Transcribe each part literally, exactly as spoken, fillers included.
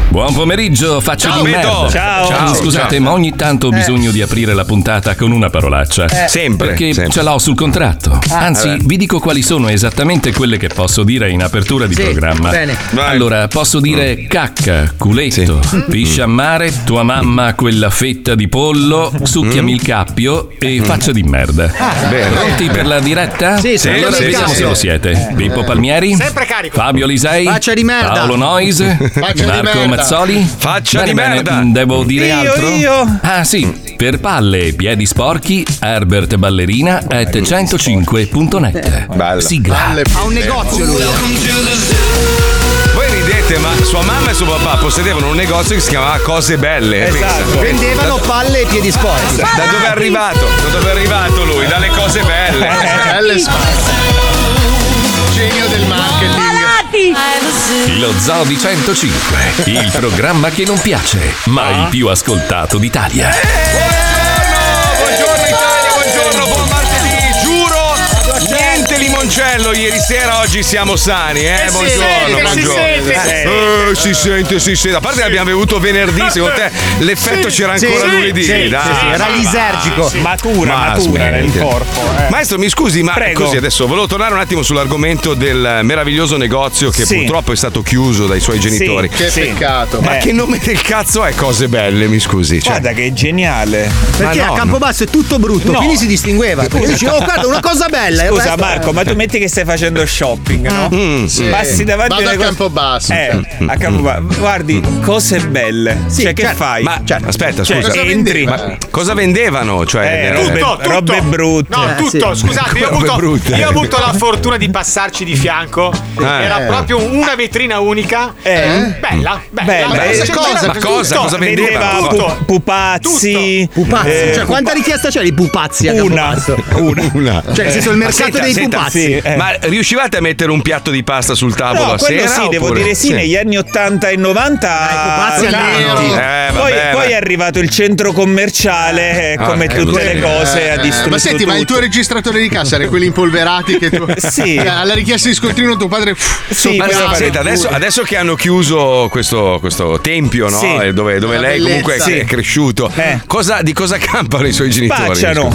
Buon pomeriggio, faccio Ciao, di Beto. merda. Ciao. Ciao. Scusate, Ciao. ma ogni tanto ho bisogno di aprire la puntata con una parolaccia. Eh. Sempre, Perché sempre. ce l'ho sul contratto. Ah, Anzi, vabbè. vi dico quali sono esattamente quelle che posso dire in apertura di Sì, programma. bene. Vai. Allora, posso dire cacca, culetto, piscia a mare, tua mamma quella fetta di pollo, succhiami il cappio e faccia di merda. bene. Pronti per la diretta? Sì, sì, Allora sì, vediamo sì. se lo siete. Pippo Palmieri? Sempre carico. Fabio Lisei? Faccia di merda. Paolo Noise? Faccia di Marco merda. Mazzoli? Faccia Bene, di bene, merda. Devo dire Io, altro? io. Ah sì, per palle e piedi sporchi, Herbert Ballerina at centocinque punto net. Sigla. Ha un negozio lui. Voi ridete, ma sua mamma e suo papà possedevano un negozio che si chiamava Cose Belle. Esatto. Pensa. Vendevano Da- palle e piedi sporchi. Da dove è arrivato? Da dove è arrivato lui? Dalle cose belle. Belle genio del marketing. Lo Zoo di centocinque, il programma che non piace, ma il più ascoltato d'Italia. Buongiorno Italia, buongiorno, buon martedì, giuro, niente limoncello ieri sera, oggi siamo sani, eh, si buongiorno, sente, si buongiorno. sente, si Eh, si sente, si sente, a parte che l'abbiamo bevuto venerdì, secondo te l'effetto c'era Sì, ancora sì, lunedì, sì, dai. sì, sì, era lisergico. Matura, Ma matura nel smetti. corpo. eh. Maestro, mi scusi, ma Prego. così adesso volevo tornare un attimo sull'argomento del meraviglioso negozio che Sì. purtroppo è stato chiuso dai suoi genitori. Sì, Che sì. peccato. Ma Eh. che nome del cazzo è Cose Belle, mi scusi? Cioè, Guarda che è geniale. Perché Ma no, a Campobasso è tutto brutto, No. quindi si distingueva. Perché dici, oh guarda, una cosa bella. il Scusa resto- Marco, ma tu metti che stai facendo shopping, no? Mm, sì. Passi davanti Vado alle a cose- Campobasso. Eh, a Campobasso. Guardi, cose belle. cioè, che certo. fai? Ma aspetta, Cioè, scusa. entri. Ma cosa vendevano? Cioè, Eh, le robe, robe- robe brutte. No, tutto, sì. scusate, io ho, Robe avuto, brutte. io ho avuto la fortuna di passarci di fianco. Era proprio una vetrina unica. Eh? Bella, bella. Bella. bella. Eh, C'era cosa? Ma cosa? tutto. Cosa vendeva? Vendeva Tutto. pu- pupazzi. Pupazzi. eh, Cioè, quanta richiesta c'è di pupazzi a Una. Campobasso? Una. Una. Cioè, nel senso, il Ma mercato senta, dei senta, pupazzi. sì, eh. Ma riuscivate a mettere un piatto di pasta sul tavolo No, a quello sera? sì, devo oppure- dire sì, negli anni ottanta e novanta. Dai, pupazzi al tanti. nero. Eh, poi, vabbè, poi ma- è arrivato il centro commerciale, eh, Ah, come eh, tutte così. le cose, ha distrutto Ma senti, ma il tutto. tuo registratore di cassa era quelli impolverati che tu. Sì. Cioè, alla richiesta di scontrino tuo padre. Sì, Ma quello no, fa- senta, adesso, adesso che hanno chiuso questo, questo tempio, no? Sì. Eh, Dove, dove La lei comunque bellezza. è cresciuto, Eh. cosa, di cosa campano i suoi genitori? Spacciano.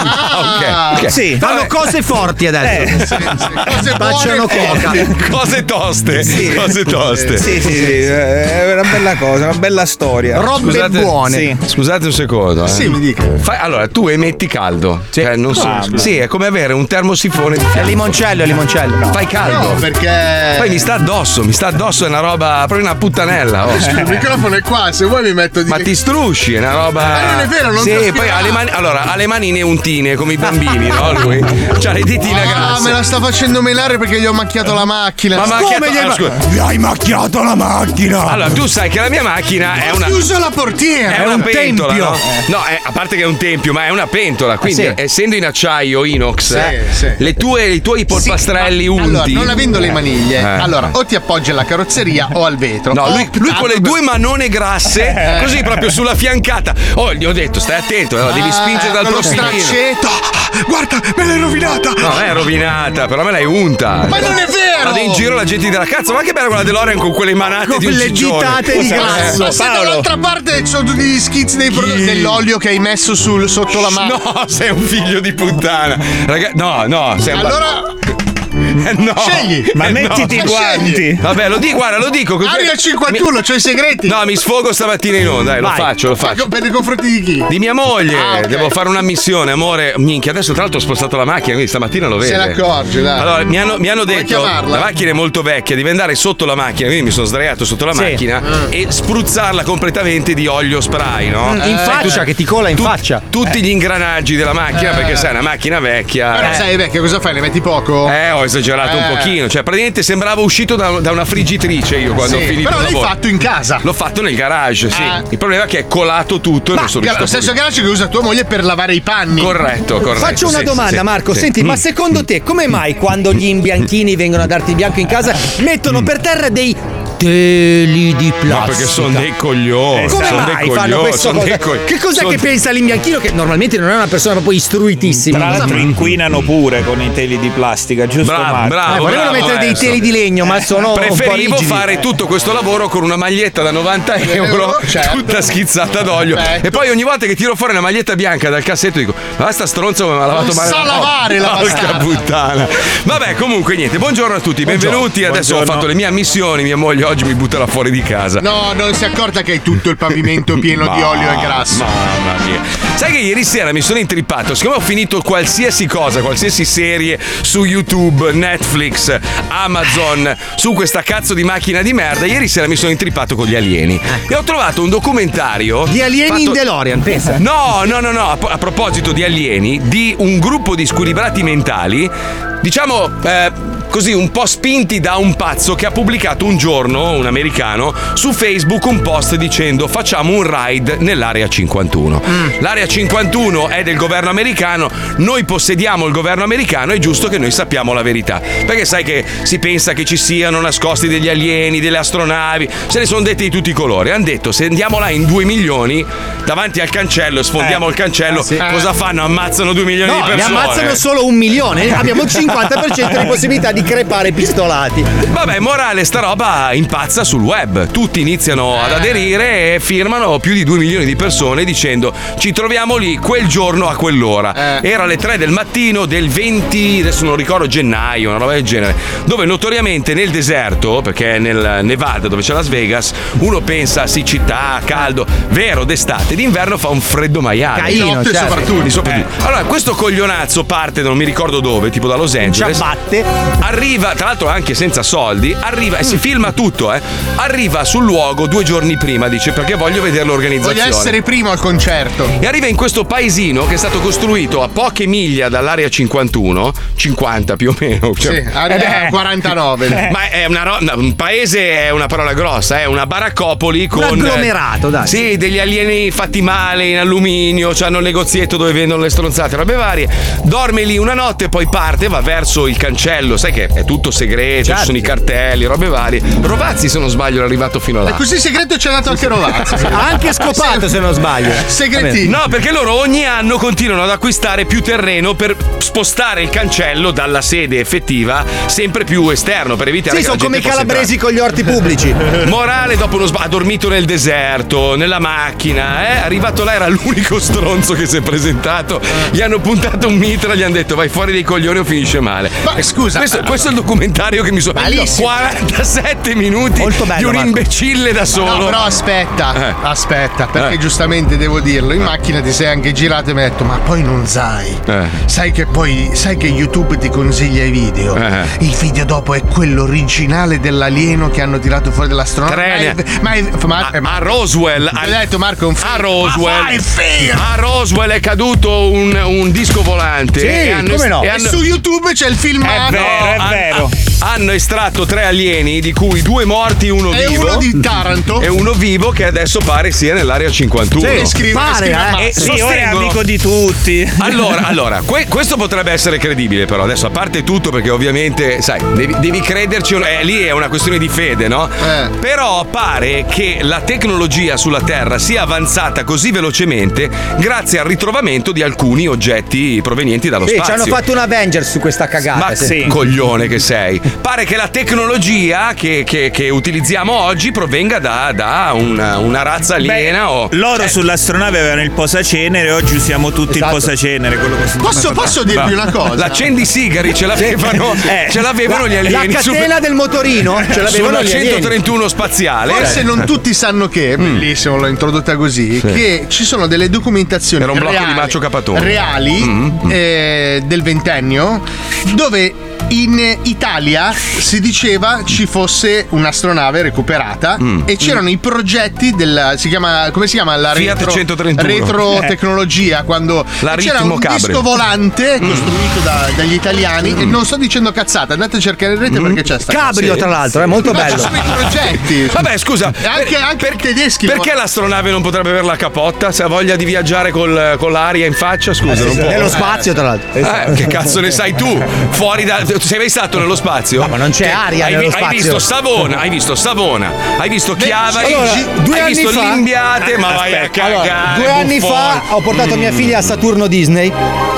Ah, ok, ok. Sì. Fanno cose forti adesso. Eh, Cose Spacciano buone. coca. Cose toste, cose toste. sì, sì, sì, è una bella cosa, una bella storia. Robe Scusate, buone. Sì. Scusate un secondo. Eh. Sì, mi dica. Fai- allora, tu emetti caldo. Cioè, non so. Ah, ma- Sì, è come avere un termosifone di È fianco. limoncello, è limoncello. Fai caldo. No, perché. Poi mi sta addosso, mi sta addosso, è una roba, proprio una puttanella. Oh. Scusa, il microfono è qua, se vuoi mi metto di. Ma ti strusci, è una roba. Ma non è vero, non Sì, traspirerà. poi ha le mani. Allora, ha le manine untine come i bambini, no? Lui. C'ha le ditine Ah, grasse. me la sta facendo menare perché gli ho macchiato la macchina. Ma macchiato- Come gli hai ah, ma- scusa. Mi hai macchiato la macchina! Allora, tu sai che la mia macchina è una. Chiuso la portiera! È una un pentola, tempio. no? No, è- a parte che è un tempio, ma è una pentola. Quindi, sì. essendo in acciaio inox, Sì, eh, sì. le tue, i tuoi polpastrelli Sì, ma- unti. Allora, non avendo le maniglie, Eh. allora o ti appoggi alla carrozzeria o al vetro. No, O- lui, lui con le Ah, due manone grasse, così proprio sulla fiancata. Oh, gli ho detto, stai attento, eh, devi ah, spingere dal con lo profilino. straccetto. Ah, guarda, me l'hai rovinata! No, non è rovinata, però me l'hai unta. Ma non è vero! Vado in giro la gente dirà, cazzo, ma che bella quella DeLorean con quelle manate Con di un le ciccione. ditate di Eh, grasso. Ma se dall'altra parte ci sono tutti gli schizzi dei prodotti dell'olio che hai messo sul, sotto la mano. No, sei un figlio di puttana. Raga, no, no, sei un Allora, Eh, no. scegli. Ma Eh, mettiti i no. guanti. Vabbè, lo dico, guarda, lo dico così. Aria cinquantuno, c'ho i segreti. No, mi sfogo stamattina in onda, dai, lo Vai. faccio, lo Ma faccio. per i confronti di chi? Di mia moglie, Ah, ok. devo fare una missione, amore. Minchia, adesso tra l'altro ho spostato la macchina, quindi stamattina lo vede. Se ne accorge, dai. Allora, mi hanno, mi hanno Vuoi detto chiamarla? la macchina è molto vecchia, devi andare sotto la macchina, quindi mi sono sdraiato sotto la Sì. macchina e spruzzarla completamente di olio spray, no? In Eh, faccia, che ti cola in tu- faccia. Tutti gli ingranaggi della macchina, Eh. perché sai, è una macchina vecchia. Però sai, vecchio, cosa fai? Le metti poco? Eh, ho esagerato un Eh. pochino, cioè praticamente sembrava uscito da, da una friggitrice io quando Sì, ho finito però il l'hai lavoro. fatto in casa. L'ho fatto nel garage, sì. Eh. Il problema è che è colato tutto e non sono Lo riuscito a stesso pulire. garage che usa tua moglie per lavare i panni. Corretto, corretto. Faccio una sì, domanda, sì, Marco. sì. Senti, Mm. ma secondo te come mai quando gli imbianchini vengono a darti il bianco in casa mettono per terra dei teli di plastica. Ma perché sono dei coglioni. Come sono mai dei fanno coglioni, questa sono cosa? dei coglioni. Che cos'è Sono- che pensa l'imbianchino, che normalmente non è una persona proprio istruitissima? Tra l'altro inquinano pure con i teli di plastica, giusto? Bravo, Marco? bravo. Eh, volevano bravo, mettere dei adesso. teli di legno, ma sono un po' Preferivo rigidi. fare tutto questo lavoro con una maglietta da novanta euro, certo. tutta schizzata d'olio. Perfetto. E poi ogni volta che tiro fuori una maglietta bianca dal cassetto dico: ma sta stronza come mi ha lavato Non male sa la- lavare la Porca bastarda. puttana. Vabbè, comunque niente, buongiorno a tutti, benvenuti. Adesso ho Buongiorno. fatto le mie ammissioni, mia moglie oggi mi butterà fuori di casa. No, non si è accorta che hai tutto il pavimento pieno di olio e grasso. Mamma mia. Sai che ieri sera mi sono intrippato, siccome ho finito qualsiasi cosa, qualsiasi serie su YouTube, Netflix, Amazon, su questa cazzo di macchina di merda, ieri sera mi sono intrippato con gli alieni. E ho trovato un documentario Di alieni fatto- in DeLorean, pensa. No, no, no, no, a, a proposito di alieni, di un gruppo di squilibrati mentali, diciamo eh, così un po' spinti da un pazzo che ha pubblicato un giorno, un americano, su Facebook un post dicendo facciamo un raid nell'area cinquantuno. L'area cinquantuno è del governo americano, noi possediamo il governo americano, è giusto che noi sappiamo la verità. Perché sai che si pensa che ci siano nascosti degli alieni, delle astronavi, se ne sono detti di tutti i colori. Hanno detto se andiamo là in due milioni davanti al cancello e sfondiamo il cancello, cosa fanno? Ammazzano due milioni No, di ne persone. ammazzano solo un milione. Abbiamo il cinquanta per cento di possibilità di crepare pistolati. Vabbè, morale, sta roba impazza sul web. Tutti iniziano ad aderire e firmano più di due milioni di persone dicendo ci troviamo lì quel giorno a quell'ora. Eh. Era alle tre del mattino del venti, adesso non ricordo, gennaio, una roba del genere, dove notoriamente nel deserto, perché è nel Nevada dove c'è Las Vegas, uno pensa a siccità, caldo, vero d'estate, d'inverno fa un freddo maiale. Di Caino, notte certo. soprattutto. Di soprattutto. Allora, questo coglionazzo parte da non mi ricordo dove, tipo da Los Angeles. Ciabatte. Arriva, tra l'altro anche senza soldi, arriva e si filma tutto, eh. Arriva sul luogo due giorni prima, dice perché voglio vedere l'organizzazione. Voglio essere primo al concerto. E arriva in questo paesino che è stato costruito a poche miglia dall'area cinquantuno, cinquanta più o meno. Cioè, Sì, arriva a quarantanove. ma è una ro- no, un paese è una parola grossa, è una baraccopoli con Un agglomerato, dai. Sì, degli alieni fatti male in alluminio, c'hanno il negozietto dove vendono le stronzate, robe varie. Dorme lì una notte, poi parte, va verso il cancello, sai che è tutto segreto, Certo. ci sono i cartelli, robe varie. Rovazzi, se non sbaglio, è arrivato fino là. E così segreto c'è andato anche Rovazzi. Ha anche scopato, se non sbaglio. Segretino. No, perché loro ogni anno continuano ad acquistare più terreno per spostare il cancello dalla sede effettiva sempre più esterno per evitare Sì, che la sono come i gente possa calabresi con gli orti pubblici. entrare. Morale, dopo uno sbaglio, ha dormito nel deserto, nella macchina, eh? Arrivato là era l'unico stronzo che si è presentato. Gli hanno puntato un mitra, gli hanno detto vai fuori dei coglioni o finisce male. Ma scusa, Questo, questo è il documentario che mi sono. Bellissimo. quarantasette minuti Molto bello, di un Marco. imbecille da solo. no, però aspetta, Eh. aspetta, perché Eh. giustamente devo dirlo. In macchina ti sei anche girato e mi hai detto: ma poi non sai. Eh. Sai che poi sai che YouTube ti consiglia i video. Eh. Il video dopo è quello originale dell'alieno che hanno tirato fuori dall'astronauta. Tre ne- Ma è, ma è- A, a Roswell. Ti ho detto, Marco, è un A film. Roswell. Ma vai, film! A Roswell è caduto un, un disco volante. Sì, e hanno come no? e E hanno- su YouTube c'è il filmato. È vero, è han- vero. Hanno estratto tre alieni, di cui due morti, uno E vivo. uno di Taranto. E uno vivo che adesso pare sia nell'area cinquantuno. Che scrive, Pare, scrive a eh. mano. E Sì, ora è sostengono- amico di tutti. Allora, allora que- questo potrebbe essere credibile, però adesso a parte tutto, perché ovviamente, sai, devi, devi crederci, eh, lì è una questione di fede, no? Eh. Però pare che la tecnologia sulla Terra sia avanzata così velocemente grazie al ritrovamento di alcuni oggetti provenienti dallo Sì, ci spazio. hanno fatto un Avengers su questa cagata. Ma sì. sì. coglione che sei. Pare che la tecnologia che, che- che utilizziamo oggi provenga da, da una, una razza aliena o. Loro Eh, sull'astronave avevano il posacenere, oggi usiamo tutti Esatto. il posacenere. Quello che si- Posso, posso dirvi una cosa? L'accendisigari ce l'avevano, Eh. ce l'avevano gli La alieni. su- catena del motorino ce l'avevano sulla gli alieni. centotrentuno spaziale. Forse non tutti sanno che, bellissimo, l'ho introdotta così, che ci sono delle documentazioni Era un blocco reali, di Macio Capatone. reali eh, del ventennio dove in Italia si diceva ci fosse un'astronave recuperata e c'erano i progetti della si chiama come si chiama la Fiat retro, centotrentuno. retro tecnologia quando La c'era ritmo un Cabrio. disco volante costruito da- dagli italiani e non sto dicendo cazzate, andate a cercare in rete perché c'è sta Cabrio, Sì. tra l'altro, è molto Ma ci bello. sono i progetti. Vabbè, scusa. E anche, anche i tedeschi. Perché l'astronave non potrebbe avere la capotta? Se ha voglia di viaggiare col- con l'aria in faccia, scusa, non può. Nello spazio, tra l'altro. Eh, che cazzo ne sai tu? Fuori da, sei mai stato nello spazio? No, ma non c'è Che- aria hai, nello hai spazio. visto Savona, hai visto Savona, hai visto Chiavari, allora, due hai anni visto fa- Limbiate, ma vai a cagare. Allora, due anni buffone. fa ho portato mia figlia a Saturno Disney.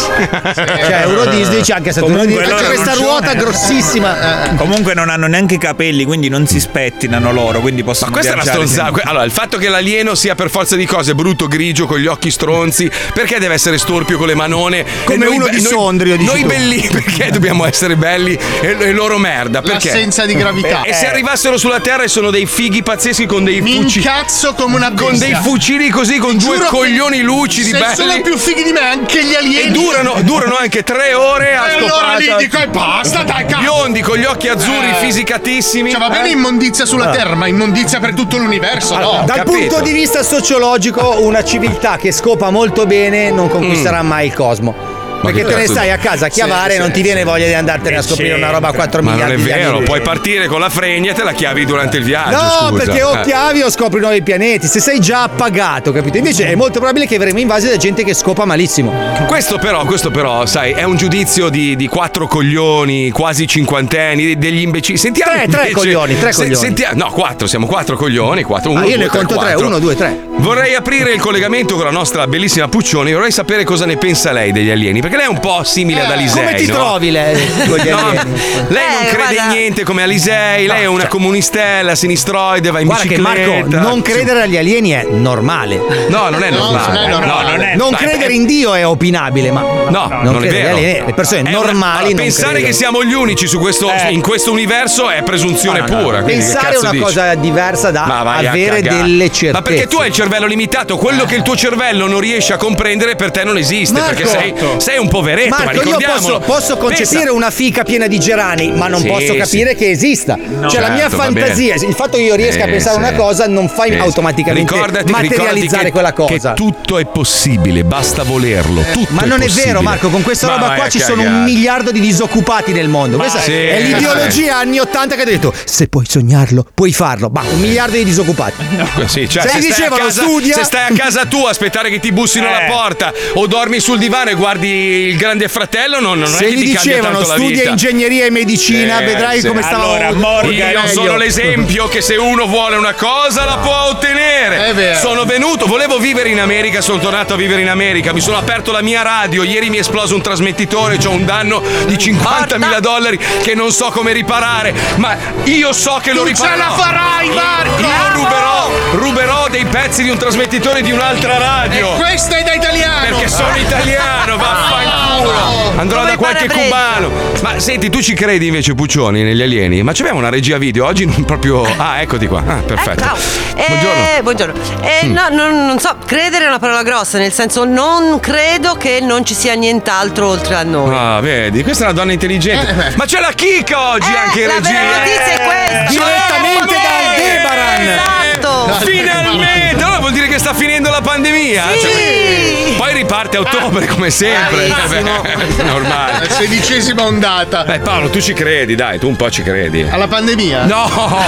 Cioè, Euro Disney c'è anche Saturno Comunque Disney. C'è loro questa non ruota sono- grossissima. Comunque non hanno neanche i capelli, quindi non si spettinano loro, quindi possono Ma questa è una viaggiare stronzata. senza- Allora, il fatto che l'alieno sia per forza di cose brutto, grigio, con gli occhi stronzi, perché deve essere storpio con le manone? Come E noi uno be- di noi- Sondrio, dici Noi tu. belli, perché dobbiamo essere belli e, e loro merda? Perché? L'assenza di gravità. E se arrivassero sulla Terra e sono dei fighi pazzeschi con dei Mi fucili. incazzo come una bestia. Con dei fucili così, con due Giuro che coglioni lucidi, se belli. sono più fighi di me anche gli alieni. E durano, durano anche tre ore a E allora lì scopata. dico e basta, dai, cazzo. Biondi con gli occhi azzurri, Eh. fisicatissimi. Cioè, va bene Eh. immondizia sulla Terra, ma immondizia per tutto l'universo, no? Dal capito. punto di vista sociologico, una civiltà che scopa molto bene non conquisterà mai il cosmo. Perché che te ne cazzo stai di- a casa a chiavare e Sì, non sì, ti viene sì. voglia di andartene a scoprire una roba a quattro Ma non è miliardi di vero, anni. puoi partire con la fregna e te la chiavi durante il viaggio. No, scusa. perché o Eh. chiavi o scopri nuovi pianeti. Se sei già appagato, capito? Invece è molto probabile che verremo invasi da gente che scopa malissimo. Questo però, questo però, sai, è un giudizio di, di quattro coglioni, quasi cinquantenni, degli imbecilli. Sentiamo Tre, tre invece- coglioni, tre se- coglioni. sentia- no, quattro, siamo quattro coglioni, quattro, uno, Ah, io due, ne tre, conto tre, quattro. uno, due, tre. Vorrei aprire il collegamento con la nostra bellissima Puccioni, vorrei sapere cosa ne pensa lei degli alieni, perché lei è un po' simile ad Alisei. Come ti no? trovi lei con gli No, alieni? lei non Eh, crede guarda- in niente come Alisei, lei è una comunistella, sinistroide, va in Guarda che bicicletta. Marco, non credere agli alieni è normale. No, non è normale. non è normale. No, non è. Non Dai, credere è- in Dio è opinabile, ma No, non, non, è credere vero. agli alieni. Le persone È una- normali allora, non pensare credono. che siamo gli unici su questo, Eh. in questo universo è presunzione No, no, no. pura. quindi che Pensare è cazzo una dici? cosa diversa da Ma vai a avere cagare. delle certezze. Ma perché tu hai il cervello limitato, quello che il tuo cervello non riesce a comprendere per te non esiste, Marco. perché sei, sei un poveretto, ma Marco, io ricordiamolo. posso, posso concepire Pensa- una fica piena di gerani, ma non Sì, posso capire sì. che esista. cioè, la mia certo, va fantasia, bene. il fatto che io riesca a Eh, pensare sì. una cosa, non fai Eh, automaticamente ricordati- materializzare ricordati che- quella cosa. Che tutto è possibile, basta volerlo. Tutto Ma non è possibile. vero, Marco, con questa Ma roba vai qua a ci sono un cagare. miliardo di disoccupati nel mondo. Questa sì. è l'ideologia anni ottanta che ha detto: se puoi sognarlo, puoi farlo. Ma un miliardo di disoccupati. Sì, cioè, Se se, gli stai a dicevano, casa, studia- se stai a casa tua a aspettare che ti bussino Eh. alla porta o dormi sul divano e guardi il grande fratello, non, non Se è che gli ti cambia dicevano tanto la studia vita. ingegneria e medicina, Eh, vedrai sì. come stava. Allora, Morgan, Io meglio. sono l'esempio che se uno vuole una cosa la può ottenere. È vero. Sono venuto, volevo vivere in America, sono tornato a vivere in America, mi sono aperto la mia radio, ieri mi è esploso un trasmettitore, ho un danno di cinquantamila dollari che non so come riparare, ma io so che lo Tu riparerò. ce la farai, Marco! Io ruberò, ruberò dei pezzi di un trasmettitore di un'altra radio. Questo è da italiano! Perché sono italiano, vaffanculo. Andrò Come da qualche Parabresso. cubano. Ma senti, tu ci credi invece, Puccioni, negli alieni? Ma c'abbiamo una regia video oggi non proprio. Ah, eccoti qua. Ah, perfetto. Eh, ciao. Eh, Buongiorno. buongiorno. Eh, Mm. no, non, non so, credere è una parola grossa, nel senso non credo che non ci sia nient'altro oltre a noi. Ah, vedi, questa è una donna intelligente. Ma c'è la chicca oggi Eh, anche in la regia. vera notizia è questa. Direttamente Eh, da Aldebaran. Esatto. Finalmente! Allora vuol dire che sta finendo la pandemia? Sì. Cioè, poi riparte a ottobre come sempre. Eh, Bravissimo. beh, normale. La sedicesima ondata. Beh, Paolo, tu ci credi, dai, tu un po' ci credi. Alla pandemia? No!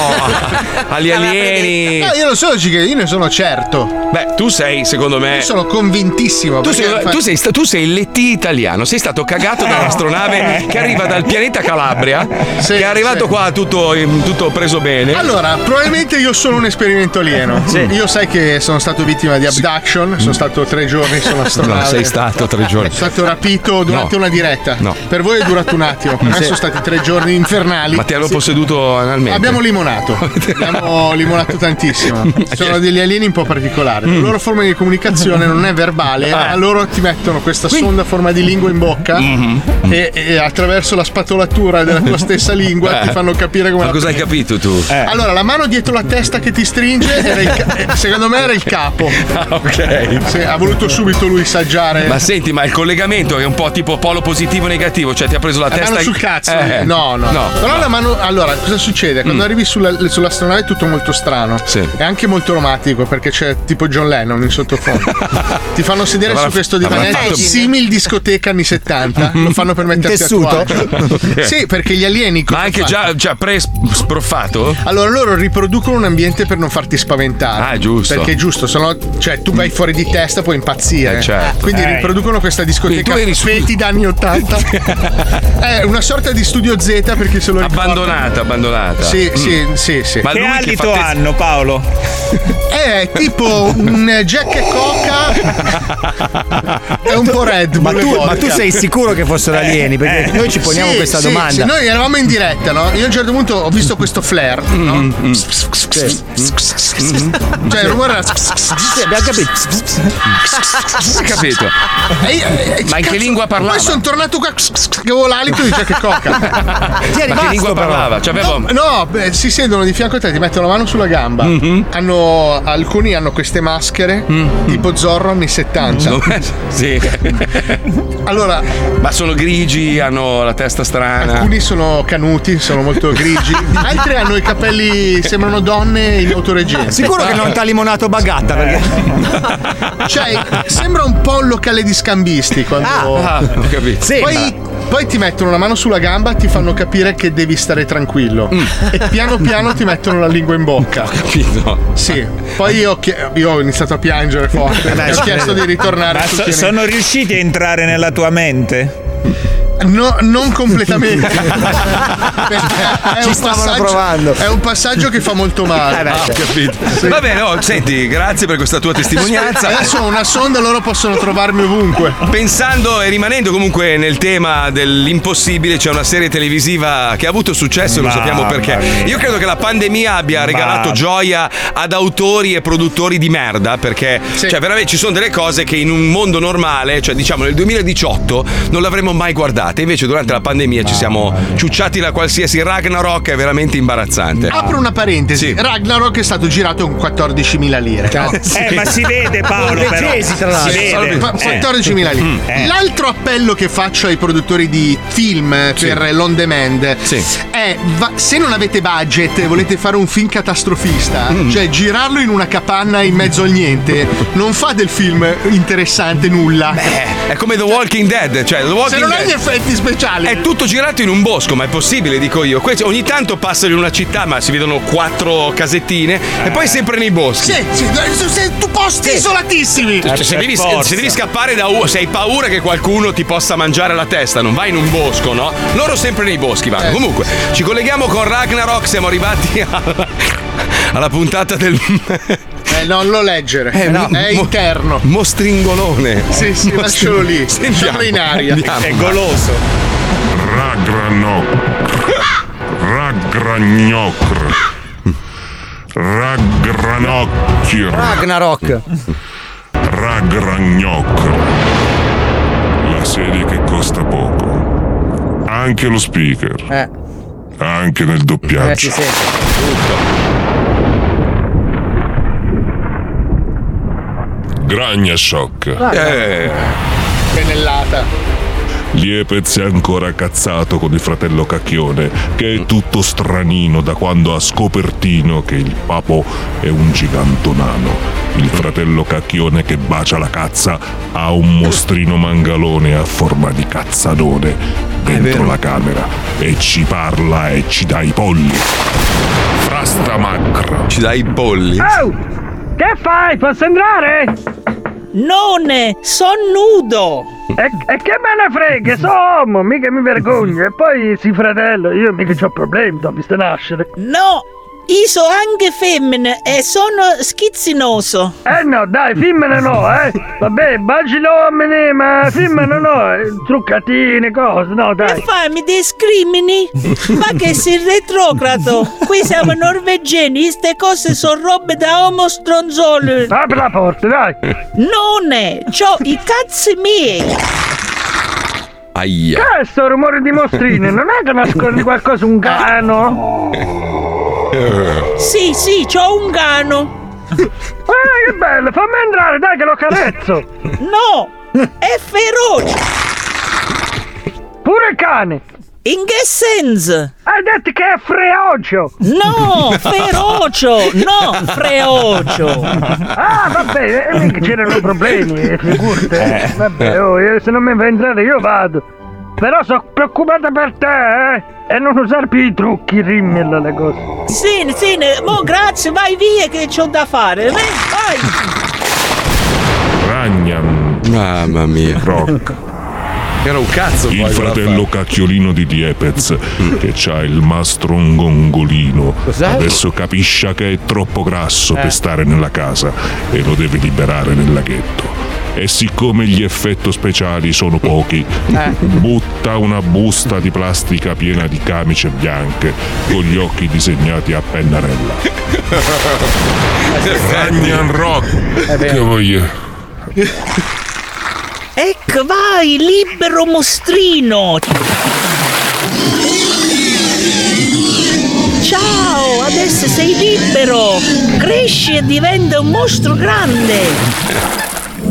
Agli alieni. No, io non sono ci credo, io ne sono certo. Beh, tu sei, secondo me. Io sono convintissimo. Tu perché sei, fa- tu, sei, sta- tu sei il L T italiano, sei stato cagato da un'astronave che arriva dal pianeta Calabria, Sì, che è arrivato sì. qua tutto, tutto preso bene. Allora, probabilmente io sono un esperimento alieno. Io sai che sono stato vittima di abduction, sono stato tre giorni sulla astronave. No, sei stato tre giorni. Sono stato rapito durante No. una diretta. No. Per voi è durato un attimo. Per me Sì. sono stati tre giorni infernali. Ma ti hanno posseduto analmente? Abbiamo limonato, abbiamo limonato tantissimo. Sono degli alieni un po' particolari. La loro forma di comunicazione non è verbale, Ah. ma loro ti mettono questa sonda a forma di lingua in bocca e, e attraverso la spatolatura della tua stessa lingua Eh. ti fanno capire come Ma la cosa hai capito tu? Allora, la mano dietro la testa che ti stringe, era il ca- secondo me era il capo. Ah, ok. Sì, ha voluto subito lui saggiare. Ma senti, ma il collegamento è un po' tipo polo positivo negativo, cioè ti ha preso la, La testa mano e- sul cazzo? Eh. No, no, no. Però la mano. Allora, cosa succede? Quando arrivi sulla, sull'astronave è tutto molto strano. Sì. È anche molto romantico perché c'è tipo John Lennon in sottofondo. Ti fanno sedere Avrà- su questo avrà divanetto fatto- simil discoteca anni settanta. Lo fanno per metterti a tuo tessuto? agio. Sì, perché gli alieni. Ma cosa anche fanno? già, già pre-sproffato? Allora loro riproducono un ambiente per non farti farti spaventare. Ah, giusto. Perché è giusto, sennò cioè tu vai fuori di testa, puoi impazzire. Eh, certo. Quindi Eh. riproducono questa discoteca Quindi tu eri su- fetida anni ottanta. È una sorta di Studio Z perché se lo Abbandonata, abbandonata. Sì, Mm. sì, sì, sì. Ma Che lui che alito fa te- hanno, Paolo? È tipo un Jack e Coca e un po' Red Bull. Ma e tu, vodka. ma tu sei sicuro che fossero alieni? Perché eh. noi ci poniamo Sì, questa sì, domanda. sì, noi eravamo in diretta, no? Io a un certo punto ho visto questo flare, no? Cioè il rumore era. Sì, abbiamo capito. Hai capito? E io- e- Ma in che cazzo, lingua parlava? Poi sono tornato qua che avevo l'alito di Jack e Coca. Ti è Ma che rimasto lingua però. parlava? Cioè, avevo... No, beh, si sentono di fianco a te, ti mettono la mano sulla gamba. Hanno, alcuni hanno queste maschere tipo Zorro anni settanta. Sì. Allora, Ma sono grigi, hanno la testa strana. alcuni sono canuti, sono molto grigi. Altri hanno i capelli, sembrano donne in autoreggenza. Sicuro che non t'ha limonato Bagatta perché Cioè, sembra un po' un locale di scambisti quando. Ah, ho capito. Poi, poi ti mettono una mano sulla gamba, ti fanno capire che devi stare tranquillo. E piano piano ti mettono la lingua in bocca. Capito? Sì. Poi io, ho chie- io ho iniziato a piangere forte. beh, ho ci chiesto credo. di ritornare Ma sul so- pianeta. sono riusciti a entrare nella tua mente? No, non completamente. Perché è Ci un stavano passaggio- provando. È un passaggio che fa molto male. Eh beh, Ah, ho capito. Va bene, oh, senti, grazie per questa tua testimonianza. Adesso ho una sonda, loro possono trovarmi ovunque. Pensando e rimanendo comunque nel tema dell'impossibile, c'è una serie televisiva che ha avuto successo, lo Mamma sappiamo perché. mia. Io credo che la pandemia abbia regalato Mamma. gioia ad autori e produttori di merda, perché Sì. cioè, veramente ci sono delle cose che in un mondo normale, cioè diciamo nel duemiladiciotto, non l'avremmo mai guardate. Invece durante la pandemia ci siamo ciucciati la qualsiasi Ragnarok, è veramente imbarazzante. Apro una parentesi. Sì. Ragnarok è stato girato con quattordicimila lire. Eh, ma si vede, Paolo, però. Norvegesi, tra l'altro. Si vede. Fa- Eh. quattordicimila lire. Eh. L'altro appello che faccio ai produttori di film per l'on demand Sì. è va- se non avete budget e volete fare un film catastrofista, cioè girarlo in una capanna in mezzo al niente, non fa del film interessante nulla. È come The Walking Dead, cioè The se Walking non hai Dead gli effetti speciali. è tutto girato in un bosco, ma è possibile, dico io. Que- Ogni tanto passano in una città, ma si vedono quattro casettine, e poi sempre nei boschi. Sì, sì, su- se- tu posti isolatissimi. Cioè, se, per devi, forza. se devi scappare da uno, se hai paura che qualcuno ti possa mangiare la testa, non vai in un bosco, no? Loro sempre nei boschi vanno. Eh. Comunque, ci colleghiamo con Ragnarok, siamo arrivati alla, alla puntata del Eh, non lo leggere, Eh, no. è Mo- interno. mostringolone. Sì, sì, lascialo lì. Sentiamo. Lascialo in aria. Andiamo. È goloso. Ragranok. Ragragnocr. Ragranocchir. Ragnarok. Ragragnocr. La serie che costa poco. Anche lo speaker. Eh, Anche nel eh, si doppiaggio. sente. Gragna shock. Eh, Pennellata. Liepez è ancora cazzato con il fratello Cacchione, che è tutto stranino da quando ha scopertino che il papo è un gigantonano. Il fratello Cacchione che bacia la cazza ha un mostrino mangalone a forma di cazzadone dentro la camera e ci parla e ci dà i polli. Frasta macra. ci dai i polli. Oh! Che fai? Posso entrare? Non, son nudo. E, e che me ne frega, so uomo, mica mi vergogno. E poi, sì, fratello, io mica c'ho problemi, t'ho visto nascere. No, io so anche femmina e sono schizzinoso. Eh no, dai, femmina no, eh. Vabbè, baci l'uomini, ma femmina no, eh, truccatine, cose, no, E dai. fammi discrimini? Ma che sei retrogrado? Qui siamo norvegeni, ste cose sono robe da uomo stronzolo. Apri la porta, dai. Non è, c'ho i cazzi miei. Aia. Che è sto rumore di mostrine? Non è che nascondi qualcosa, un cano? Sì, sì, c'ho un gano. Eh, che bello, fammi entrare, dai che lo carezzo. No, è feroce. Pure il cane. In che senso? Hai detto che è freocio. No, ferocio, no, freocio. Ah, vabbè, e mica c'erano problemi, eh, figurate. Vabbè, oh, io- se non mi fa entrare io vado. Però sono preoccupata per te, eh? E non usare più i trucchi, i rimmel, le cose. Sì, sì, mo grazie, vai via che c'ho da fare. Vai. Ragnan. Mamma mia. Rock. Era un cazzo poi. Il fratello cacchiolino di Diepez, che c'ha il mastro ngongolino. Cos'è? Adesso capisce che è troppo grasso Eh. per stare nella casa e lo deve liberare nel laghetto. E siccome gli effetti speciali sono pochi, butta una busta di plastica piena di camicie bianche con gli occhi disegnati a pennarella. Ragnan Rock. Che voglio. Ecco, vai, libero mostrino. Ciao, adesso sei libero. Cresci e diventa un mostro grande.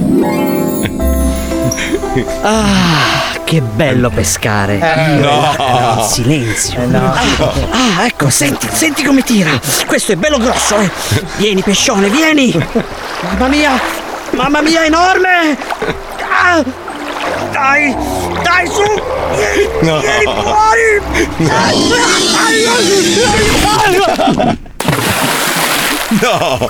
Ah, che bello pescare. Eh, no. no. Silenzio. Eh, no. Ah, ah, ecco, senti, senti come tira. Questo è bello grosso, eh. Vieni, pescione, vieni. Mamma mia, mamma mia, enorme. Ah, dai, dai, su. Vieni, no. vieni fuori. No.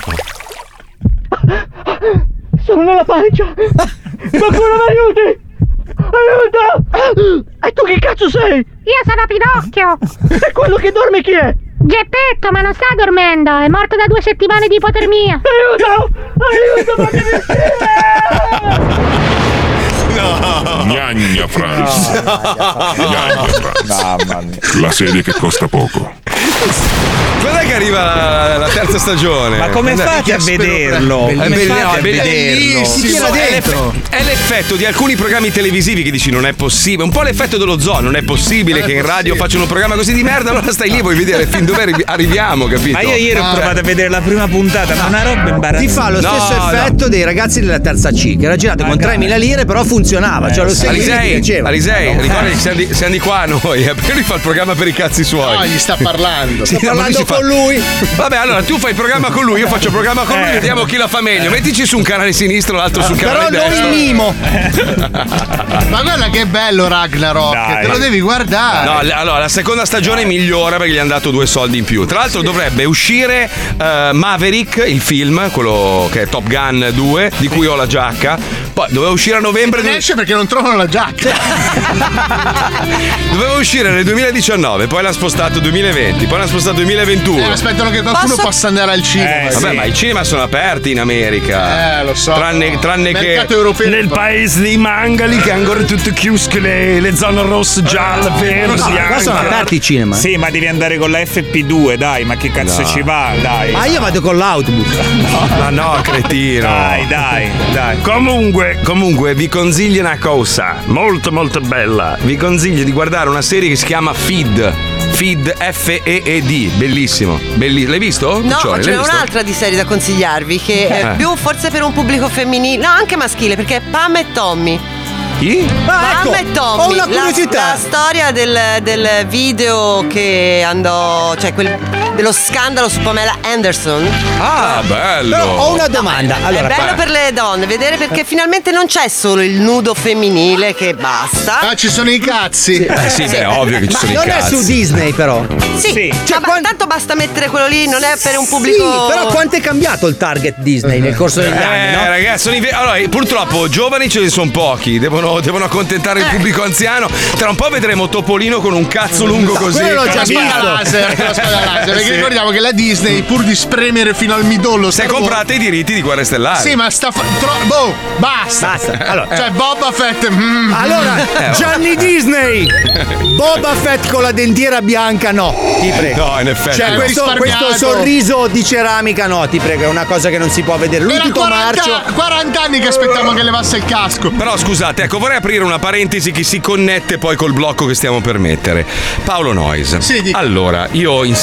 Sono nella pancia! Qualcuno mi aiuti! Aiuto! E tu che cazzo sei? Io sono Pinocchio! E quello che dorme chi è? Geppetto, ma non sta dormendo! È morto da due settimane di ipotermia! Aiuto! Aiuto, fatemi uscire! No. Gnagna Franz. Gnagna Franz. Mamma mia. La serie che costa poco. Quando è che arriva la, la terza stagione? Ma come Quando è? fate a vederlo? È, Come belli- fate no, a è belli- vederlo? Sì, Tira è, dentro. l'eff- è l'effetto di alcuni programmi televisivi che dici non è possibile. Un po' l'effetto dello zoo, non è possibile Non è che in radio possibile. facciano un programma così di merda, allora stai lì, vuoi vedere fin dove arri- arriviamo, capito? Ma io ieri ho Ah. provato a vedere la prima puntata, ma una roba Ti imbarazzante. fa lo No, stesso no. effetto dei ragazzi della terza C, che era girato con tremila lire, però funzionava. Cioè lo seguivi e ti Alisei, piaceva. Alisei, ricorda che siamo di, siamo di qua noi, eh, perché lui fa il programma per i cazzi suoi. No, gli sta parlando. Sì, Sto ma parlando si fa- con lui. Vabbè, allora tu fai il programma con lui, io faccio il programma con lui, Eh. vediamo chi la fa meglio. Mettici su un canale sinistro, l'altro sul Però canale non destro. il mimo. Ma guarda che bello Ragnarok, Dai. te lo devi guardare. No, l- allora la seconda stagione migliora perché gli hanno dato due soldi in più. Tra l'altro dovrebbe uscire eh, Maverick, il film, quello che è Top Gun due, di cui ho la giacca. Poi doveva uscire a novembre. Non esce perché non trovano la giacca. Doveva uscire nel duemiladiciannove, poi l'ha spostato duemilaventi, poi l'ha spostato duemilaventuno. Eh, aspettano che qualcuno Posso- possa andare al cinema. Eh, Vabbè, sì. ma i cinema sono aperti in America. Eh, lo so. Tranne, tranne che. Mercato europeo. Nel paese dei mangali che ancora tutto chiuso, le, le zone rosse, gialle, verdi, No, qua sono anche. aperti i cinema. Sì, ma devi andare con la F P due, dai, ma che cazzo No. ci va, dai. Ma io vado con l'autobus. Ma no, cretino. Dai, dai, dai. Comunque, comunque, vi consiglio una cosa molto molto bella. Vi consiglio di guardare una serie che si chiama Feed. Feed F E E D, bellissimo. Belli- L'hai visto? No, Puccioni, ce l'hai n'è visto? un'altra di serie da consigliarvi che è Eh. più forse per un pubblico femminile, no, anche maschile, perché è Pam e Tommy. Chi? Ah, Pam ecco, e Tommy, ho una la- curiosità. La, storia del, del video che andò, cioè quel, dello scandalo su Pamela Anderson. Ah, bello. Però ho una domanda. Allora, è bello pa- per le donne vedere perché finalmente non c'è solo il nudo femminile che basta. Ah, ci sono i cazzi. Eh sì, beh, ovvio che ci ma sono i non è cazzi. su Disney, però. Sì, Sì. cioè, ma tanto basta mettere quello lì, non è per un pubblico. Sì, però quanto è cambiato il target Disney nel corso degli Eh, anni, no? ragazzi, sono i ve- allora, purtroppo giovani ce ne sono pochi, devono, devono accontentare il pubblico anziano. Tra un po' vedremo Topolino con un cazzo lungo così. quello l'ho già La spada visto. laser, la spada laser. Perché Sì. ricordiamo che la Disney, pur di spremere fino al midollo, Se Star Wars- comprate i diritti di Guerre Stellari. Sì, ma sta fa- tro- boh, basta. Basta. Allora, Cioè, Boba Fett. mm. allora Eh, Gianni Disney, Boba Fett con la dentiera bianca, no, ti prego. No, in effetti. Cioè, no. questo, risparmiato. questo sorriso di ceramica, no, ti prego, è una cosa che non si può vedere. Lui Era tutto marcio. quaranta, quaranta anni che aspettavamo che levasse il casco. Però scusate, ecco, vorrei aprire una parentesi che si connette poi col blocco che stiamo per mettere. Paolo Noyes. Sì, dica. Allora, io insieme a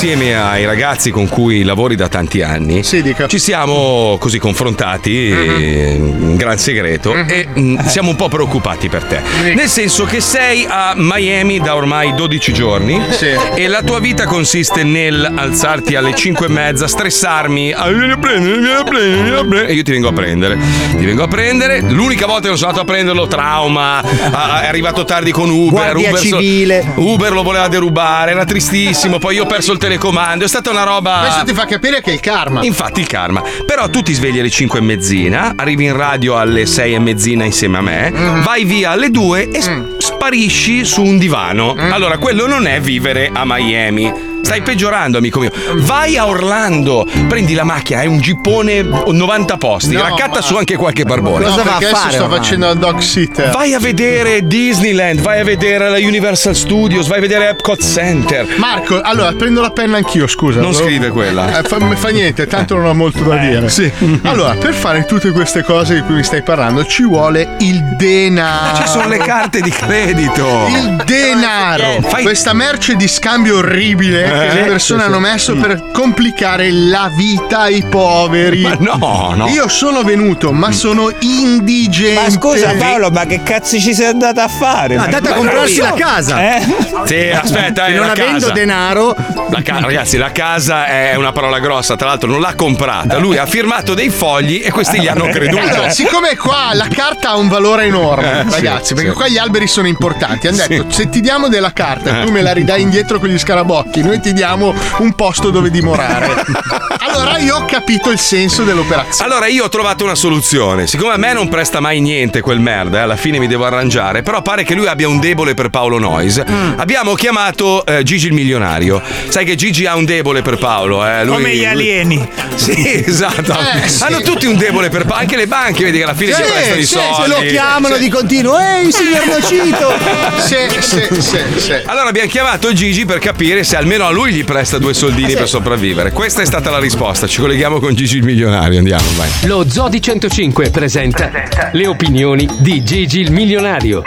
ai ragazzi con cui lavori da tanti anni, sì, dica. Ci siamo così confrontati uh-huh. in gran segreto uh-huh. e mh, siamo un po' preoccupati per te. Uh-huh. Nel senso che sei a Miami da ormai dodici giorni sì. e la tua vita consiste nel alzarti alle cinque e mezza, stressarmi, ah, vieni a prendere, vieni a prendere, vieni a prendere, e io ti vengo a prendere. Ti vengo a prendere. L'unica volta che non sono andato a prenderlo, trauma, è arrivato tardi con Uber. Guardia Uber, civile. so, Uber lo voleva derubare, era tristissimo. Poi io ho perso il telecomando. È stata una roba. Questo ti fa capire che è il karma. Infatti, il karma. Però tu ti svegli alle cinque e mezzina, arrivi in radio alle sei e mezzina insieme a me, mm. vai via alle due e mm. sparisci su un divano. Mm. Allora, quello non è vivere a Miami. Stai peggiorando, amico mio. Vai a Orlando, prendi la macchina, è un gippone novanta posti, no, raccatta ma... su anche qualche barbone. No, Cosa va a perché fare? adesso sto ormai? facendo il dog sitter. Vai a vedere Disneyland, vai a vedere la Universal Studios, vai a vedere Epcot Center. Marco, allora prendo la penna anch'io, scusa. Non scrive quella. Eh, fa, fa niente, tanto non ho molto da dire. Sì. Allora, per fare tutte queste cose di cui mi stai parlando ci vuole il denaro. Ci sono le carte di credito. Il denaro. Fai... Questa merce di scambio orribile eh, che le persone hanno messo per complicare la vita ai poveri. Ma no, no. Io sono venuto, ma sono indigente. Ma scusa Paolo, ma che cazzo ci sei andata a fare? No, andate a comprarsi la casa. Eh? Sì, aspetta, e eh, non la avendo casa. denaro. La ca- ragazzi, la casa è una parola grossa, tra l'altro non l'ha comprata. Lui ha firmato dei fogli e questi gli hanno creduto. Allora, siccome qua la carta ha un valore enorme, Eh, ragazzi, sì, perché sì. qua gli alberi sono importanti. Hanno Sì. detto: se ti diamo della carta e Eh. tu me la ridai indietro con gli scarabocchi, noi ti diamo un posto dove dimorare. Allora io ho capito il senso dell'operazione. Allora io ho trovato una soluzione. Siccome a me non presta mai niente quel merda, eh, alla fine mi devo arrangiare. Però pare che lui abbia un debole per Paolo Noyes. Mm. Abbiamo chiamato eh, Gigi il milionario. Sai che Gigi ha un debole per Paolo, eh? Lui, Come gli lui- alieni. Sì, esatto. Eh, sì. Hanno tutti un debole per Paolo. Anche le banche, vedi che alla fine Sì, si prestano i sì, soldi. se lo chiamano Sì. di continuo. Ehi, signor Nocito. Sì, sì, sì, sì. Allora abbiamo chiamato Gigi per capire se almeno a lui gli presta due soldini per sopravvivere. Questa è stata la risposta. Ci colleghiamo con Gigi il milionario. Andiamo, vai. Lo Zodi centocinque presenta le opinioni di Gigi il milionario.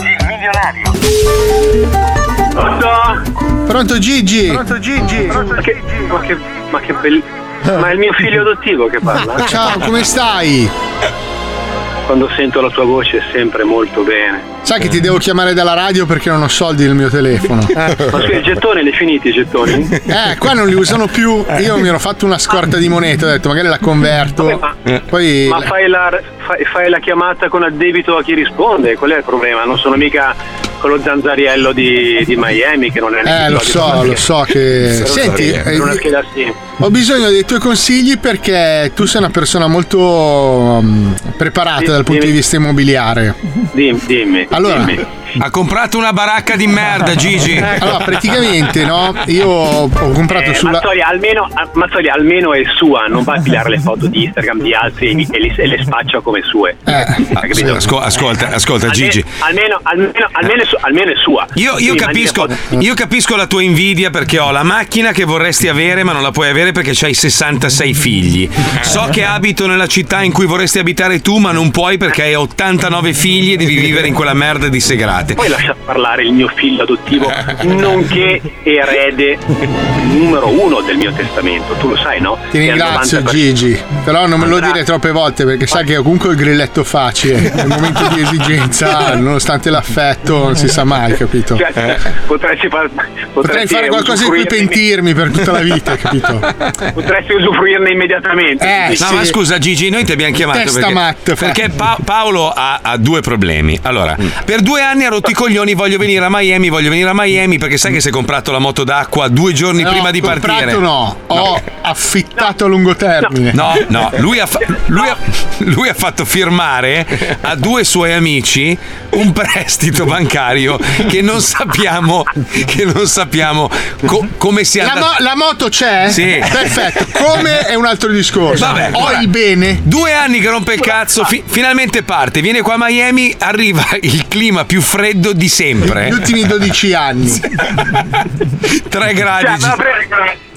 Pronto Gigi? Pronto Gigi? Ma che, ma che, ma che bel... Ma è il mio figlio adottivo che parla? Ciao, come stai? Quando sento la tua voce è sempre molto bene. Sai che ti devo chiamare dalla radio perché non ho soldi nel mio telefono. Ma scusa, i gettoni li hai finiti i gettoni? Eh, qua non li usano più. Io mi ero fatto una scorta di moneta, ho detto magari la converto. Vabbè, ma, Poi ma fai, la, fai, fai la chiamata con addebito a chi risponde, qual è il problema? Non sono mica quello zanzariello di, di Miami che non è Eh, lo so, lo so che. Senti, per una eh, scheda sì. ho bisogno dei tuoi consigli perché tu sei una persona molto um, preparata Sì, dal punto dimmi. di vista immobiliare. Dimmi, dimmi. Allora, dimmi. Ha comprato una baracca di merda, Gigi. allora praticamente, no? Io ho comprato Eh, sulla. Mazzoli, almeno, ah, Mazzoli, almeno è sua, non va a pigliare le foto di Instagram di altri e, li- e le spaccia come sue. Eh, Hai capito? Ascol- ascolta, ascolta, Almeno- Gigi. Almeno, almeno, almeno, è su- almeno è sua. Io, io Quindi capisco, mandi le io capisco la tua invidia perché ho la macchina che vorresti avere, ma non la puoi avere perché c'hai sessantasei figli. So che abito nella città in cui vorresti abitare tu, ma non puoi perché hai ottantanove figli e devi vivere in quella merda di Segrate. Poi lascia parlare il mio figlio adottivo, nonché erede numero uno del mio testamento. Tu lo sai, no? Ti Che al ringrazio novanta per cento Gigi, però non me lo andrà- dire troppe volte perché sai che ho comunque il grilletto facile. Nel momento di esigenza, nonostante l'affetto, non si sa mai, capito? Cioè, potresti, far, Potrei potresti fare qualcosa di cui usufruirne- pentirmi per tutta la vita, capito? Potresti usufruirne immediatamente. Eh, No, sì. ma scusa, Gigi, noi ti abbiamo chiamato Testa perché, matta, fa. perché Pa- Paolo ha, ha due problemi. Allora, per due anni ha rotto i coglioni, voglio venire a Miami, voglio venire a Miami perché sai che si è comprato la moto d'acqua due giorni No, prima di comprato partire. no, ho affittato a lungo termine. No, no, lui ha, fa- lui, ha, lui ha fatto firmare a due suoi amici un prestito bancario che non sappiamo, che non sappiamo co- come sia La, andato. mo- la moto c'è? Sì. Perfetto. Come è un altro discorso. Vabbè, ho guarda, il bene. Due anni che rompe il cazzo, fi- finalmente parte, viene qua a Miami, arriva il clima più freddo di sempre. Gli ultimi dodici anni. Tre gradi. Cioè, ma pre-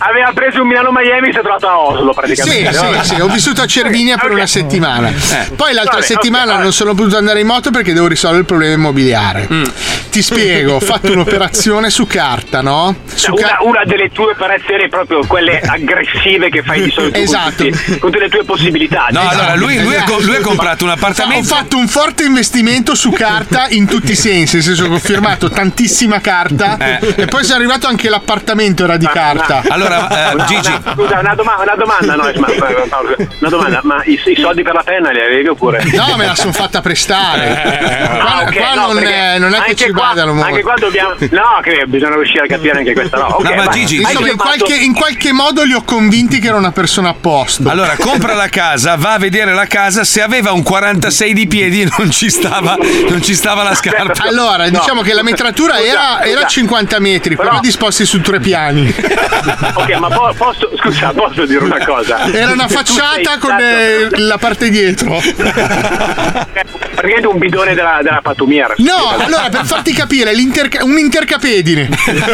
aveva preso un Milano-Miami e si è trovato a Oslo praticamente. Sì, sì, sì, ho vissuto a Cervinia per okay. una settimana. Eh. Poi l'altra Vabbè, settimana okay, non sono potuto andare in moto perché devo risolvere il problema immobiliare. Mm. Ti spiego, ho fatto un'operazione su carta, no? Su una, car- una delle tue operazioni proprio quelle aggressive che fai di solito esatto. con, tutti, con tutte le tue possibilità. No, esatto. allora lui, lui, ha, lui ha comprato un appartamento. Ho fatto un forte investimento su carta in tutti i sensi, nel senso che ho firmato tantissima carta eh. e poi sono arrivato anche l'appartamento era di ma, carta. Ma, allora, eh, una, Gigi. Una, scusa, una, doma- una domanda, no, ma, una domanda, ma i, i soldi per la penna li avevi oppure? No, me la sono fatta prestare. Ah, qua okay, qua no, non, è, non è che ci qua, badano molto. Anche qua dobbiamo. No, che bisogna riuscire a capire anche questa. No, okay, no ma vai. Gigi, insomma, in, qualche, in qualche modo li ho convinti che era una persona a posto. Allora, compra la casa, va a vedere la casa. Se aveva un quarantasei di piedi, non ci stava, non ci stava la scarpa. Allora, diciamo no. che la metratura scusa, era, scusa. era cinquanta metri, però, però disposti su tre piani. Ok, ma po- posso, scusa, posso dire una cosa? Era una facciata con eh, la parte dietro. Praticamente un bidone della, della pattumiera. No, allora per farti capire, un intercapedine.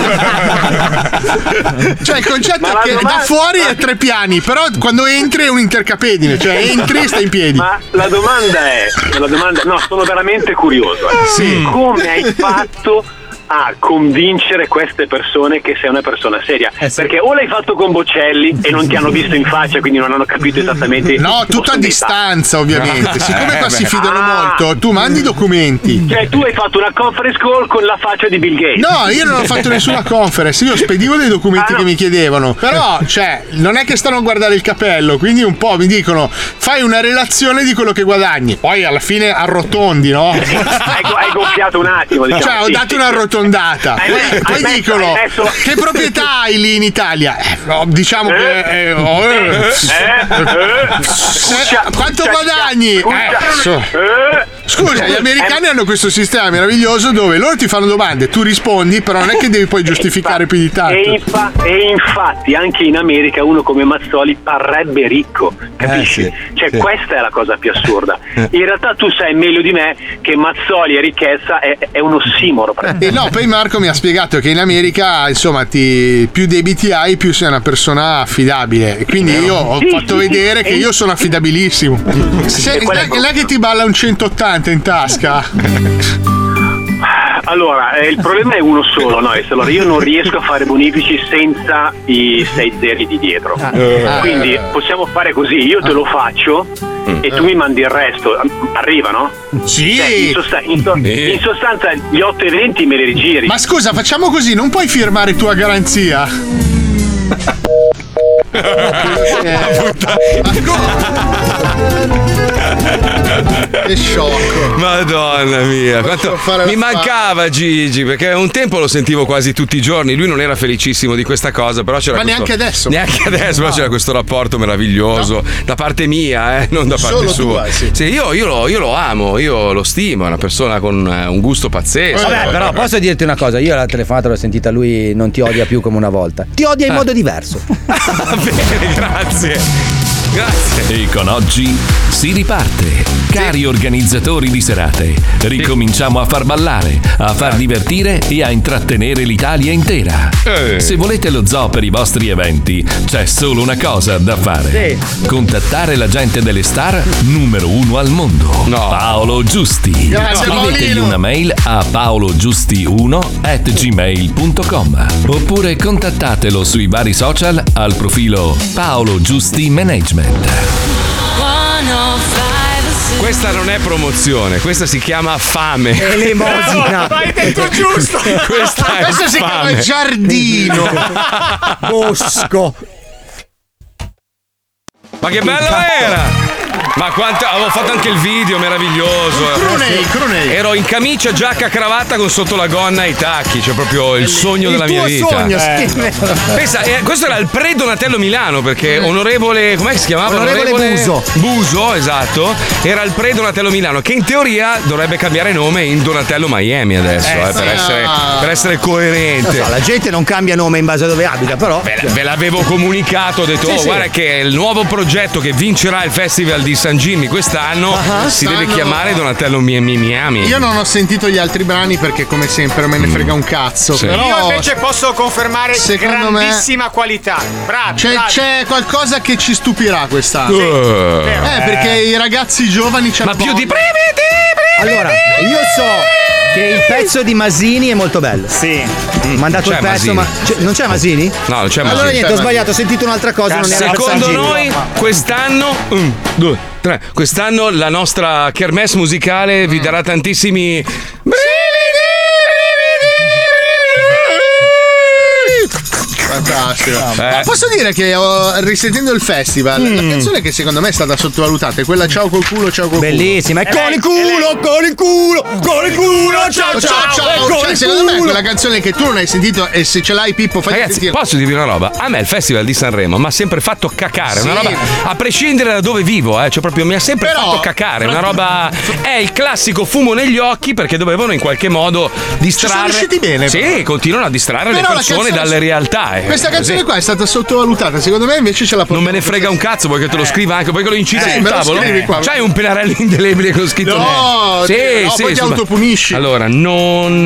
Cioè il concetto è che domanda, da fuori è tre piani, però quando entri è un intercapedine, cioè entri e stai in piedi. Ma la domanda è, la domanda, no, sono veramente curioso. Eh. Sì. Come hai fatto a convincere queste persone che sei una persona seria? Eh sì. Perché o l'hai fatto con Bocelli e non ti hanno visto in faccia, quindi non hanno capito esattamente. No, tutto a distanza, ovviamente. No. Siccome qua eh, si fidano ah. molto, tu mandi i documenti. Cioè, tu hai fatto una conference call con la faccia di Bill Gates. No, io non ho fatto nessuna conference, io spedivo dei documenti ah, no. che mi chiedevano. Però, cioè, non è che stanno a guardare il capello, quindi un po' mi dicono fai una relazione di quello che guadagni. Poi alla fine arrotondi, no? hai, hai gonfiato un attimo, diciamo. Cioè, ho sì, dato sì, una arrotondata. Hai messo, poi hai dicono messo, messo... che proprietà hai lì in Italia? Eh, no, diciamo eh, che eh, oh, eh, eh, eh, scusa, quanto scusa, guadagni? Scusa, eh, so. eh, Scusa, gli americani eh, hanno questo sistema meraviglioso dove loro ti fanno domande, tu rispondi, però non è che devi poi giustificare più di tanto. E, infa- e infatti anche in America uno come Mazzoli parrebbe ricco, capisci? Eh, sì, cioè sì. Questa è la cosa più assurda. In realtà tu sai meglio di me che Mazzoli e ricchezza è, è un ossimoro. E no, poi Marco mi ha spiegato che in America, insomma, ti, più debiti hai, più sei una persona affidabile. E quindi io ho sì, fatto sì, vedere sì, che io sono affidabilissimo. Se, non è che ti balla un centottanta in tasca. Allora, eh, il problema è uno solo, no? Allora, io non riesco a fare bonifici senza i sei zeri di dietro. Quindi possiamo fare così, io te lo faccio e tu mi mandi il resto. Arriva, no? Sì. Cioè, in, sosta- in, so- in sostanza gli otto e venti me li rigiri. Ma scusa, facciamo così, non puoi firmare tua garanzia? Che sciocco. Madonna mia, quanto mi mancava Gigi, perché un tempo lo sentivo quasi tutti i giorni. Lui non era felicissimo di questa cosa, però c'era ma questo, neanche adesso neanche adesso, no. Però c'era questo rapporto meraviglioso, no. Da parte mia, eh, non da parte solo sua. tua, sì. Sì, io, io, lo, io lo amo, io lo stimo, è una persona con un gusto pazzesco. Vabbè, però posso dirti una cosa, io la telefonata l'ho sentita, lui non ti odia più come una volta, ti odia in eh. modo diverso. Bene, grazie. Grazie. E con oggi si riparte. Cari organizzatori di serate, ricominciamo a far ballare, a far divertire e a intrattenere l'Italia intera. Eh. Se volete lo zoo per i vostri eventi, c'è solo una cosa da fare. Sì. Contattare la gente delle star numero uno al mondo. No. Paolo Giusti. Grazie, Scrivetegli Paolino. una mail a paologiusti uno at gmail punto com oppure contattatelo sui vari social al profilo Paolo Giusti Management. Questa non è promozione, questa si chiama fame. Elemosina. No, hai detto giusto. Questa è questo si fame. chiama giardino. Bosco. Ma che bella era! Ma quanto avevo fatto anche il video meraviglioso. Crunei, crunei. Ero in camicia, giacca, cravatta con sotto la gonna e i tacchi, cioè proprio il sogno il della mia tuo vita. sogno, eh. sì. Pensa, eh, questo era il pre-Donatello Milano, perché onorevole, com'è che si chiamava? Onorevole, onorevole Buso. Buso, esatto. Era il pre-Donatello Milano, che in teoria dovrebbe cambiare nome in Donatello Miami adesso, eh, eh, per, essere, per essere coerente. So, la gente non cambia nome in base a dove abita, però. Ve, ve l'avevo comunicato, ho detto, sì, oh, sì. guarda che il nuovo progetto che vincerà il Festival di Sanremo San Jimmy quest'anno uh-huh. si Stanno... deve chiamare Donatello Miami. Io non ho sentito gli altri brani perché come sempre me ne frega un cazzo. Sì. Però io invece posso confermare secondo grandissima me... qualità. Bravi, c'è, bravi. c'è qualcosa che ci stupirà quest'anno. Sì. Uh. Eh, perché i ragazzi giovani c'hanno. Ma più di brividi, brividi. Allora, io so che il pezzo di Masini è molto bello. Sì. Mi ha mandato il pezzo, Masini. ma c'è, non c'è Masini? No, non c'è Masini. Allora niente, ho sbagliato, ho sentito un'altra cosa. Non era Secondo noi, quest'anno. Un, due, tre. Quest'anno la nostra kermesse musicale vi darà tantissimi. Fantastico. Eh. Ma posso dire che ho, risentendo il festival, mm. la canzone che secondo me è stata sottovalutata è quella Ciao col culo, ciao col culo. Bellissima, e con il culo, con il culo, con il culo, ciao ciao, ciao, ciao. Con cioè, secondo me è quella canzone che tu non hai sentito e se ce l'hai Pippo fai Ragazzi, sentire. posso dirvi una roba? A me il festival di Sanremo mi ha sempre fatto cacare, Sì. una roba a prescindere da dove vivo, eh, cioè proprio mi ha sempre Però, fatto cacare, una roba è il classico fumo negli occhi perché dovevano in qualche modo distrarre. Ci sono riusciti bene. Sì, però. continuano a distrarre Però le persone dalle realtà. Eh. Questa canzone Così. qua è stata sottovalutata, secondo me invece ce la Non me ne frega un cazzo, vuoi che te lo scriva anche, vuoi che lo incida Eh, sul me lo tavolo? scrivi qua. C'hai un pennarello indelebile con scritto No, sì, no, sì, poi ti insomma. autopunisci. Allora, non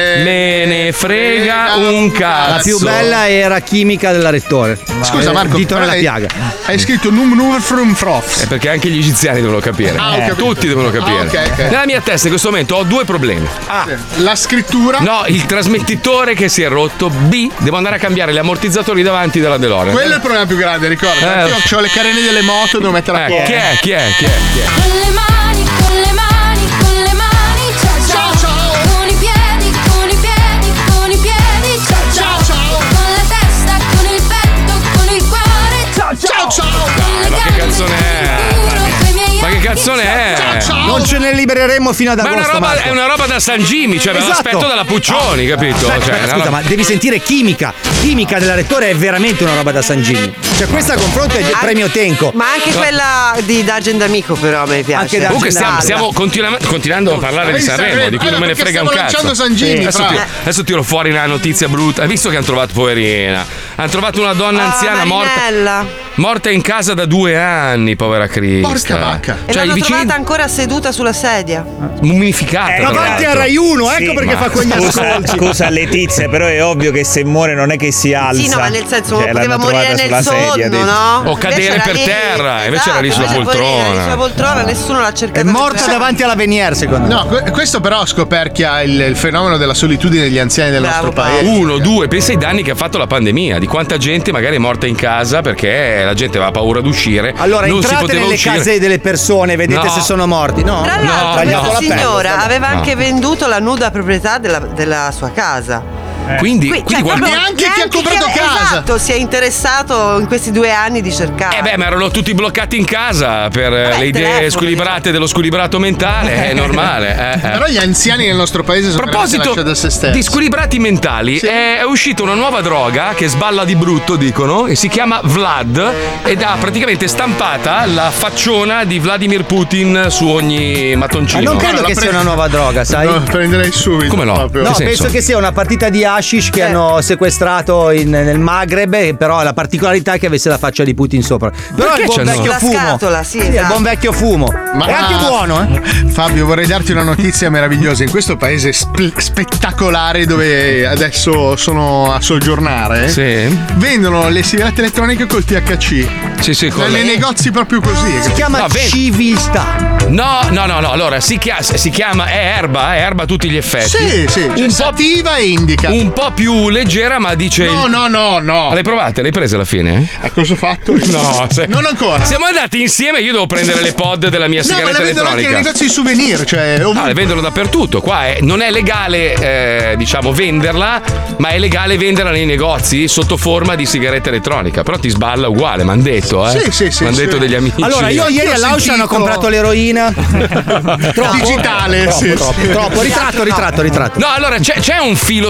me ne frega un cazzo. La più bella era Chimica della Rettore. Scusa Eh, Marco, dito nella hai, piaga. hai scritto Num Nuver From Frof. È perché anche gli egiziani devono capire. Ah, ho Eh, capito. Tutti devono capire. Ah, ok, ok. Nella mia testa in questo momento ho due problemi. A. La scrittura. No, il trasmettitore che si è rotto. B. Devo andare a cambiare gli ammortizzatori davanti della DeLorean. Quello è il problema più grande, ricorda. Eh. Io ho le carene delle moto, devo mettere a Eh, posto. chi è? Chi è? Chi è? Chi è? Con le mani, con le mani, con le mani, ciao ciao, ciao. Con i piedi, con i piedi, con i piedi, ciao ciao, ciao. Con la testa, con il petto, con il cuore, ciao ciao, ciao. Con le Ma che gambe, canzone è? coi miei Ma che canzone è? Non ce ne libereremo fino ad Ma è agosto. una roba, Marco. è una roba da San Jimmy, cioè me Esatto. l'aspetto dalla Puccioni, capito? Aspetta, Cioè, aspetta, una scusa, roba- ma devi sentire Chimica. Chimica della Rettore è veramente una roba da San Gini. Cioè, questa a confronto è il Anche- premio Tenco. Ma anche No. quella di D'Argent Amico, però a me piace. Anche Comunque stiamo, Dalla. stiamo continua- continuando a parlare di Di Sanremo, Sanremo. di cui non me ne Allora, frega un perché cazzo. stiamo lanciando San Gini, adesso, fra. ti, adesso tiro fuori una notizia brutta. Hai visto che hanno trovato, poverina? Hanno trovato una donna Ah, anziana morta, Marinella. morta in casa da due anni, povera Crista. Porca vacca. E Cioè, l'hanno i vicini trovata ancora seduta sulla sedia. mummificata. Eh, tra Davanti a l'altro. Rai uno, ecco Sì, perché ma- fa quegli Scusa, ascolti. scusa Letizia, però è ovvio che se muore non è che si alza. Sì, no, ma nel senso Cioè, poteva l'hanno morire trovata nel sulla sedia, sonno, detto. no? O cadere Invece era per lì. terra, invece era lì sulla invece poverina, poltrona. era lì sulla poltrona, nessuno l'ha cercata. È morta davanti alla Venier, secondo me. No, que- questo però scoperchia il, il fenomeno della solitudine degli anziani del Bravo, nostro Paolo. paese. Uno, due, pensa ai danni che ha fatto la pandemia, di quanta gente magari è morta in casa perché la gente aveva paura d'uscire. Allora, non si entrate poteva nelle uscire. case delle persone, vedete No. se sono morti. No, Tra No, l'altro, tagliato questa la pelle. signora aveva No. anche venduto la nuda proprietà della, della sua casa. Quindi, Qui- quindi cioè, qualcuno- proprio Neanche chi ha comprato che- casa. Esatto, si è interessato in questi due anni di cercare. Eh beh, ma erano tutti bloccati in casa per eh, Vabbè, le idee telefono, squilibrate dello squilibrato mentale, è normale. eh, eh. Però gli anziani nel nostro paese A sono veramente proposito lasciati a se stessi. di squilibrati mentali, Sì. è uscita una nuova droga che sballa di brutto, dicono, e si chiama Vlad ed ha praticamente stampata la facciona di Vladimir Putin su ogni Ma mattoncino. non credo la che pre- sia una nuova droga, sai? No, prenderei subito. Come no? proprio. No, Che senso? penso che sia una partita di hashish che Eh. hanno sequestrato in- nel Maghreb, però la particolarità è che avesse la faccia di Putin sopra. Però Perché il buon c'hanno- vecchio La fumo. scatola, sì, Sì, il esatto. buon vecchio fumo. Ma- È anche buono, eh? Fabio, vorrei darti una notizia meravigliosa. In questo paese spe- spettacolare dove adesso sono a soggiornare, Sì. vendono le sigarette elettroniche col T H C. Sì, sì, con Nei la- negozi proprio così. Si chiama No, vedi. civiltà. No, no, no, no. Allora si chiama, si chiama è erba, è erba a tutti gli effetti. Sì, sì, Un cioè, po', sativa e indica. un po' più leggera, ma dice. No, no, no, no. L'hai provate? L'hai presa alla fine? A cosa ho fatto? No, se- Non ancora. Siamo andati insieme, io devo prendere le pod della mia No, ma sigaretta le vendono anche nei elettronica. negozi di souvenir, cioè ovunque. Ah, le vendono dappertutto. Qua è- non è legale, eh, diciamo, venderla, ma è legale venderla nei negozi sotto forma di sigaretta elettronica. Però ti sballa uguale, m'han detto, eh. Sì, sì, sì, M'han sì. detto degli amici. Allora, io ieri Io ho all'Auchan sentito- ho comprato l'eroina. Troppo? Digitale, troppo, sì, troppo, sì. troppo. Ritratto, ritratto, ritratto. No, allora c'è, c'è un filo sottile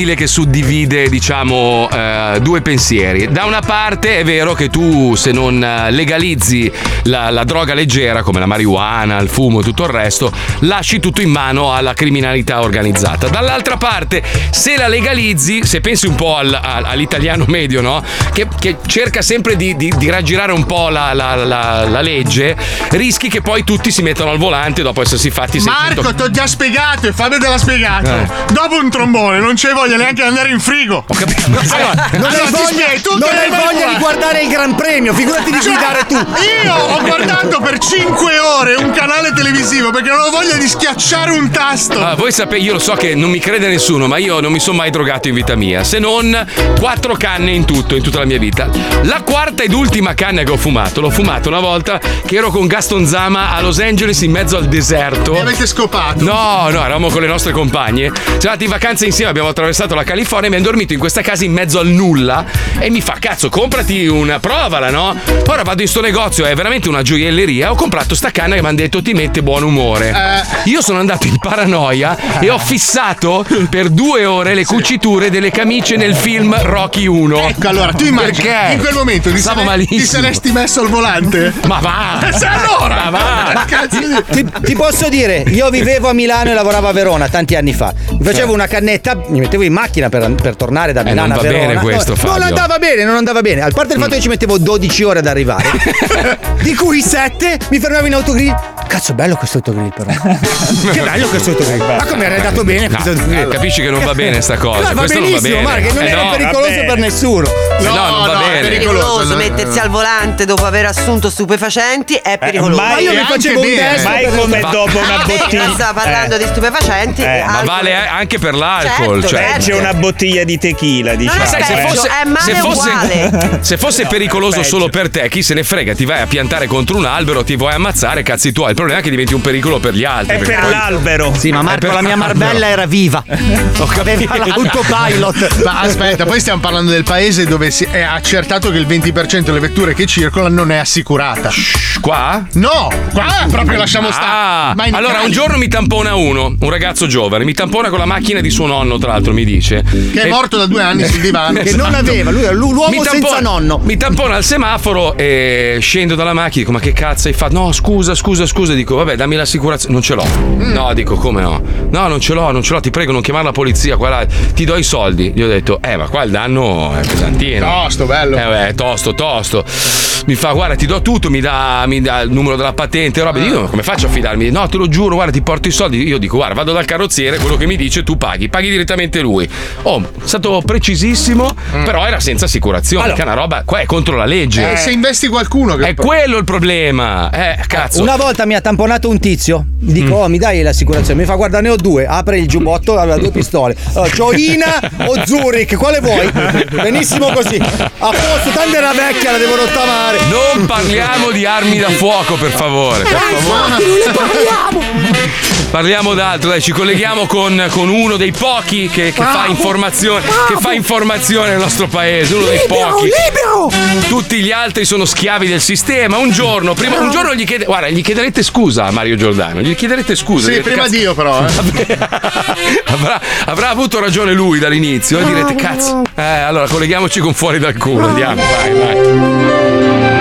incredibile che suddivide, diciamo, eh, due pensieri. Da una parte è vero che tu, se non legalizzi la, la droga leggera come la marijuana, il fumo e tutto il resto, lasci tutto in mano alla criminalità organizzata. Dall'altra parte, se la legalizzi, se pensi un po' al, al, all'italiano medio, no? Che, che cerca sempre di, di, di raggirare un po' la, la, la, la legge, rischi che poi tutti si mettano al volante dopo essersi fatti seicento... Marco, ti ho già spiegato e Fabio te l'ha spiegato. Eh. Dopo un trombone non c'è voglia neanche di andare in frigo. Ho capito. Allora, Non allora hai ti voglia, spiego, tu non che hai vai voglia qua. di guardare il Gran Premio, figurati di Cioè, guidare tu. Io ho guardato per cinque ore un canale televisivo perché non ho voglia di schiacciare un tasto. Ah, voi sapete, io lo so che non mi crede nessuno, ma io non mi sono mai drogato in vita mia, se non quattro canne in tutto, in tutta la mia vita. La quarta ed ultima canna che ho fumato, l'ho fumato una volta che ero con Gaston Zama a Los Angeles in mezzo al deserto. Mi avete scopato? No, no, eravamo con le nostre compagne. Siamo andati in vacanza insieme, abbiamo attraversato la California e abbiamo dormito in questa casa in mezzo al nulla. E mi fa, cazzo, comprati una, provala, no? Ora vado in sto negozio, è veramente una gioielleria. Ho comprato sta canna che mi hanno detto ti mette buon umore. Eh. Io sono andato in paranoia e ho fissato per due ore le cuciture delle camicie nel film Rocky uno. Ecco, allora tu immagini perché in quel momento ti, stavo sare- malissimo. ti saresti messo al volante? Ma va! E se allora? Ma va! Ma cazzo di- Ti, ti posso dire, io vivevo a Milano e lavoravo a Verona tanti anni fa. Mi facevo una cannetta, mi mettevo in macchina per, per tornare da Eh, Milano non a va Verona. bene questo, No, Fabio. non andava bene, non andava bene. A parte il fatto che ci mettevo dodici ore ad arrivare, di cui sette mi fermavo in autogrill. Cazzo, bello questo autogrill, però. Che bello questo autogrill. Ma come era dato bene No, questo autogrill? eh, capisci che non va bene sta cosa. No, va Questo non va benissimo, bene. ma che non Eh, era no, pericoloso vabbè. per nessuno. Eh, no, non va bene. È pericoloso mettersi al volante dopo aver assunto stupefacenti, è pericoloso. mai- Ma io mi anche facevo un bene. test. Mai per- come Va- dopo una Vabbè, bottiglia. ma stava parlando Eh. di stupefacenti. Eh, Ma alcol. vale anche per l'alcol. Certo, cioè. Beh, c'è una bottiglia di tequila, diciamo. Sai, se peggio, fosse, è male se fosse, uguale. se fosse pericoloso peggio. solo per te, chi se ne frega? Ti vai a piantare contro un albero, ti vuoi ammazzare, cazzi tuoi. Il problema è che diventi un pericolo per gli altri. È perché per poi- l'albero. Sì, ma Marco, per la mia l'albero. Marbella era viva. Ho capito. Aveva l'autopilot. Ma aspetta, poi stiamo parlando del paese dove si è accertato che il venti per cento delle vetture che circolano non è assicurata. Qua? No, qua proprio lasciamo Ah, stare. Ma in allora Italia- un giorno mi tampona uno, un ragazzo giovane, mi tampona con la macchina di suo nonno, tra l'altro mi dice. che è E- morto da due anni sul divano. Che non aveva, lui era l'u- l'uomo Mi senza tampona- nonno. Mi tampona al semaforo e scendo dalla macchina, dico ma che cazzo hai fatto? No, scusa, scusa, scusa, dico vabbè dammi l'assicurazione. Non ce l'ho. No, dico come no? No, non ce l'ho, non ce l'ho, ti prego non chiamare la polizia, qua là, ti do i soldi. Gli ho detto eh ma qua il danno è pesantino. Tosto, bello. Eh beh, tosto, tosto. Mi fa guarda ti do tutto, mi dà, mi dà il numero della patente, roba. Io come faccio a fidarmi? No, te lo giuro, guarda ti porto i soldi. Io dico guarda vado dal carrozziere, quello che mi dice tu paghi, paghi direttamente lui. Oh, è stato precisissimo, però era senza assicurazione, Allora. che è una roba, qua è contro la legge. Eh, se investi qualcuno che È quello il problema. Eh, cazzo. Una volta mi ha tamponato un tizio, dico oh mi dai l'assicurazione, mi fa guarda ne ho due, apre il giubbotto, aveva due pistole, allora, c'ho Ina o Zurich, quale vuoi? Benissimo così, a posto, tanto era vecchia, la devo rottamare. Non parliamo di armi da fuoco, per favore. Per favore. non ne parliamo. Parliamo d'altro, dai, ci colleghiamo con, con uno dei pochi che, che fa informazione, che fa informazione nel nostro paese, uno dei Libero, pochi. libero. Tutti gli altri sono schiavi del sistema. Un giorno, prima, un giorno gli chiede, guarda, gli chiederete scusa a Mario Giordano, gli chiederete scusa. Sì, direte, prima cazzo, Dio però. Eh. avrà, avrà avuto ragione lui dall'inizio e direte cazzo. Eh, allora colleghiamoci con fuori dal culo, andiamo, vai, vai.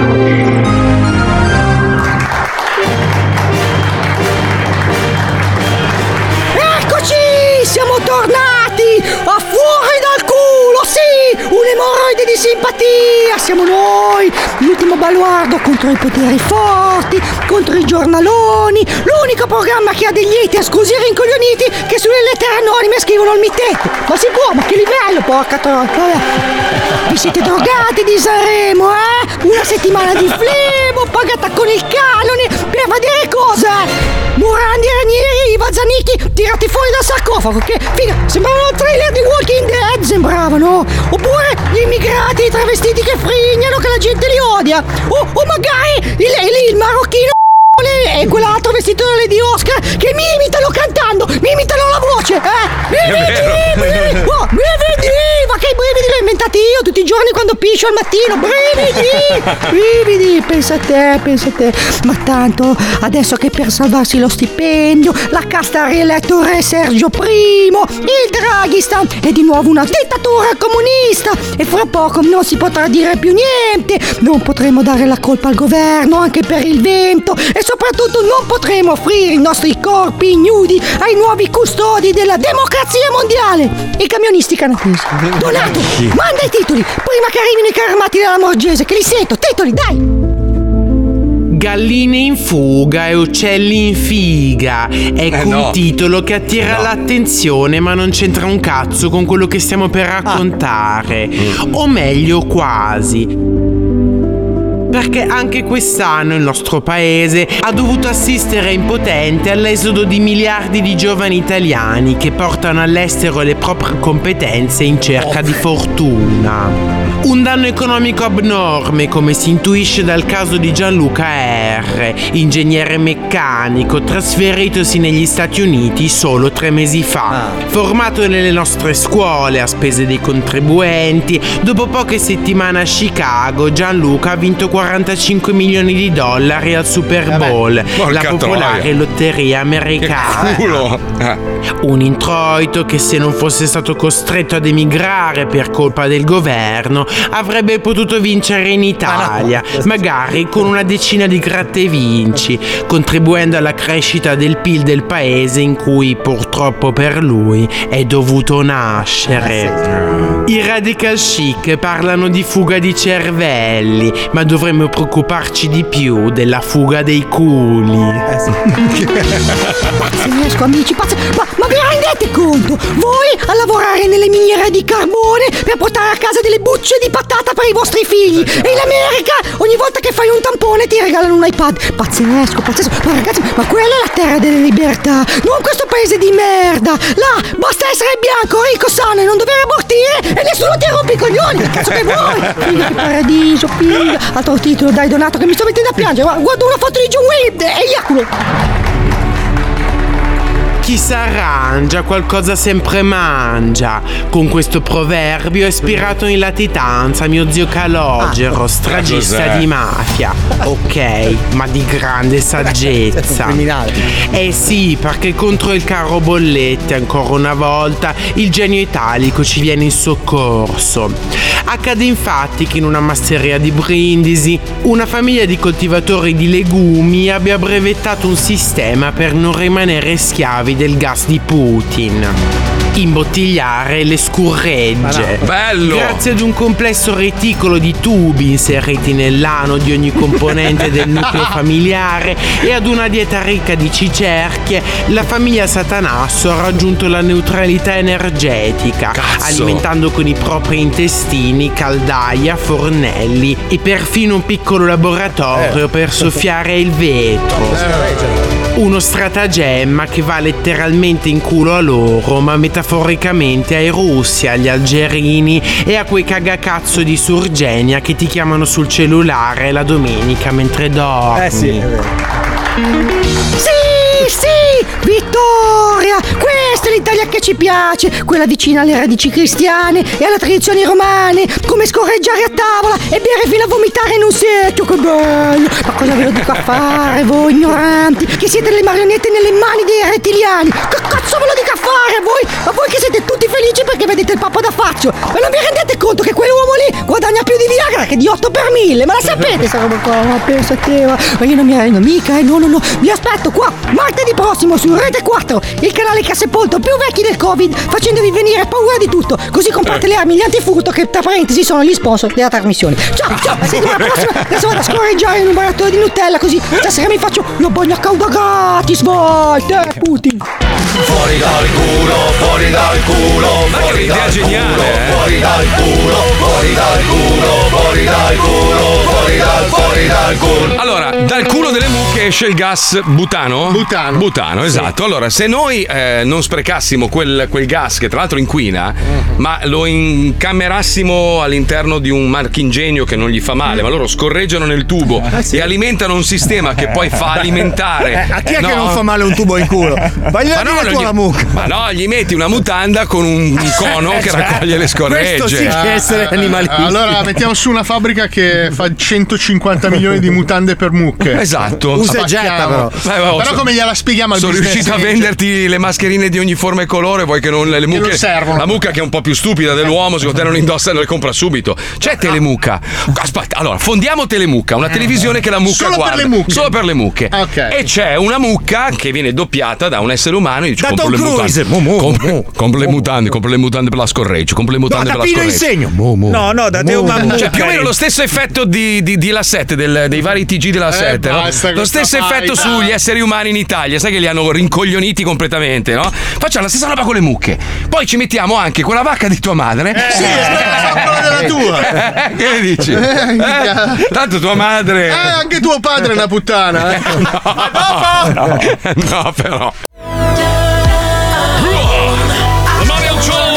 Eccoci, siamo tornati a fuori dal culo, sì, un'emorroide di simpatia, siamo noi, l'ultimo baluardo contro i poteri forti, contro i giornaloni, l'unico programma che ha degli haters così rincoglioniti che sulle lettere anonime scrivono il mitetto. Ma si può, ma che livello, porca troia, vabbè. Vi siete drogati di Sanremo, eh? Una settimana di flebo, pagata con il canone, per vedere cosa? Morandi, Ranieri, Iva Zanicchi tirati fuori dal sarcofago, che figa, sembravano il trailer di Walking Dead, sembravano. Oppure gli immigrati, i travestiti che frignano, che la gente li odia. O, o magari il, il, il marocchino e quell'altro vestito da Lady Oscar che mi imitano cantando, mi imitano la voce, eh? Mi È vero. vedi, oh, mi vedi, ma che brividi l'ho inventati io tutti tutti i giorni quando piscio al mattino. Brividi! Brividi! Pensa a te, pensa a te. Ma tanto, adesso che per salvarsi lo stipendio, la casta ha rieletto il re Sergio Primo, il Draghistan è di nuovo una dittatura comunista e fra poco non si potrà dire più niente. Non potremo dare la colpa al governo anche per il vento e soprattutto non potremo offrire i nostri corpi ignudi ai nuovi custodi della democrazia mondiale, i camionisti canadesi. Donato, manda i titoli prima che arrivino i carri armati della Morgese, che li sento. Titoli, dai! Galline in fuga e uccelli in figa. Ecco Eh, no. un titolo che attira No. l'attenzione, ma non c'entra un cazzo con quello che stiamo per raccontare. O meglio, quasi. Perché anche quest'anno il nostro paese ha dovuto assistere impotente all'esodo di miliardi di giovani italiani che portano all'estero le proprie competenze in cerca di fortuna. Un danno economico abnorme, come si intuisce dal caso di Gianluca R., ingegnere meccanico trasferitosi negli Stati Uniti solo tre mesi fa. Formato nelle nostre scuole a spese dei contribuenti, dopo poche settimane a Chicago Gianluca ha vinto quarantacinque milioni di dollari al Super Bowl, la porca popolare troia. lotteria americana. Culo. Eh. Un introito che, se non fosse stato costretto ad emigrare per colpa del governo, avrebbe potuto vincere in Italia, magari con una decina di gratta e vinci, contribuendo alla crescita del P I L del paese in cui purtroppo per lui è dovuto nascere. I radical chic parlano di fuga di cervelli, ma dovremmo preoccuparci di più della fuga dei culi. Pazzesco, amici, pazzesco. Ma, ma vi rendete conto? Voi a lavorare nelle miniere di carbone per portare a casa delle bucce di patata per i vostri figli, e in America ogni volta che fai un tampone ti regalano un iPad. Pazzesco, pazzesco. Ma ragazzi, ma quella è la terra delle libertà, non questo paese di merda. Là basta essere bianco, ricco, sano e non dover abortire e nessuno ti rompe i coglioni. Che cazzo che vuoi? Figa, che paradiso, figa. Altro titolo, dai Donato, che mi sto mettendo a piangere. Guarda, guardo una foto di John Wayne e eiaculo. Chi s'arrangia qualcosa sempre mangia. Con questo proverbio è ispirato in latitanza mio zio Calogero, Ah, stragista cos'è? di mafia. Ok, ma di grande saggezza. Eh sì, perché contro il caro bollette ancora una volta il genio italico ci viene in soccorso. Accade infatti che in una masseria di Brindisi una famiglia di coltivatori di legumi abbia brevettato un sistema per non rimanere schiavi del gas di Putin. Imbottigliare le scurregge. Bello! Grazie ad un complesso reticolo di tubi inseriti nell'ano di ogni componente del nucleo familiare e ad una dieta ricca di cicerchie, la famiglia Satanasso ha raggiunto la neutralità energetica, alimentando con i propri intestini caldaia, fornelli e perfino un piccolo laboratorio per soffiare il vetro. Uno stratagemma che va letteralmente in culo a loro, ma metaforicamente ai russi, agli algerini e a quei cagacazzo di Surgenia che ti chiamano sul cellulare la domenica mentre dormi. Eh sì, è vero. Sì, sì, vittoria! Questa è l'Italia che ci piace, quella vicina alle radici cristiane e alle tradizioni romane, come scorreggiare a tavola e bere fino a vomitare in un secchio, che bello! Ma cosa ve lo dico a fare voi ignoranti, che siete le marionette nelle mani dei rettiliani? Che cazzo ve lo dico a fare a voi? A voi che siete tutti felici perché vedete il Papa da faccio, ma non vi rendete conto che quell'uomo lì guadagna più di Viagra che di otto per mille? Ma la sapete sta roba qua? Ma pensa a te, ma io non mi arrendo mica, eh, no no no, vi aspetto qua martedì prossimo su Rete quattro, il canale che ha sepolto più vecchi del Covid, facendovi venire paura di tutto, così comprate le armi gli antifurto che tra parentesi sono gli sponsor della trasmissione. Ciao ciao, la settimana prossima adesso vado a scorreggiare in un barattolo di Nutella, così stasera mi faccio la bagna cauda gratis, volte Putin. Fuori dal culo, fuori dal culo, fuori dal culo, fuori dal culo, fuori dal culo, fuori dal culo, fuori dal, fuori dal culo. Allora, dal culo delle mucche esce il gas butano? Butano. Butano, esatto. Allora, se noi eh, non sprechiamo applicassimo quel, quel gas che tra l'altro inquina, ma lo incamerassimo all'interno di un marchingegno che non gli fa male, ma loro scorreggiano nel tubo Ah, sì? e alimentano un sistema che poi fa alimentare. Eh, a chi è No. che non fa male un tubo in culo? Vai a Ma no, dire non tu gli- alla mucca. ma no, gli metti una mutanda con un cono che Cioè, raccoglie le scorregge. questo sì che è essere animalisti. Allora mettiamo su una fabbrica che fa centocinquanta milioni di mutande per mucche. Esatto. Usa e getta, però. Eh, vabbè, Però so- come gliela spieghiamo al Sono business riuscito a angel? venderti le mascherine di ogni forma e colore, vuoi che non le non mucche servono. La mucca che è un po' più stupida dell'uomo, secondo te non indossa e le compra subito. C'è Telemucca. Aspetta, allora, fondiamo Telemucca, una televisione che la mucca Solo per guarda. le mucche. Solo per le mucche. Ok. E c'è una mucca che viene doppiata da un essere umano e dice Da compro Tom le Cruise. mutande. Mu, mu, Compro, mu. compro le mutande, compro le mutande per la scorreggio, compro le No, mutande da per la Pino scorreggio. Insegno. No, no, da Teo Mammucari. Cioè, più o meno lo stesso effetto di, di, di La sette, del- dei vari T G della sette, no? basta Lo questa stesso faida. effetto sugli esseri umani in Italia, sai che li hanno rincoglioniti completamente, no? Facciamo la stessa roba con le mucche. Poi ci mettiamo anche quella vacca di tua madre. Sì, aspetta, quella della tua. Eh, che ne dici? Eh, Eh, tanto tua madre. Eh, anche tuo padre è una puttana. Eh. No, no, però. Mario Show!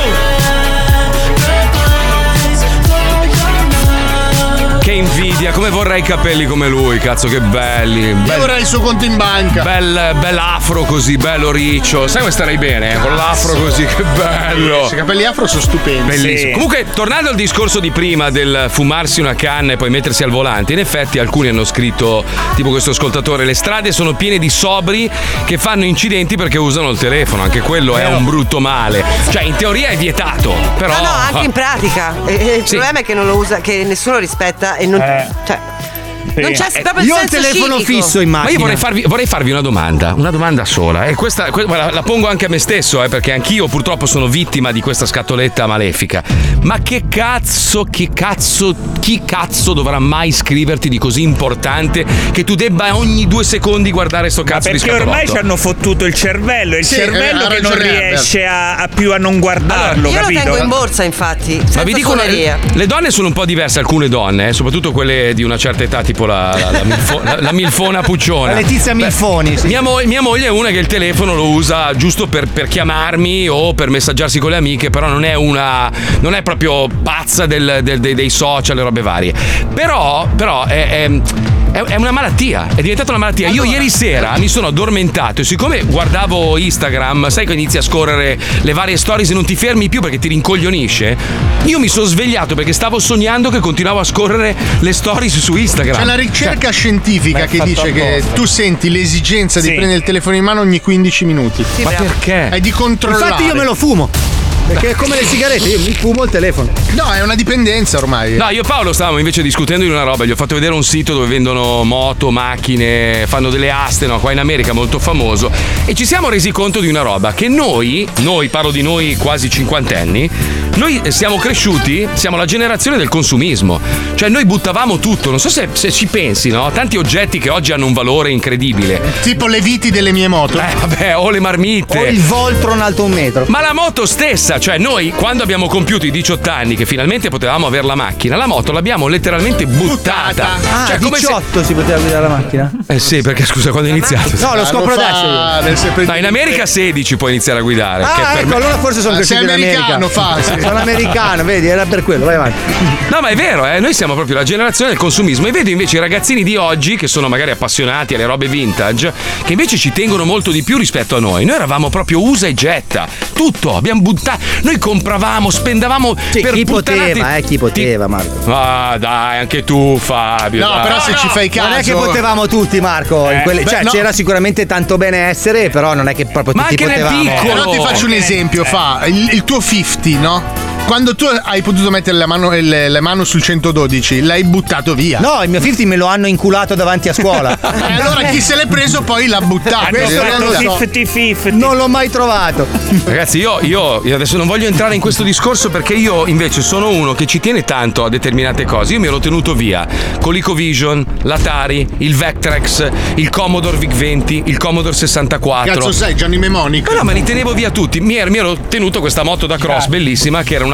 Che invidia, come vorrei i capelli come lui, cazzo, che belli. Io Bel, vorrei il suo conto in banca. bel, bel afro così, bello riccio. Sai come starei bene? eh? Con l'afro così, che bello. I capelli afro sono stupendi. Bellissimo. Comunque, tornando al discorso di prima del fumarsi una canna e poi mettersi al volante, in effetti alcuni hanno scritto, tipo questo ascoltatore, le strade sono piene di sobri che fanno incidenti perché usano il telefono. Anche quello è un brutto male. Cioè, in teoria è vietato, però. No, no, anche in pratica. E- e il Sì. problema è che non lo usa, che nessuno rispetta e non. Cioè, non c'è Eh, proprio il Io ho il senso telefono civico. fisso in Ma macchina. io vorrei farvi, vorrei farvi una domanda, una domanda sola. E questa, que- guarda, la pongo anche a me stesso, eh, perché anch'io purtroppo sono vittima di questa scatoletta malefica. Ma che cazzo, che cazzo, chi cazzo dovrà mai scriverti di così importante che tu debba ogni due secondi guardare sto cazzo di Perché scatolotto? ormai ci hanno fottuto il cervello, è il Sì, cervello eh, ha che non ragione riesce a, a più a non guardarlo, Io lo capito? tengo in borsa, infatti. Ma vi senza dico una- suoneria. le donne sono un po' diverse, alcune donne, eh, soprattutto quelle di una certa età, tipo la, la, la, milfo- la- la milfona pucciona. La Letizia Beh, Milfoni, sì. Mia, mo- mia moglie è una che il telefono lo usa giusto per, per chiamarmi o per messaggiarsi con le amiche, però non è una. non è proprio pazza del- del- dei, dei social e robe varie. Però, però è. è è è una malattia, è diventata una malattia. Io ieri sera mi sono addormentato e siccome guardavo Instagram, sai che inizi a scorrere le varie stories e non ti fermi più perché ti rincoglionisce, io mi sono svegliato perché stavo sognando che continuavo a scorrere le stories su Instagram. C'è una ricerca scientifica Beh, che fatto dice che apposta. tu senti l'esigenza di Sì. prendere il telefono in mano ogni quindici minuti. Ma perché? È di controllare. Infatti io me lo fumo. Perché è come le sigarette, io mi fumo il telefono. No, è una dipendenza ormai. No, io e Paolo stavamo invece discutendo di una roba. Gli ho fatto vedere un sito dove vendono moto, macchine, fanno delle aste, no? Qua in America molto famoso. E ci siamo resi conto di una roba: che noi, noi parlo di noi quasi cinquantenni, noi siamo cresciuti, siamo la generazione del consumismo. Cioè noi buttavamo tutto. Non so se, se ci pensi, no? Tanti oggetti che oggi hanno un valore incredibile. Tipo le viti delle mie moto. Eh, vabbè, o le marmitte. O il Voltron alto un metro. Ma la moto stessa, cioè noi quando abbiamo compiuto i diciotto anni che finalmente potevamo avere la macchina, la moto l'abbiamo letteralmente buttata. Ah, Cioè, come se- diciotto si poteva guidare la macchina? Eh sì, perché scusa, quando è iniziato? No, lo scopro Lo fa adesso io. nel sempre- No, in America sedici puoi iniziare a guidare. che Ah, per ecco, me- allora forse sono Ah, cresciuto sei in America. americano, fa, sì. Sono americano, vedi, era per quello, vai avanti. No, ma è vero, eh? Noi siamo proprio la generazione del consumismo. E vedo invece i ragazzini di oggi, che sono magari appassionati alle robe vintage, che invece ci tengono molto di più rispetto a noi. Noi eravamo proprio usa e getta. Tutto, abbiamo buttato. Noi compravamo, spendavamo Sì, per chi puttanate- poteva, eh, chi poteva, Marco. Ah, dai, anche tu, Fabio. No, dai. però se ci fai caso. Non è che potevamo tutti, Marco. in Eh, quelle- beh, cioè, no. c'era sicuramente tanto benessere, però non è che proprio Ma tutti anche nel potevamo. piccolo. Però ti faccio un esempio, fa il, il tuo cinquanta, no? Quando tu hai potuto mettere la mano, le, le mano sul centododici, l'hai buttato via. No, il mio cinquanta me lo hanno inculato davanti a scuola. E allora chi se l'è preso poi l'ha buttato. Questo Eh, non lo so. cinquanta cinquanta. Non l'ho mai trovato. Ragazzi, io, io, io adesso non voglio entrare in questo discorso perché io invece sono uno che ci tiene tanto a determinate cose. Io mi ero tenuto via con l'Icovision, l'Atari, il Vectrex, il Commodore VIC venti, il Commodore sessantaquattro. Cazzo sei, Gianni Memonic? Ma no, ma li tenevo via tutti. Mi ero, mi ero tenuto questa moto da cross bellissima che era una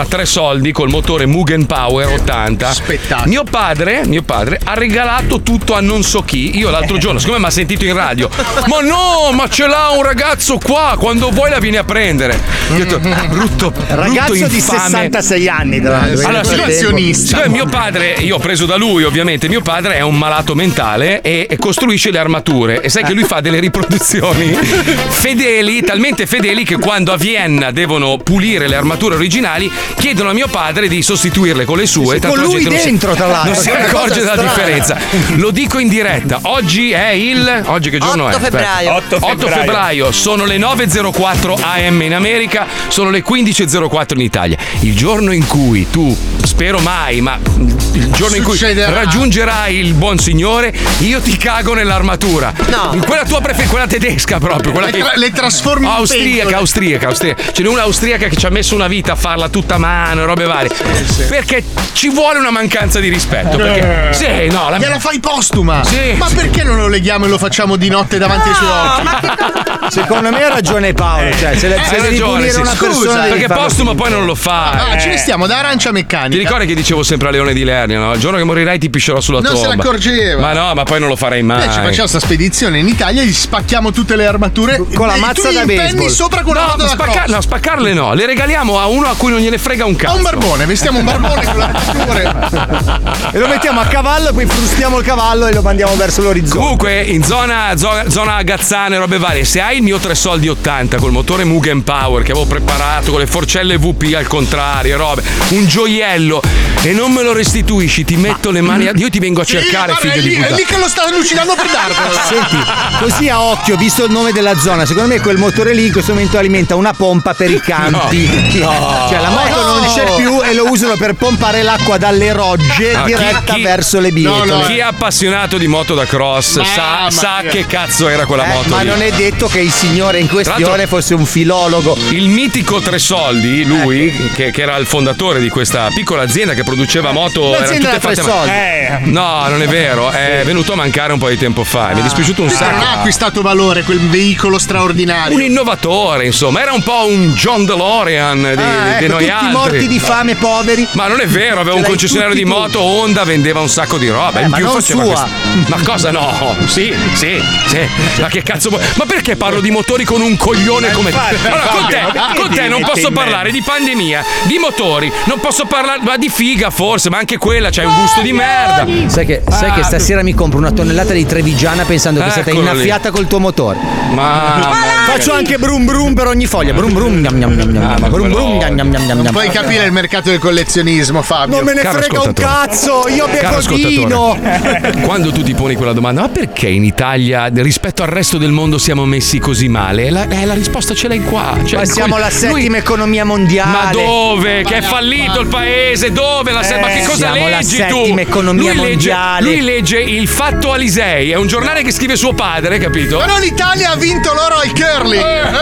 zona tre soldi col motore Mugen Power ottanta. Spettacolo. Mio padre, mio padre ha regalato tutto a non so chi. Io l'altro giorno, siccome mi ha sentito in radio, ma no, ma ce l'ha un ragazzo qua, quando vuoi la vieni a prendere. Io ho detto, brutto, brutto Ragazzo infame. di sessantasei anni, tra l'altro. Allora, Collezionista. siccome mio padre, io ho preso da lui ovviamente, mio padre è un malato mentale e, e costruisce le armature e sai che lui fa delle riproduzioni fedeli, talmente fedeli che quando a Vienna devono pulire le armature originali chiedono a mio padre di sostituirle con le sue. Con lui dentro, tra l'altro. Non si Che cosa accorge della strana. differenza. Lo dico in diretta. Oggi è il oggi che giorno otto è? febbraio. Aspetta. otto febbraio. Sono le nove e zero quattro A M in America, sono le quindici e zero quattro in Italia. Il giorno in cui tu, spero mai, ma il giorno in cui Succederà. raggiungerai il buon signore, io ti cago nell'armatura. No. Quella tua prefer- quella tedesca proprio, quella Le che tra- le trasformi in austriaca, pentole. austriaca, austriaca. Ce n'è una austriaca che ci ha messo una vita a farla tutta a mano, robe varie. Perché ci vuole una mancanza di rispetto. Perché sì, no, la Gliela fai postuma. Sì. Ma perché non lo leghiamo e lo facciamo di notte davanti ai suoi occhi? Secondo me ha ragione Paolo, cioè se, le, Hai se devi ragione, punire sì. una Scusa, persona devi perché farlo postumo finire. poi non lo fa. Ah, eh. ce ne stiamo da arancia meccanica. Ti ricordi che dicevo sempre a Leone di Lernia, no? Il giorno che morirai ti piscerò sulla Non tomba. se ne accorgeva. Ma no, ma poi non lo farei mai. Noi ci facciamo sta spedizione in Italia, gli spacchiamo tutte le armature Con la e mazza tu da gli impenni baseball. sopra con una No, foto da spacca- cross. no, spaccarle no, le regaliamo a uno a cui non gliene frega un cazzo. A un barbone, vestiamo un barbone con le armature. E lo mettiamo a cavallo e poi frustiamo il cavallo e lo mandiamo verso l'orizzonte. Comunque, in zona, zo- zona Gazzane, robe varie, se hai il mio tre soldi ottanta col motore Mugen Power che avevo preparato con le forcelle V P al contrario, robe, un gioiello, e non me lo restituisci, ti metto le mani a... Io ti vengo a cercare, Sì, figlio guarda, è di lì, puttana. è lì che lo sta lucidando per dartelo. Senti, così a occhio, visto il nome della zona, secondo me quel motore lì in questo momento alimenta una pompa per i campi. No. Cioè la moto No. non c'è più e lo usano per pompare l'acqua dalle rogge Ah, chi- diretta chi- verso le bietole. No, no, Chi è appassionato di moto da cross Ma- sa, ma- sa che cazzo era quella Eh, moto ma lì. non è detto che il signore in Tra questione l'altro- fosse un filologo. Il mitico Tre Soldi, lui, che, che era il fondatore di questa piccola azienda che produceva moto, erano L'azienda tutte era Tre fatte a- Soldi. Eh, no, non è vero, è venuto a mancare un po' di tempo fa. Mi è dispiaciuto un Perché non sacco. ha acquistato valore quel veicolo straordinario. Un innovatore, insomma, era un po' un John DeLorean di, Ah, di ecco, noi tutti altri. morti di fame, poveri. Ma non è vero, aveva Ce un l'hai concessionario di tutti tu. moto, Honda vendeva un sacco di roba. Eh, in ma più non faceva sua. questa- Ma cosa no? Sì, sì, sì. Ma che cazzo vuoi? Ma perché parlo di motori con un coglione come te? infatti, Allora, con Fabio, te, ma perché con te ti non metti posso in parlare di pandemia, di motori, non posso parlare, ma di figa forse, ma anche quella c'hai un gusto di merda. Sai che, sai Ah, che stasera mi compro una tonnellata di trevigiana pensando che è stata Eccolo lì. innaffiata col tuo motore. Ma Faccio anche brum brum per ogni foglia. Brum brum gnam gnam gnam gnam. Ah, ma Brum brum quello- gnam gnam gnam gnam. Non puoi capire il mercato del collezionismo, Fabio. Non me ne Caro frega un ascoltatore. cazzo, io Caro bevo vino. ascoltatore, quando tu ti poni quella domanda, ma perché in Italia rispetto al resto del mondo siamo messi così male? La, eh, la risposta ce l'hai qua. Cioè, Ma siamo la lui- settima economia mondiale. Ma dove? Che è fallito il paese? Dove? La se- ma che Eh, cosa siamo la leggi tu? settima economia lui legge, mondiale. lui legge il Fatto Alisei, è un giornale che scrive suo padre, capito? Però l'Italia ha vinto l'oro al curling.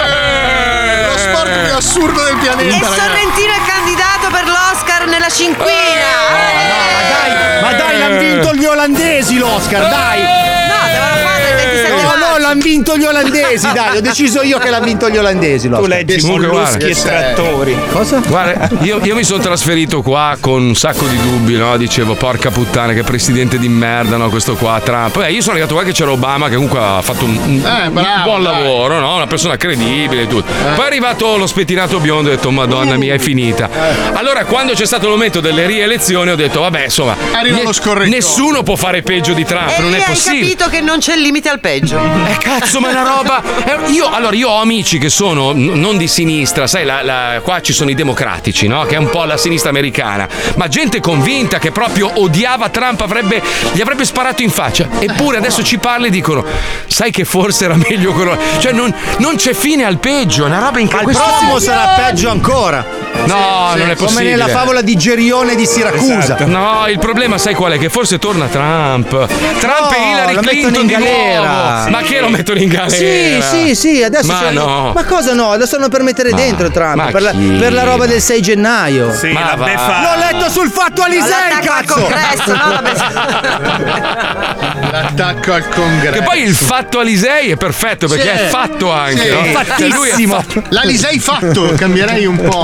Lo sport più assurdo del E pianeta, ragazzi. Sorrentino è candidato per l'Oscar nella cinquina. Dai, ma dai, l'hanno vinto gli olandesi l'Oscar, dai. No, devono fare il ventisette No, marzo. no, l'hanno vinto gli olandesi, dai, ho deciso io che l'hanno vinto gli olandesi Tu l'Oscar. leggi Comunque, molluschi guarda, e trattori. Cosa? Guarda, io, io mi sono trasferito qua con un sacco di dubbi, no? Dicevo, porca puttana, che presidente di merda, no? Questo qua, Trump. Beh, io sono arrivato qua che c'era Obama, che comunque ha fatto un, un- Eh, un bravo, buon dai. lavoro, no? Una persona credibile e tutto. Poi è arrivato lo spettinato biondo e ho detto, madonna mia, è finita. Allora, quando c'è stato il momento delle rielezioni, ho detto, vabbè, insomma, Arriva ne- lo scorrettone. nessuno può fare peggio di Trump, E non lì è hai possibile. capito che non c'è limite al peggio. Eh cazzo, ma è una roba. eh, Io, allora, io ho amici che sono n- non di sinistra, sai, la- la- qua ci sono i democratici, no? Che è un po' la sinistra americana. Ma gente convinta che proprio odiava Trump, avrebbe, gli avrebbe sparato in faccia. Eppure adesso ci parla e dicono: sai che forse era meglio quello. Cioè, non, non c'è fine al peggio, è una roba Ma il incredibile. prossimo sarà peggio ancora. No, non è Come possibile. nella favola di Gerione di Siracusa. No, il problema sai qual è? Che forse torna Trump. Trump No, e Hillary lo mettono Clinton in di galera. nuovo. Ma che lo mettono in galera? Sì, sì, sì, adesso Ma c'è- no. Ma cosa no? Lo stanno per mettere Ma- dentro Trump ma per la, chi? per la roba del sei gennaio. Sì, Ma la va. beffa. L'ho letto sul fatto Alisei, All'attacco al cazzo! congresso, no? La L'attacco al congresso. Che poi il fatto Alisei è perfetto perché Sì. è fatto anche, Sì. no? Cioè, lui è Fattissimo. fatto- L'Alisei fatto, cambierei un po'. Vabbè, comunque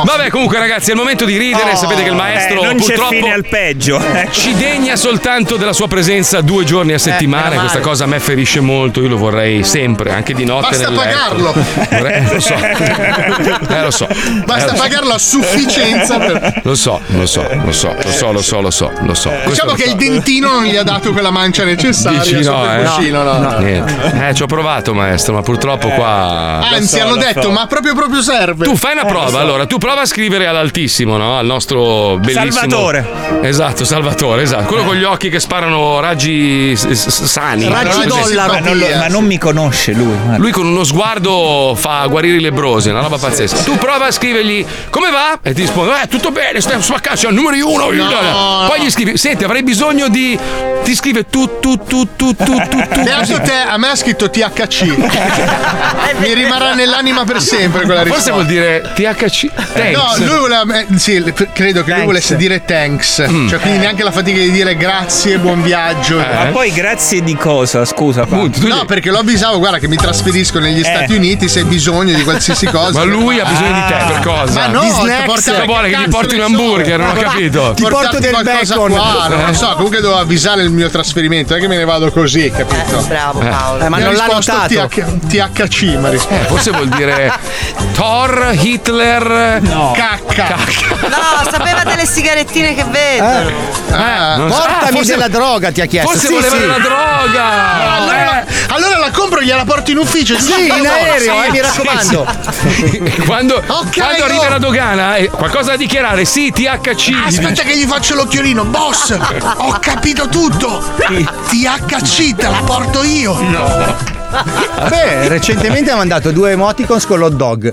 Comunque, ragazzi, è il momento di ridere. Oh, Sapete che il maestro eh, non c'è purtroppo fine al peggio. ci degna soltanto della sua presenza due giorni a settimana. meno Questa male. cosa a me ferisce molto. Io lo vorrei sempre, anche di notte. Basta nel letto. pagarlo. Vorrei- lo so. Eh, lo so. Basta Eh, lo so. pagarlo a sufficienza per... Lo so, lo so, lo so, lo so, lo so, lo so, lo so. Questo Diciamo lo che so. il dentino non gli ha dato quella mancia necessaria Dici sotto no, il eh? cuscino, no, no. Niente. Eh, ci ho provato, maestro, ma purtroppo qua. Anzi, hanno detto, ma proprio proprio serve. Tu fai una prova, allora, tu prova a scrivere all'altissimo, no? Al nostro bellissimo Salvatore. Esatto, Salvatore, esatto. Quello con gli occhi che sparano raggi s- s- sani. Raggi Così. dollaro. Ma non, lo- ma non mi conosce lui. guarda. Lui con uno sguardo fa guarire i lebbrosi, è una roba pazzesca. Tu prova a scrivergli come va? E ti risponde: Eh, tutto bene, stai spaccando, sei il numero uno. No. Poi gli scrivi: Senti, avrei bisogno di. Ti scrive tu, tu, tu, tu, tu, tu, tu. Beato te, a me ha scritto T H C. Mi rimarrà nell'anima per sempre quella risposta. Forse vuol dire T H C. Thanks. No, lui voleva. eh, sì, credo che lui volesse dire thanks. Mm. Cioè, quindi neanche la fatica di dire grazie, buon viaggio. Ma poi grazie di cosa? Scusa. pa. No, perché lo avvisavo, guarda che mi trasferisco negli Stati Uniti se hai bisogno di qualsiasi cosa. Ma lui ha bisogno di te per cosa? Ma no, Di ti snacks. porta- Cosa vuole che gli cazzo porti un ne hamburger? Non ho capito. Ti porto del bacon qua, non lo so, comunque devo avvisare il mio trasferimento, non è che me ne vado così, capito? Bravo Eh. Paolo. Eh, ma non non l'ha l'ha notato. T H C, ma Eh, forse vuol dire Thor, Hitler. No. Cacca. No, sapeva delle sigarettine che vendono. Ah, Non so. Portami Ah, forse- della droga, ti ha chiesto. Forse Sì, voleva sì. della droga. allora, allora la compro e gliela porto in ufficio. Sì, in aereo, eh, mi sì, raccomando. Quando, Ok, quando oh. arriva la dogana, eh, qualcosa da dichiarare? Sì, T H C. Aspetta che gli faccio l'occhiolino. Boss, ho capito tutto. T H C te la porto io. Beh, recentemente ha mandato due emoticons con l'hot dog.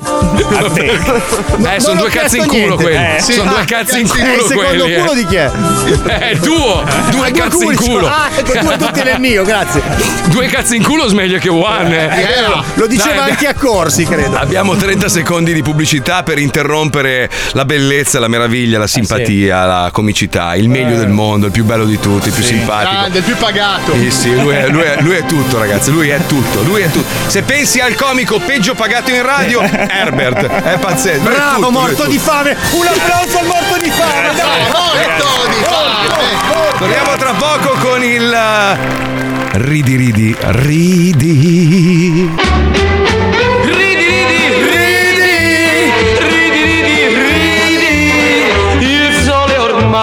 Eh, sono due cazzi in culo quelli. Eh, Sono sì. due Ah, cazzi in cazzi, culo il secondo quelli. culo eh. di chi è? Eh, il tuo. Due Ah, cazzi in culi, culo. Ah, ecco, due tutti nel mio, grazie. Due cazzi in culo meglio che one. eh. Eh, lo diceva Dai, anche a Corsi, credo. Abbiamo trenta secondi di pubblicità per interrompere la bellezza, la meraviglia, la simpatia, la comicità, il meglio del mondo, il più bello di tutti, il più simpatico. Grande, il più pagato. Sì, sì, lui è, lui, è, lui è tutto, ragazzi. Lui è tutto. Lui è tutto. Se pensi al comico peggio pagato in radio, Herbert. È pazzesco. Lui è Bravo, tutto, lui è morto tutto. di fame. Un applauso al morto di fame. Dai. Morto di fame. Torniamo tra poco con il. uh, Ridi, ridi, ridi. Ridi, ridi, ridi, ridi. Il sole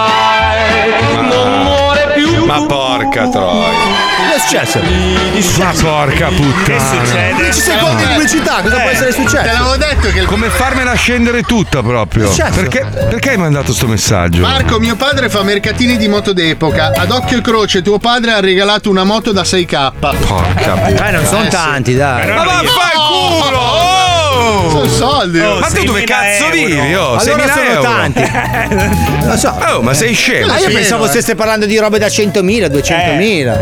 ormai non muore più. Ma porca troia. Che è successo? Ma porca puttana. Che succede? dieci secondi di pubblicità, cosa Eh, può essere Te successo? l'avevo detto che il Come farmela scendere tutta proprio. Certo. Perché, perché hai mandato sto messaggio? Marco, mio padre fa mercatini di moto d'epoca. Ad occhio e croce, tuo padre ha regalato una moto da sei K. Porca puttana. Eh, non sono tanti, dai. Ma vaffanculo! Oh! Sono soldi. Oh, Ma tu dove seimila cazzo euro. vivi? Oh, Allora seimila sono euro. tanti. Lo so. Oh, ma sei scemo. Ma io Sì, pensavo no, eh. stesse parlando di robe da centomila, duecentomila.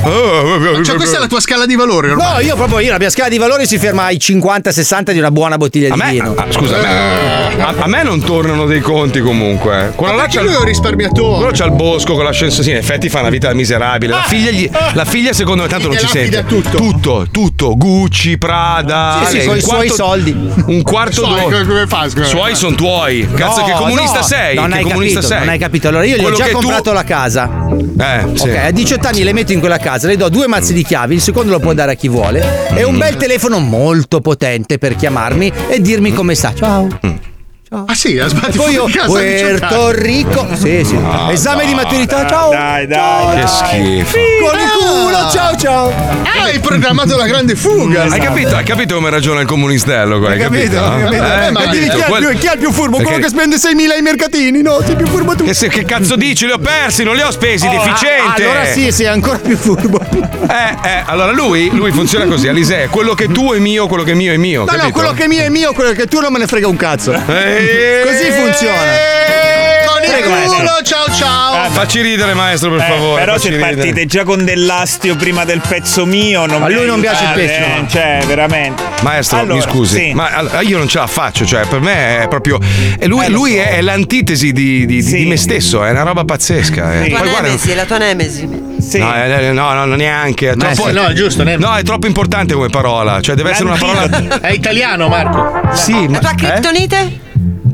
Oh, Cioè, questa è la tua scala di valori ormai. No, io proprio io la mia scala di valori si ferma ai cinquanta sessanta di una buona bottiglia A di me, vino. a- scusa, a me, a, a me non tornano dei conti comunque. Quello là Perché c'ha lui è un il, risparmiatore. quello c'ha il bosco con l'ascensore. Sì, in effetti fa una vita miserabile. La figlia, gli, la figlia secondo me tanto non Gli ci sente. affida tutto. Tutto, tutto. Gucci, Prada. Sì, sì, lei, con un i suoi quarto- soldi. Un quarto Suoi, d'ora. come fa? Scusa? Suoi sono tuoi. Cazzo, No, che comunista no, sei? Non che hai comunista capito, sei? non hai capito. Allora io gli ho Quello già che tu- comprato la casa. Eh, sì. Ok, a diciotto anni le metto in quella casa, le do due mazzi di chiavi, il secondo lo può dare a chi vuole. E un bel telefono molto potente per chiamarmi e dirmi come sta. Ciao. Ah sì, ha sbagliato Poi io, fuori casa a diciotto Puerto anni. Rico. Sì, sì. No, Esame di dai, maturità. Ciao. Dai, dai. Che schifo. Con il culo. Ciao, ciao. Ah, hai programmato la grande fuga. Hai capito, hai capito come ragiona il comunistello qua? Hai capito? Hai capito? Eh, Eh, ma capito? chi, è il Quel- più, chi è il più furbo? Perché- Quello che spende seimila ai mercatini, no? Sei più furbo tu. Che, se- che cazzo dici? Li ho persi, non li ho spesi, deficiente. Ah, allora sì, sei ancora più furbo. Eh, eh, allora lui, lui funziona così, Alisè, quello che tu è mio, quello che è mio è mio. No, capito? no, quello che è mio è mio, quello che tu non me ne frega un cazzo. Eh, Così funziona. Con il Prego, culo, maestro. ciao ciao. Facci ridere, maestro, per Eh, favore. però facci se ridere. partite già con dell'astio prima del pezzo mio, non A mi lui non piace il aiutate, pesce, eh, no. Cioè, veramente. Maestro, Allora, mi scusi, sì. ma allora, io non ce la faccio, cioè per me è proprio. E lui, Eh, lo lui so. è, è l'antitesi di, di- Sì. di me stesso, è una roba pazzesca. eh. La tua Poi guarda. nemesi, la tua nemesi. Sì. No, eh, no, no, no, neanche. È troppo, sì, no, è giusto, ne- no, è troppo importante come parola. Cioè, deve essere una parola. È italiano, Marco. Sì, La ma. tua eh? criptonite?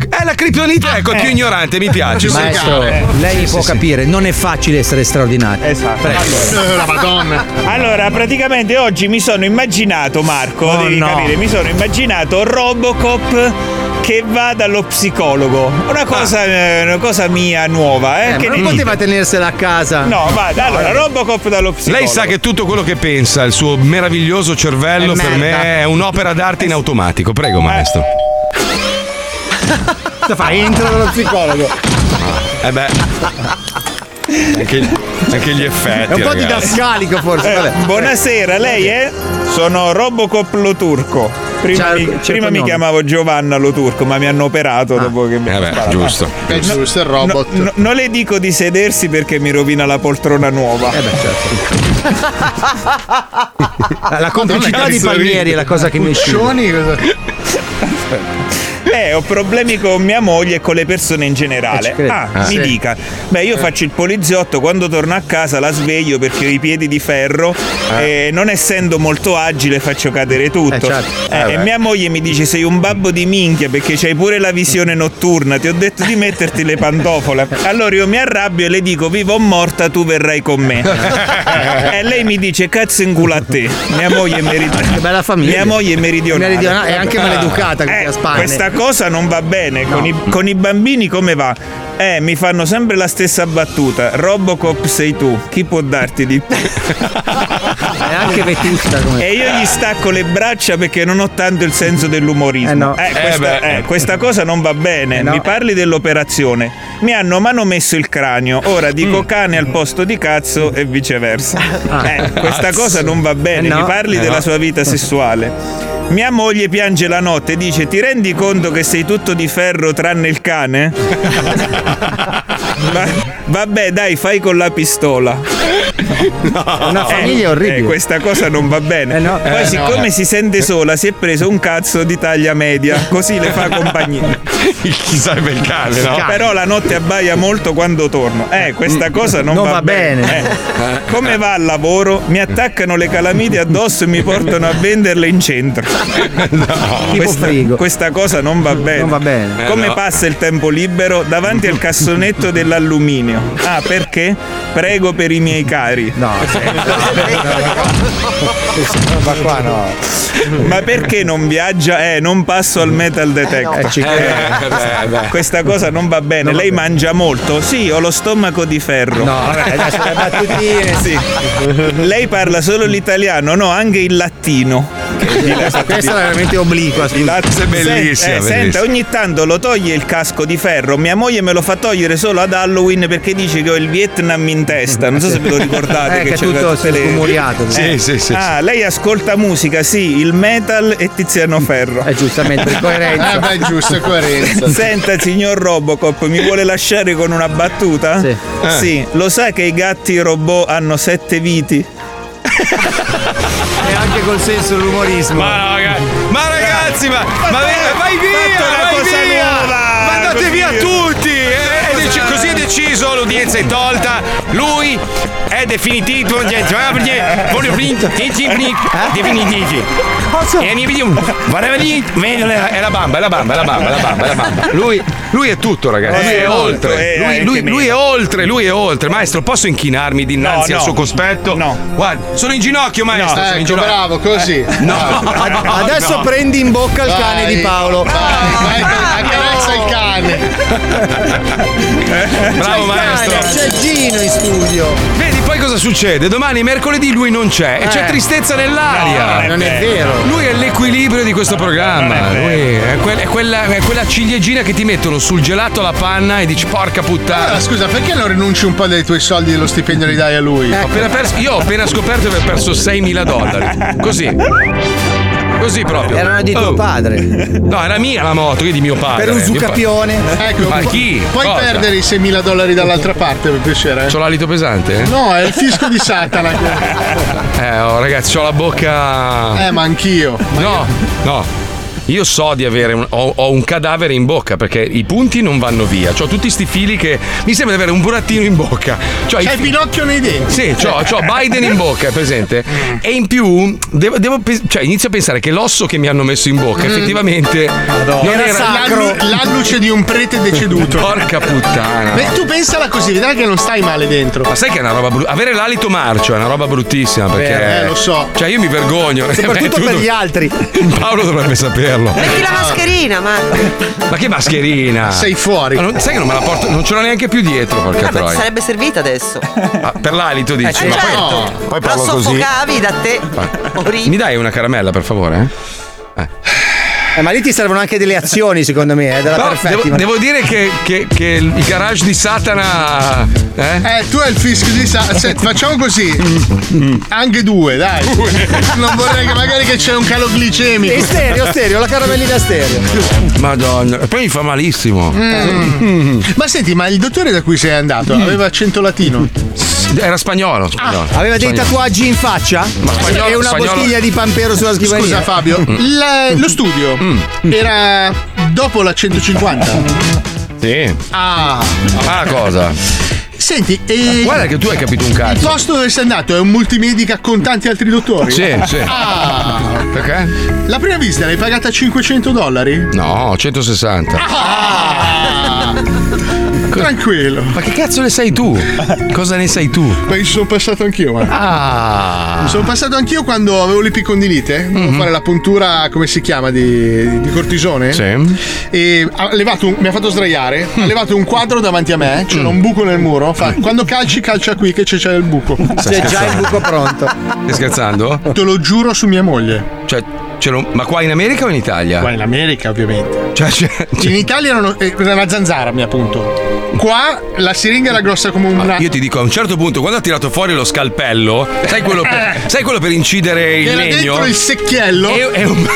È la criptonite, ecco, più ignorante, mi piace. Maestro, lei Sì, può sì, capire, non è facile essere straordinari. Esatto. La Madonna. Allora, praticamente oggi mi sono immaginato, Marco, Oh, devi no. capire, mi sono immaginato Robocop che va dallo psicologo. Una cosa, eh, una cosa mia nuova, eh? Eh, che ma non ne- poteva tenersela a casa. No, va, allora, Robocop dallo psicologo. Lei sa che tutto quello che pensa, il suo meraviglioso cervello, È per merda. me è un'opera d'arte in automatico. Prego, maestro. Cosa fai? Entro dallo psicologo. Eh beh. Anche, anche gli effetti. È un po' ragazzi. didascalico forse. Eh, Vabbè. buonasera, lei è? Sono Robocop Lo Turco. Prima, C'ha- mi, c'è il prima mi cognome. chiamavo Giovanna Lo Turco, ma mi hanno operato dopo che mi Eh hanno beh, sparato. giusto. È giusto, il robot. No, no, non le dico di sedersi perché mi rovina la poltrona nuova. Eh beh, certo. La complicità Madonna, di cazzo, Palmieri è la cosa che mi esce. Cuccioni, cosa- Eh, ho problemi con mia moglie e con le persone in Eh, generale. ci credo. Ah, Ah. mi Sì. dica. Beh, io faccio il poliziotto, quando torno a casa la sveglio perché ho i piedi di ferro e non essendo molto agile faccio cadere tutto. Eh, certo. Eh, Eh, e beh. mia moglie mi dice sei un babbo di minchia perché c'hai pure la visione notturna, ti ho detto di metterti le pantofole. Allora io mi arrabbio e le dico viva o morta tu verrai con me. E lei mi dice cazzo in culo a te. Mia moglie è meridionale. Che bella famiglia. Mia moglie è meridionale. Meridionale, è anche maleducata così Eh, a spalle. questa cosa non va bene. Con, i, con i bambini come va? Eh, mi fanno sempre la stessa battuta. Robocop sei tu, chi può darti di più? È anche vetusta come. E io gli stacco le braccia perché non ho tanto il senso dell'umorismo. Eh no. questa, beh. eh, questa cosa non va bene. Eh no. Mi parli dell'operazione. Mi hanno manomesso il cranio. Ora dico cane al posto di cazzo e viceversa. Eh, questa cosa non va bene. Eh no. Mi parli Eh della no. sua vita sessuale. Mia moglie piange la notte e dice ti rendi conto che sei tutto di ferro tranne il cane? Va- vabbè dai fai con la pistola. Una famiglia Eh, orribile. eh, questa cosa non va bene. Eh no. Poi Eh, siccome no. si sente sola si è preso un cazzo di taglia media, così le fa compagnia. Chi sarebbe il cane, no? Però la notte abbaia molto quando torno. Eh, questa cosa non, Non va bene. Eh, come va al lavoro? Mi attaccano le calamite addosso e mi portano a venderle in centro. Tipo Questa, frigo. questa cosa non va bene. Non va bene. Come Eh, no. passa il tempo libero? Davanti al cassonetto dell'alluminio. Ah, perché? Prego per i miei cari. No, ma qua no. Ma perché non viaggia? Eh, non passo al metal detector. Eh, ci credo. Eh, beh, beh. Questa cosa non va bene. Non va Lei bene. mangia molto? Sì, ho lo stomaco di ferro. No, vabbè, adesso le battutine. Sì. Lei parla solo l'italiano? No, anche il latino. Questa, questa è veramente obliqua. sì. Questa è bellissima, Sen- eh, bellissima. senta, ogni tanto lo toglie il casco di ferro. Mia moglie me lo fa togliere solo ad Halloween perché dice che ho il Vietnam in testa. Non so se ve lo ricordate. Eh, che è c'è tutto tutte le- sfumuriato. Sì, sì, sì. Ah, lei ascolta musica, sì, il metal e Tiziano Ferro. Eh, giustamente, per coerenza. Eh beh, giusto, è coerenza. Senta, signor Robocop, mi vuole lasciare con una battuta? Sì. Eh. Sì, lo sa che i gatti robot hanno sette viti? E anche col senso dell'umorismo. Ma, no, raga- ma ragazzi, ma, ma vai, vai via, fatto una vai cosa via! nuova, Ma andate così. via tutti! Eh, è dec- così è deciso, l'udienza è tolta. Lui è definitivo. Definitivi. E mi vediamo. Guarda lì, è la bamba, è la bamba, è la bamba, è la bamba, è la bamba. Lui, lui è tutto, ragazzi. Lui Eh, è molto, oltre. eh, Lui, anche lui- meno. lui è oltre, lui è oltre. Maestro, posso inchinarmi dinanzi No, al no. suo cospetto? No. Guarda, sono in ginocchio, maestro. sono in Ecco, ginocchio. bravo, così. No, Adesso no. prendi in bocca il cane Vai. di Paolo. Vai, vai, accarezza il cane. Bravo maestro. C'è Gino in studio. Vedi poi cosa succede? Domani mercoledì lui non c'è e c'è Eh. tristezza nell'aria. Non è vero. Lui è l'equilibrio di questo programma. Lui è, quel- è quella, è quella ciliegina che ti mettono sul gelato alla panna e dici porca puttana. Allora, scusa, perché non rinunci un po' dei tuoi soldi dello stipendio e li dai a lui? Ho appena perso- io ho appena scoperto di aver perso seimila dollari. Così. Così proprio. Erano di tuo Oh. padre. No, era mia la moto, che di mio padre. Per usucapione. Ecco, Ma pu- chi? Puoi Cosa? perdere i seimila dollari dall'altra parte, per piacere? C'ho l'alito pesante? No, è il fisco di Satana. Eh, oh, ragazzi, c'ho la bocca. Eh, ma anch'io. No, no. io so di avere un, ho, ho un cadavere in bocca perché i punti non vanno via. C'ho tutti sti fili che mi sembra di avere un burattino in bocca. C'ho C'hai i fi- Pinocchio nei denti. Sì, c'ho, c'ho Biden in bocca, è presente? E in più devo, devo pe- cioè, inizio a pensare che l'osso che mi hanno messo in bocca effettivamente non era era sacro. L'alluce di un prete deceduto. Porca puttana. Beh, tu pensala così, vedrai che non stai male dentro. Ma sai che è una roba brutta? Avere l'alito marcio è una roba bruttissima perché. Eh, lo so. Cioè, io mi vergogno. Soprattutto Tu per dov- gli altri. Paolo dovrebbe saperlo. Metti la mascherina, Marco. Ma che mascherina? Sei fuori. Ma non- sai che non me la porto, non ce l'ho neanche più dietro, porca Vabbè, ti troia. sarebbe servita adesso. Ah, per l'alito dici? Eh, Ma certo. poi, poi La parlo così. soffocavi da te. Ori. Mi dai una caramella, per favore? Eh? Eh, ma lì ti servono anche delle azioni, secondo me, eh, della No, perfetti. devo, ma- devo dire che, che- che il garage di Satana. Eh? Eh, tu hai il fischio di sa- se- facciamo così. Anche due, dai. Non vorrei che magari che c'è un calo glicemico. E stereo, stereo, la caramellina stereo. Madonna, e poi mi fa malissimo. Mm. Ma senti, ma il dottore da cui sei andato aveva accento latino? Era spagnolo. spagnolo. Aveva dei Spagnolo. tatuaggi in faccia? Ma spagnolo- e una spagnolo- bottiglia di Pampero sulla scrivania. Scusa Fabio, la- lo studio era dopo la centocinquanta? Sì. Ah. Ah, cosa? Senti, e Guarda che tu hai capito un il cazzo. posto dove sei andato è un multimedica con tanti altri dottori? Sì, sì. Ah. Perché? La prima visita l'hai pagata cinquecento dollari? No, centosessanta. Ah. Tranquillo. Ma che cazzo ne sai tu? Cosa ne sai tu? Beh, ci sono passato anch'io, guarda. Ah. Mi sono passato anch'io quando avevo l'epicondilite. Dovevo fare la puntura, come si chiama, di, di cortisone. Sì. E ha levato un- mi ha fatto sdraiare. Ha levato un quadro davanti a me. C'era un buco nel muro. Fa, quando calci, calcia qui che c'è, c'è il buco. C'è già il buco pronto. Stai scherzando? Te lo giuro su mia moglie. Cioè, ce l'ho- ma qua in America o in Italia? Qua in America, ovviamente. Cioè, cioè- In Italia erano, eh, era una zanzara, mi appunto. Qua la siringa era grossa come una. Io ti dico, a un certo punto, quando ha tirato fuori lo scalpello, sai quello per, sai quello per incidere il Era legno? dentro il secchiello E, e un,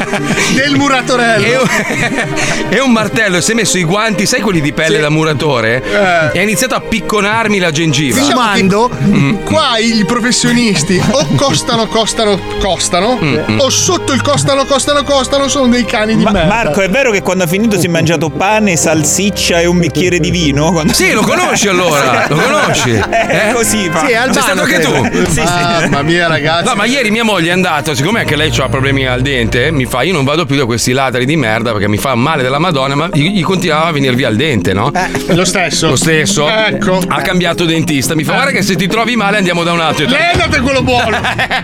del muratorello. e, un, e un martello, e si è messo i guanti, sai quelli di pelle da muratore? Eh. E ha iniziato a picconarmi la gengiva. Diciamo che qua i professionisti o costano, costano, costano, Mm, o sotto il costano, costano, costano sono dei cani di Ma- merda. Marco, è vero che quando ha finito si è mangiato pane, salsiccia e un bicchiere di vino? Quando- Sì, lo conosci allora? Lo conosci? Eh, Eh? così fa. Sì, è Sei stato anche tu? Sì, sì. Mamma mia, ragazzi. No, ma ieri mia moglie è andata, siccome anche lei ha problemi al dente, mi fa: io non vado più da questi ladri di merda perché mi fa male della Madonna, ma gli, gli continuava a venire via il dente, no? Eh, lo stesso. Lo stesso. Ecco. Ha cambiato dentista. Mi fa: guarda che se ti trovi male andiamo da un altro. Lei è andato quello buono.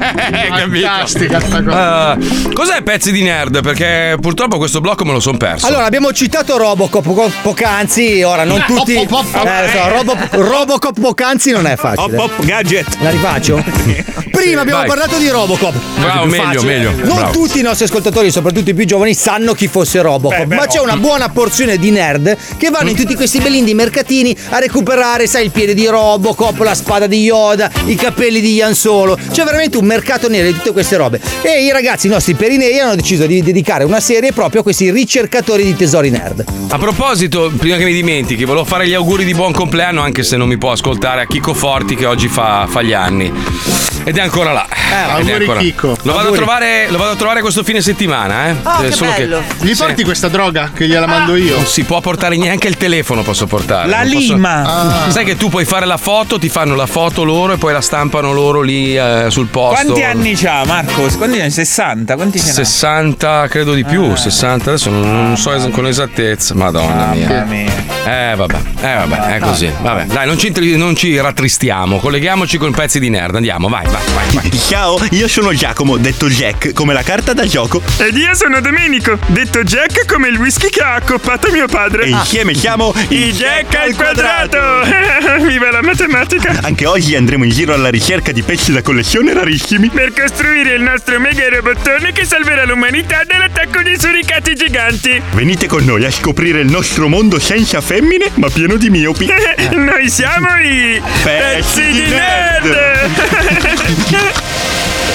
Capito? Fantastica sta cosa. Ah, cos'è pezzi di nerd? Perché purtroppo questo blocco me lo son perso. Allora, abbiamo citato Robocop po- poc'anzi, ora non tutti. Hop, hop, hop, Eh, lo so, Robo- Robocop poc'anzi non è facile. Hop hop gadget. La rifaccio? Prima abbiamo vai. parlato di Robocop. Bravo, Più meglio, facile. meglio. Non Bravo. tutti i nostri ascoltatori, soprattutto i più giovani, sanno chi fosse Robocop. Beh, beh, ma c'è no. una buona porzione di nerd che vanno in tutti questi belindi mercatini a recuperare, sai, il piede di Robocop, la spada di Yoda, i capelli di Ian Solo. C'è veramente un mercato nero di tutte queste robe. E i ragazzi, i nostri perinei, hanno deciso di dedicare una serie proprio a questi ricercatori di tesori nerd. A proposito, prima che mi dimentichi, volevo fare gli auguri di buon compleanno, anche se non mi può ascoltare, a Chico Forti che oggi fa, fa gli anni. Ed è ancora là. Ed è auguri, ancora là. Chico. Lo vado, a Auguri. trovare, lo vado a trovare questo fine settimana, eh. Oh, Eh, che solo bello. Gli Sì. porti questa droga che gliela mando io? Non si può portare neanche il telefono, posso portare. La Non posso- lima. Ah. Sai che tu puoi fare la foto, ti fanno la foto loro e poi la stampano loro lì eh, sul posto. Quanti anni c'ha Marco? Quanti anni? sessanta? Quanti ce n'ha? sessanta, credo di più, sessanta, adesso non, non so es- con esattezza. Madonna mia. Mamma mia. Eh vabbè, eh vabbè, è così. Vabbè, dai, non ci, intri- non ci rattristiamo, colleghiamoci con pezzi di nerd. Andiamo, vai, vai, vai, vai. Ciao, io sono Giacomo, detto Jack, come la carta da gioco. Ed io sono Domenico, detto Jack come il whisky che ha accoppato mio padre. E insieme siamo I Jack al quadrato! Viva la matematica! Anche oggi andremo in giro alla ricerca di pezzi da collezione rarissimi. Per costruire il nostro mega robottone che salverà l'umanità dall'attacco dei suricati giganti! Venite con noi a scoprire il nostro mondo senza femmine, ma pieno di miopi. Noi siamo i Pezzi di nerd!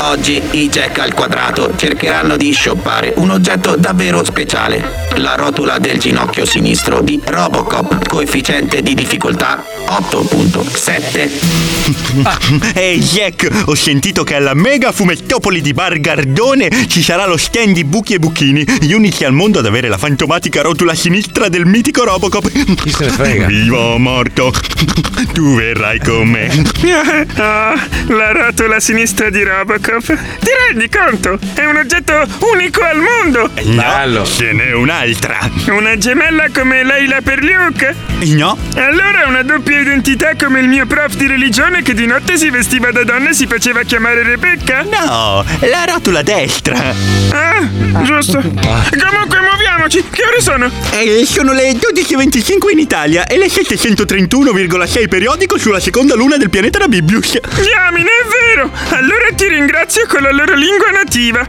Oggi i Jack al quadrato cercheranno di shoppare un oggetto davvero speciale. La rotula del ginocchio sinistro di Robocop, coefficiente di difficoltà otto virgola sette. Ehi Jack, ho sentito che alla mega fumettopoli di Bar Gardone ci sarà lo stand di Buchi e Buchini, gli unici al mondo ad avere la fantomatica rotula sinistra del mitico Robocop. Chi se ne frega? Vivo o morto, tu verrai con me. Ah, la rotola sinistra di Robocop. Ti rendi conto? È un oggetto unico al mondo. No, ce n'è un'altra. Una gemella come Leila per Luke? No. Allora una doppia identità come il mio prof di religione che di notte si vestiva da donna e si faceva chiamare Rebecca? No, la rotola destra. Ah, giusto. Comunque muoviamoci. Che ore sono? Eh, sono le dodici e venticinque in Italia e le settecentotrentuno virgola sei periodico sulla seconda luna del pianeta Rabibius. Diamine, è vero! Allora ti ringrazio con la loro lingua nativa.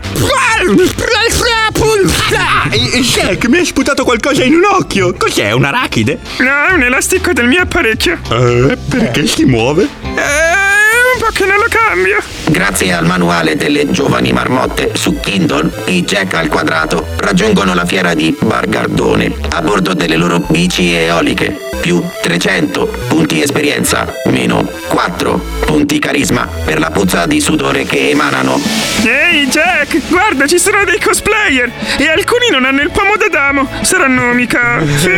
Jack, mi hai sputato qualcosa in un occhio. Cos'è, un arachide? No, è un elastico del mio apparecchio. Eh, perché si muove? Eh, un po' che non lo cambio. Grazie al manuale delle giovani marmotte su Kindle, i Jack al quadrato raggiungono la fiera di Bar Gardone a bordo delle loro bici eoliche. Più trecento punti esperienza, meno quattro punti carisma per la puzza di sudore che emanano. Ehi Jack, guarda, ci sono dei cosplayer e alcuni non hanno il pomo d'Adamo. Saranno mica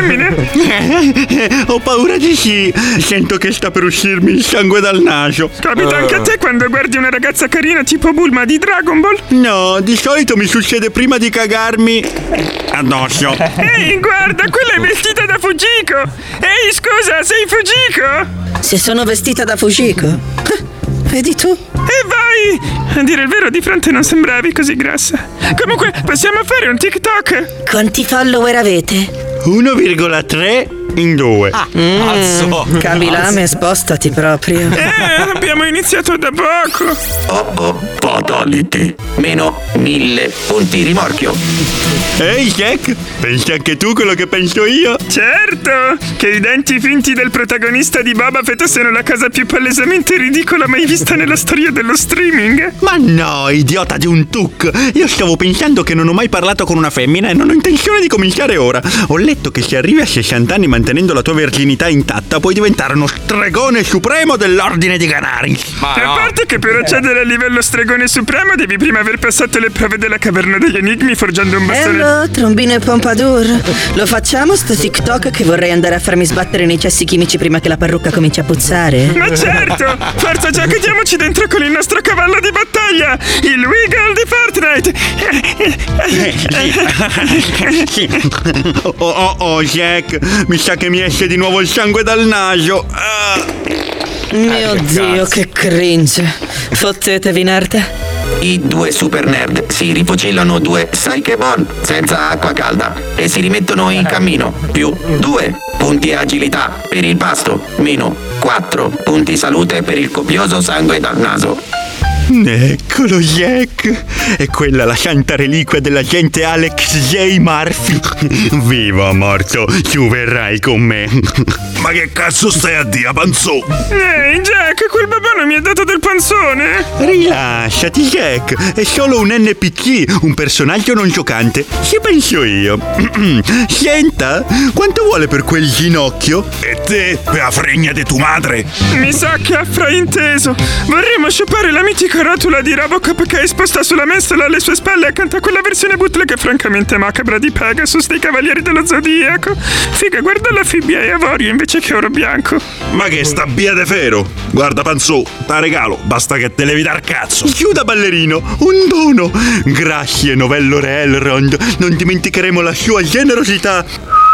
femmine? Ho paura di sì. Sento che sta per uscirmi il sangue dal naso. Capita anche a te quando guardi una ragazza carina tipo Bulma di Dragon Ball? No, di solito mi succede prima di cagarmi addosso. Ehi, guarda, quella è vestita da Fujiko. Ehi, scusa, sei Fujiko? Se sono vestita da Fujiko? Vedi tu? E vai! A dire il vero, di fronte non sembravi così grassa. Comunque, possiamo fare un TikTok? Quanti follower avete? uno virgola tre in due. Ah, mm, cambi lame e spostati proprio. Eh, abbiamo iniziato da poco. Oh oh, fatality. Meno mille punti rimorchio. Ehi Jack, pensi anche tu quello che penso io? Certo, che i denti finti del protagonista di Boba Fett siano la cosa più palesamente ridicola mai vista nella storia dello streaming. Ma no, idiota di un tuk. Io stavo pensando che non ho mai parlato con una femmina e non ho intenzione di cominciare ora. Ho letto che se arrivi a sessanta anni mantenendo la tua verginità intatta puoi diventare uno stregone supremo dell'ordine di Ganari. Ma a parte che per accedere al livello stregone supremo devi prima aver passato le prove della caverna degli enigmi forgiando un bastone. Hello, trombino e pompadour. Lo facciamo sto TikTok che vorrei andare a farmi sbattere nei cessi chimici prima che la parrucca cominci a puzzare? Ma certo! Forza Jack, diamoci dentro con il nostro cavallo di battaglia, il Wiggle di Fortnite. oh, oh, oh, Jack, mi sa che mi esce di nuovo il sangue dal naso. Ah. Mio Ah, che Dio, cazzo. che cringe. Fottetevi, nerd. I due super nerd si rifucillano due Psyche-Bon senza acqua calda e si rimettono in cammino. Più due punti agilità per il pasto, meno quattro punti salute per il copioso sangue dal naso. Eccolo Jack, è quella la santa reliquia dell'agente Alex J. Murphy. Vivo o morto, tu verrai con me. Ma che cazzo stai a dire, panzò? Ehi Jack, quel babano mi ha dato del panzone. Rilassati Jack, è solo un N P C, un personaggio non giocante. Ci penso io. Senta, quanto vuole per quel ginocchio? E te, per la fregna di tua madre? Mi sa che ha frainteso. Vorremmo sciopare la mitica rotula di Robocop che è esposta sulla mensola alle sue spalle accanto a quella versione bootleg francamente macabra di Pegasus dei Cavalieri dello Zodiaco. Figa, guarda la fibbia e avorio invece che oro bianco. Ma che sta via de fero? Guarda panzò, ta regalo, basta che te levi dal cazzo. Chiuda ballerino, un dono. Grazie novello re Elrond, non dimenticheremo la sua generosità.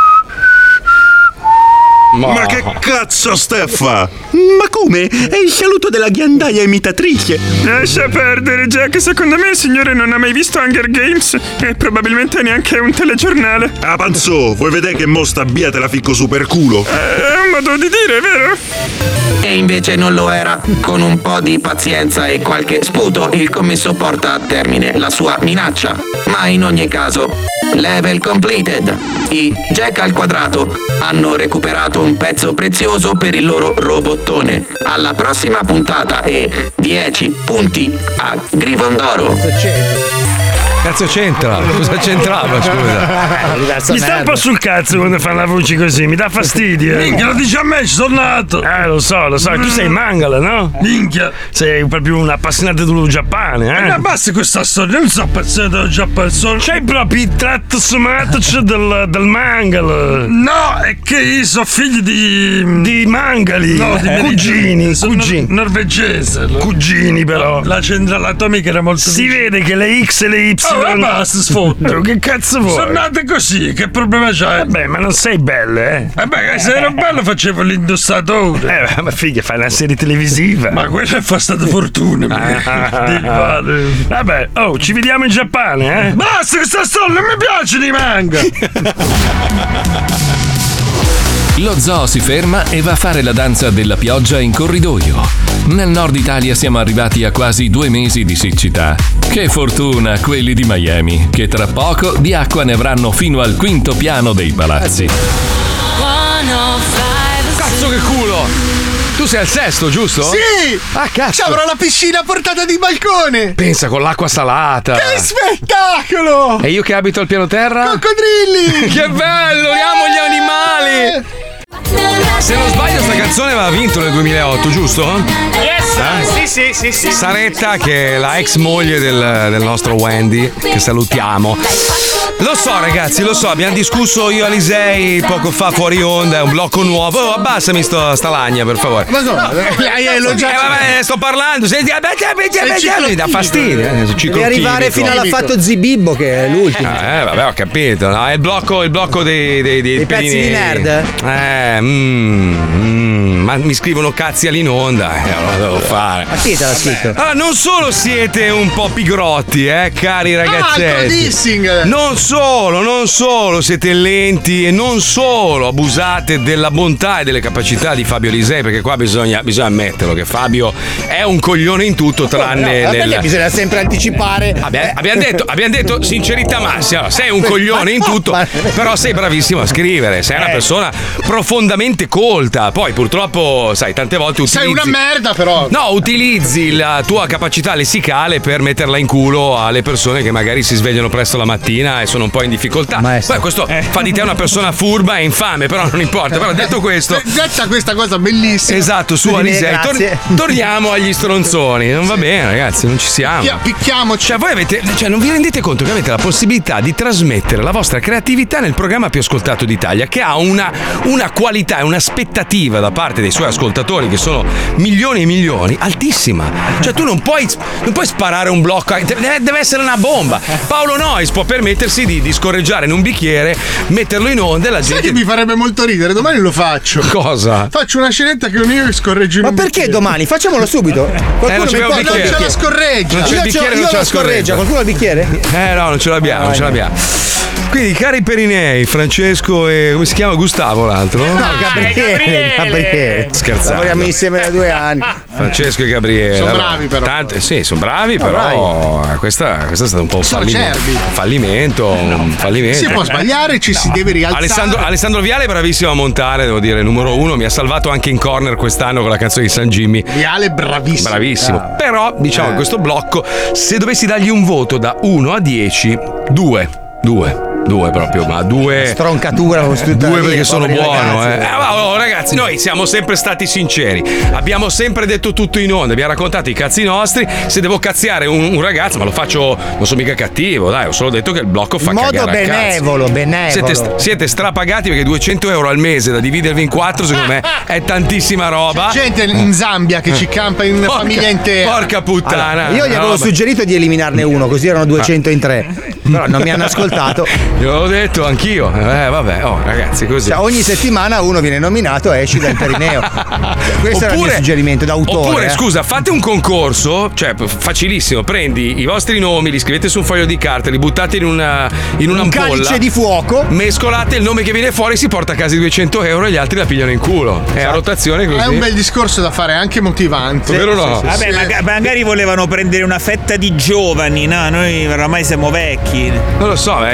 Ma, Ma che cazzo Steffa? Ma come? È il saluto della ghiandaia imitatrice. Lascia perdere Jack, secondo me il signore non ha mai visto Hunger Games e probabilmente neanche un telegiornale. Ah panzò, vuoi vedere che mo sta via te la ficco su per culo? È un modo di dire, vero? E invece non lo era. Con un po' di pazienza e qualche sputo il commesso porta a termine la sua minaccia. Ma in ogni caso, level completed. I Jack al quadrato hanno recuperato trovato un pezzo prezioso per il loro robottone. Alla prossima puntata e dieci punti a Grifondoro. Cazzo c'entra? Cosa c'entrava, scusa? Mi sta un po' sul cazzo quando fanno la voce così, mi dà fastidio. Minchia, lo dici a me, ci sono nato. Eh, lo so, lo so, tu sei mangala, no? Minchia. Sei proprio un appassionato dello Giappone, eh? Ma basta questa storia, non so appassionato dello Giappone. C'hai proprio il tratto somatico del, del mangalo. No, è che io sono figlio di... Di mangali. No, di cugini, sono cugini. nor- norvegese. Cugini, però. La centrale atomica era molto Si vicina. vede che le X e le Y. Oh, ma basta, sfondo. Che cazzo vuoi? Sono nate così, che problema c'hai? Vabbè, ma non sei belle, eh? Vabbè, se ero bello facevo l'indossatore. Eh, ma figa, fai una serie televisiva. Ma quella è stata fortuna. Ah. Di vale. Vabbè, oh, ci vediamo in Giappone, eh? Basta che sta storia, non mi piace di manga. Lo zoo si ferma e va a fare la danza della pioggia in corridoio. Nel nord Italia siamo arrivati a quasi due mesi di siccità. Che fortuna quelli di Miami, che tra poco di acqua ne avranno fino al quinto piano dei palazzi. Cazzo che culo! Tu sei al sesto, giusto? Sì! Ah, cazzo! Ci avrò la piscina a portata di balcone! Pensa, con l'acqua salata! Che spettacolo! E io che abito al piano terra? Coccodrilli! Che bello! Amo gli animali! Se non sbaglio sta canzone aveva vinto nel duemilaotto, giusto? Yes! Eh? Sì, sì, sì, sì. Saretta, che è la ex moglie del, del nostro Wendy, che salutiamo. Lo so ragazzi, lo so, abbiamo discusso io e Alisei poco fa fuori onda, è un blocco nuovo. Oh, abbassami sto, sta lagna, per favore. Ma no, l'hai elogiato. Eh, vabbè, sto parlando. Senti, mi dà fastidio. Eh, Devi arrivare fino alla fatto Zibibbo, che è l'ultimo. Eh, vabbè, ho capito. No, è il blocco, il blocco dei, dei, dei, Dei pezzi pedini- di nerd? Eh, mm, mm, ma mi scrivono cazzi all'inonda. Eh, non lo devo fare. Ma chi te l'ha scritto? Allora, non solo siete un po' pigrotti, eh, cari Ah, il ragazzetti. dissing! Non solo, non solo siete lenti e non solo abusate della bontà e delle capacità di Fabio Lisei, perché qua bisogna, bisogna ammetterlo che Fabio è un coglione in tutto tranne No, nel... perché bisogna sempre anticipare. Abbiamo, abbiamo detto, abbiamo detto sincerità massima, sei un coglione in tutto, però sei bravissimo a scrivere, sei una Eh. persona profondamente colta. Poi purtroppo, sai, tante volte utilizzi... Sei una merda, però. No, utilizzi la tua capacità lessicale per metterla in culo alle persone che magari si svegliano presto la mattina e sono un po' in difficoltà. Poi questo fa di te una persona furba e infame, però non importa. Però detto questo, Detta questa cosa bellissima. esatto, su Alisei, tor- torniamo agli stronzoni. Non va bene, ragazzi, non ci siamo. Picchia- picchiamoci. Cioè, voi avete, cioè, non vi rendete conto che avete la possibilità di trasmettere la vostra creatività nel programma più ascoltato d'Italia, che ha una, una qualità e un'aspettativa da parte dei suoi ascoltatori, che sono milioni e milioni, altissima. Cioè, tu non puoi, non puoi sparare un blocco, deve, deve essere una bomba. Paolo Nois può permettersi di, di scorreggiare in un bicchiere, metterlo in onda e la Sai gente. che mi farebbe molto ridere? Domani lo faccio. Cosa? Faccio una scenetta che io e scorreggio in Ma un perché bicchiere. domani? Facciamolo subito. Qualcuno Eh, non c'è mi un porta bicchiere. il Non c'è la scorreggia. Non c'è il Io, bicchiere, c'ho- non io c'è la la scorreggia. scorreggia. Qualcuno ha il bicchiere? Eh no, non ce l'abbiamo, non ce l'abbiamo. Quindi, cari Perinei, Francesco e come si chiama Gustavo l'altro? No, Gabriele. Gabriele. Scherzando. Lavoriamo insieme da due anni. Francesco e Gabriele. Sono allora, bravi, però. tante- sì, sono bravi, Sono però eh, questa, questa è stata un po' un Sono fallimento. acerbi. Un fallimento, un fallimento. Si può sbagliare, ci si deve rialzare. Alessandro, Alessandro Viale è bravissimo a montare, devo dire, numero uno. Mi ha salvato anche in corner quest'anno con la canzone di San Jimmy. Viale bravissimo. Bravissimo. Ah. Però, diciamo, Eh. in questo blocco, se dovessi dargli un voto da uno a dieci, due. Due. Due proprio, ma due. Stroncatura con tutta Due la perché via, sono poveri buono, ragazzi. eh. Eh, ma, oh, ragazzi, noi siamo sempre stati sinceri. Abbiamo sempre detto tutto in onda, abbiamo raccontato i cazzi nostri. Se devo cazziare un, un ragazzo, ma lo faccio, non sono mica cattivo, dai, ho solo detto che il blocco fa In modo cagare a cazzo. benevolo, benevolo. Siete, siete strapagati perché duecento euro al mese da dividervi in quattro, secondo me, è tantissima roba. Gente in Zambia che ci campa in Porca- famiglia intera. Porca puttana. Io gli avevo Roba. suggerito di eliminarne uno, così erano duecento in tre. Però non mi hanno ascoltato. Gliel'ho detto anch'io. Eh, vabbè, oh, ragazzi, così. Cioè, ogni settimana uno viene nominato e esci dal Perineo. Questo era il mio suggerimento d'autore. Oppure, eh. scusa, fate un concorso, cioè p- facilissimo, prendi i vostri nomi, li scrivete su un foglio di carta, li buttate in una in Un un'ampolla. calice di fuoco. Mescolate il nome che viene fuori, si porta a casa i duecento euro e gli altri la pigliano in culo. È a rotazione così. È un bel discorso da fare, anche motivante. Vero o no? Vabbè, maga- magari volevano prendere una fetta di giovani, no? Noi oramai siamo vecchi. Non lo so, eh, i commenti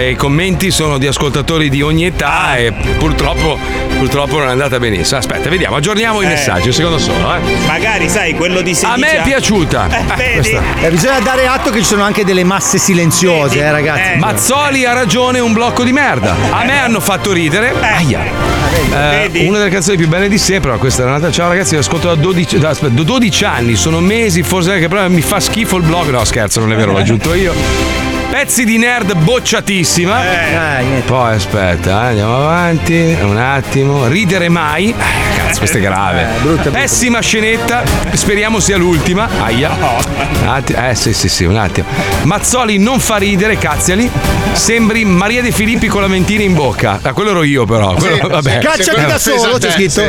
venti sono di ascoltatori di ogni età e purtroppo, purtroppo non è andata benissimo. Aspetta, vediamo, aggiorniamo i Eh. messaggi, un secondo solo. Eh. Magari, sai, quello di sedici A me è anni. piaciuta. Eh, Eh, vedi? questa. Eh, bisogna dare atto che ci sono anche delle masse silenziose, eh, ragazzi. Mazzoli ha ragione, un blocco di merda. A me hanno fatto ridere. Aia. Eh, una delle canzoni più belle di sempre, ma questa è una. Ciao ragazzi, lo ascolto da dodici, da, aspetta, da dodici anni, sono mesi, forse che però mi fa schifo il blog. No, scherzo, non è vero, l'ho aggiunto io. Pezzi di nerd bocciatissima. Eh. Poi aspetta, eh, andiamo avanti. Un attimo. Ridere mai. Eh, cazzo, questa è grave. Eh, brutta, brutta. Pessima scenetta. Speriamo sia l'ultima. Aia. Un attimo. Eh, sì, sì, sì, un attimo. Mazzoli non fa ridere, cazziali. Sembri Maria De Filippi con la mentina in bocca. Ah, quello ero io, però. Quello, Sì, vabbè. sì, cacciati da solo, c'è scritto.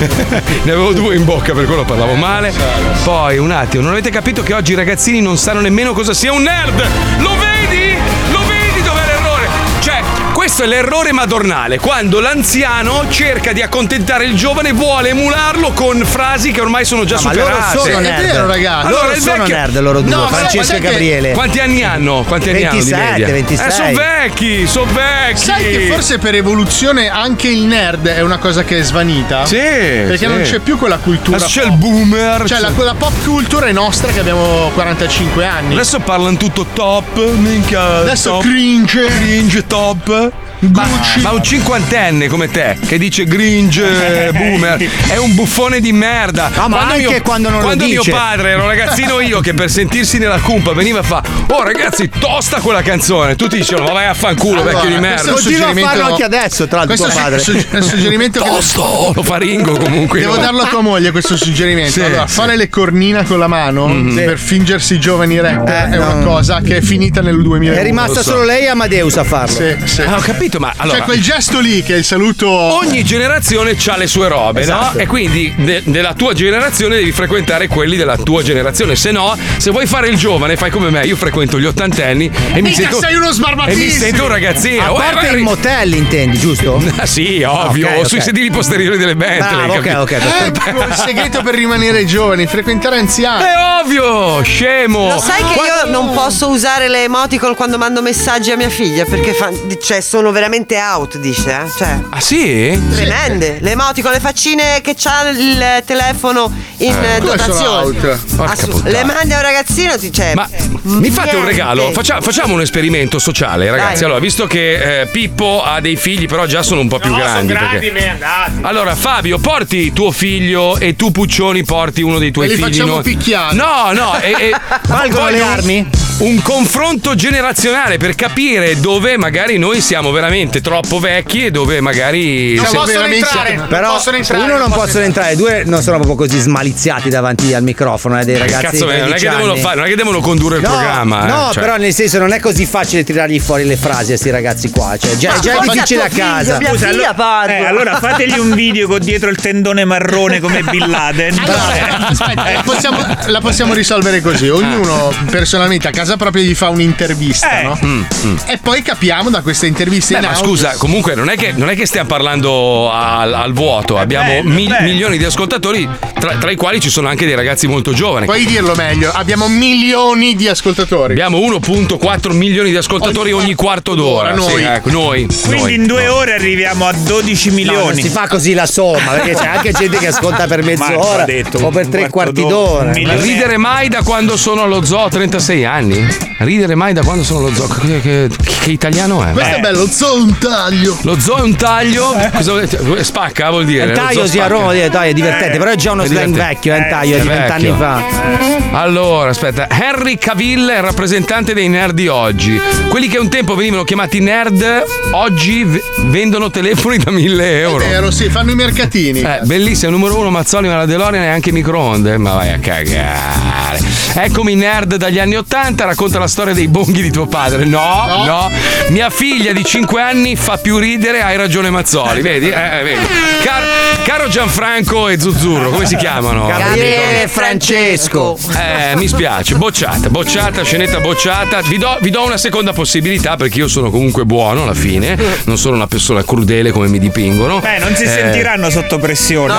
Ne avevo due in bocca, per quello parlavo male. Poi, un attimo, non avete capito che oggi i ragazzini non sanno nemmeno cosa sia un nerd? Lo vedi? Lo vedi dov'è l'errore? Cioè, questo è l'errore madornale, quando l'anziano cerca di accontentare il giovane e vuole emularlo con frasi che ormai sono già No, ma loro superate. sono nerd. È vero, ragazzi. Allora, Loro il sono vecchio- nerd, loro due, No, Francesco sai e che- Gabriele. Quanti anni hanno? Quanti anni hanno di ventisette, media? ventisei. Eh, sono vecchi, sono vecchi. Sai che forse per evoluzione anche il nerd è una cosa che è svanita? Sì, Perché sì. non c'è più quella cultura. Adesso c'è pop. il boomer. Cioè, la, quella pop culture è nostra che abbiamo quarantacinque anni. Adesso parlano tutto top, minchia. Adesso top, cringe. cringe top. Gucci. Ma un cinquantenne come te che dice gringe, boomer, è un buffone di merda. No, ma anche quando non lo quando dice. mio padre era un ragazzino io che per sentirsi nella cumpa veniva a fa: oh ragazzi, tosta quella canzone. Tutti dicevano: ma vai a fanculo, Allora, vecchio di questo merda. è un Continua a suggerimento- farlo anche adesso, tra l'altro, Questo tuo è padre. su- è un suggerimento che Tosto, lo fa Ringo comunque. Devo io. darlo a tua moglie questo suggerimento. Sì, allora, sì. fare le cornine con la mano Mm. per fingersi giovani rapper Eh, è una no. cosa che è finita nel duemila. È rimasta lo so. solo lei e Amadeus a farlo. Sì, sì. Ah, ho capito, ma allora. Cioè quel gesto lì che è il saluto. Ogni generazione ha le sue robe, Esatto. no? E quindi de- della tua generazione devi frequentare quelli della tua generazione. Se no, se vuoi fare il giovane, fai come me. Io frequento gli ottantenni e mi Minchia, sento. sei uno E sbarbatissimo. mi sento un ragazzino. A Uè, parte vai- il motel, intendi, giusto? Ah, sì, ovvio, ok, ok. sui sedili posteriori delle Bentley. Bravo, ok, capito? ok, perfetto. Ecco il segreto per rimanere giovani, frequentare anziani. È ovvio, scemo. Lo sai che io non posso usare le emoticon quando mando messaggi a mia figlia perché fa- cioè, sono veramente out, dice. Eh? Cioè, Ah, sì? tremende. Le emoticon, le faccine che c'ha il telefono in Eh, come sono dotazione. out? Porca Assu- puttana. le mandi a un ragazzino, ti- cioè, Ma mi fate un niente. regalo? Faccia- facciamo un esperimento sociale, ragazzi. Dai. Allora, visto che eh, Pippo ha dei figli, però già sono un po' più No, grandi. sono grandi, perché- me andate. Allora, Fabio, porti tuo figlio e tu, Puccioni, porti uno dei tuoi E li figli. facciamo no? picchiare. No, no, e, e- Valgono poi le un- armi? Un confronto generazionale per capire dove magari noi siamo veramente troppo vecchi e dove magari. Non Se possono veramente- entrare, non Però possono entrare. uno non possono entrare, due non sono proprio così smaliziati davanti al microfono, eh, dei ragazzi. Cazzo, di non è che tredici devono anni. fare, non è che devono condurre il No, programma. eh, no, cioè. però nel senso non è così facile tirargli fuori le frasi a sti ragazzi qua. Cioè, già, Ma già è forse difficile a a tuo figlio, casa. mia Scusa, figlia allo- parla. eh, allora fategli un video con dietro il tendone marrone come Bin Laden. Allora, aspetta, la possiamo, la possiamo risolvere così. Ognuno personalmente a casa propria gli fa un'intervista, Eh. no? E poi capiamo da questa intervista Beh, in ma audio. scusa, comunque non è che, non è che stiamo parlando al, al vuoto, abbiamo bello, mil- bello. milioni di ascoltatori, tra, tra i quali ci sono anche dei ragazzi molto giovani. Puoi dirlo meglio, abbiamo milioni di ascoltatori. Abbiamo uno virgola quattro milioni di ascoltatori ogni, quarto d'ora. noi. Sì, ecco, noi. Quindi noi, in due noi. ore arriviamo a dodici No, milioni. non si fa così la somma, perché c'è anche gente che ascolta per Marco mezz'ora ha detto o per un tre quarto quarti d'ora, d'ora. un milione. Ridere mai da quando sono allo zoo a trentasei anni? Ridere mai da quando sono allo zoo? Che, che- che italiano è? Questo Eh. è bello, so un taglio. Lo zoo è un taglio? Cosa volete- Spacca vuol dire? Il Lo taglio zoo sì, a spacca. Roma dire, dai, è divertente, Eh, però è già uno è slang divertente. vecchio, è un taglio È di vent'anni vecchio. fa. Allora, aspetta, Henry Cavill è il rappresentante dei nerd di oggi. Quelli che un tempo venivano chiamati nerd, oggi v- vendono telefoni da mille euro. È vero, sì, fanno i mercatini. Eh, bellissimo, numero uno, Mazzoli, ma la DeLorean e anche microonde. Ma vai a cagare. Eccomi nerd dagli anni ottanta, racconta la storia dei bonghi di tuo padre. No, no, No. Mia figlia di cinque anni fa più ridere, hai ragione Mazzoli, vedi? Eh, vedi. Car- caro Gianfranco e Zuzzurro, come si chiamano? Gabriele e Francesco. Eh, mi spiace, bocciata, bocciata, scenetta bocciata. Vi do, vi do una seconda possibilità perché io sono comunque buono alla fine, non sono una persona crudele come mi dipingono. Beh, non si Eh, sentiranno sotto pressione.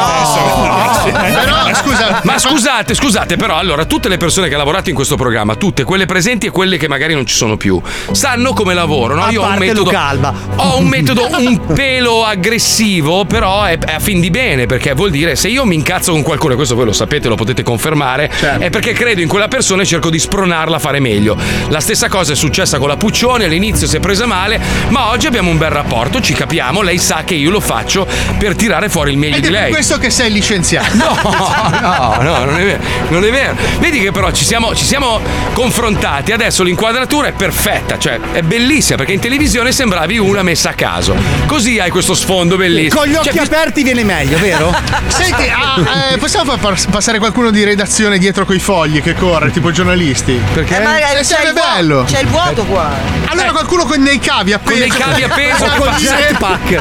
Però, scusa, Ma scusate, scusate, però allora tutte le persone che hanno lavorato in questo programma, tutte quelle presenti e quelle che magari non ci sono più, sanno come lavoro, no? A Io ho un parte metodo. Luca Alba. ho un metodo un pelo aggressivo, però è, è a fin di bene, perché vuol dire se io mi incazzo con qualcuno, e questo voi lo sapete, lo potete confermare, certo. È perché credo in quella persona e cerco di spronarla a fare meglio. La stessa cosa è successa con la Puccioni, all'inizio si è presa male, ma oggi abbiamo un bel rapporto, ci capiamo, lei sa che io lo faccio per tirare fuori il meglio Ed di è lei. per questo che sei licenziato. No, no, no, non è vero, non è vero. Vedi che però ci siamo, ci siamo confrontati, adesso l'inquadratura è perfetta, cioè è bellissima, perché in televisione sembravi una messa a caso. Così hai questo sfondo bellissimo. Con gli occhi cioè, aperti viene meglio, vero? Senti, ah, eh, possiamo far passare qualcuno di redazione dietro coi fogli che corre, tipo giornalisti? Perché? Eh, ma Eh, c'è, sarebbe il vuoto, bello. c'è il vuoto qua. Allora qualcuno con dei cavi appesi. Con dei cavi appesi o col jetpack.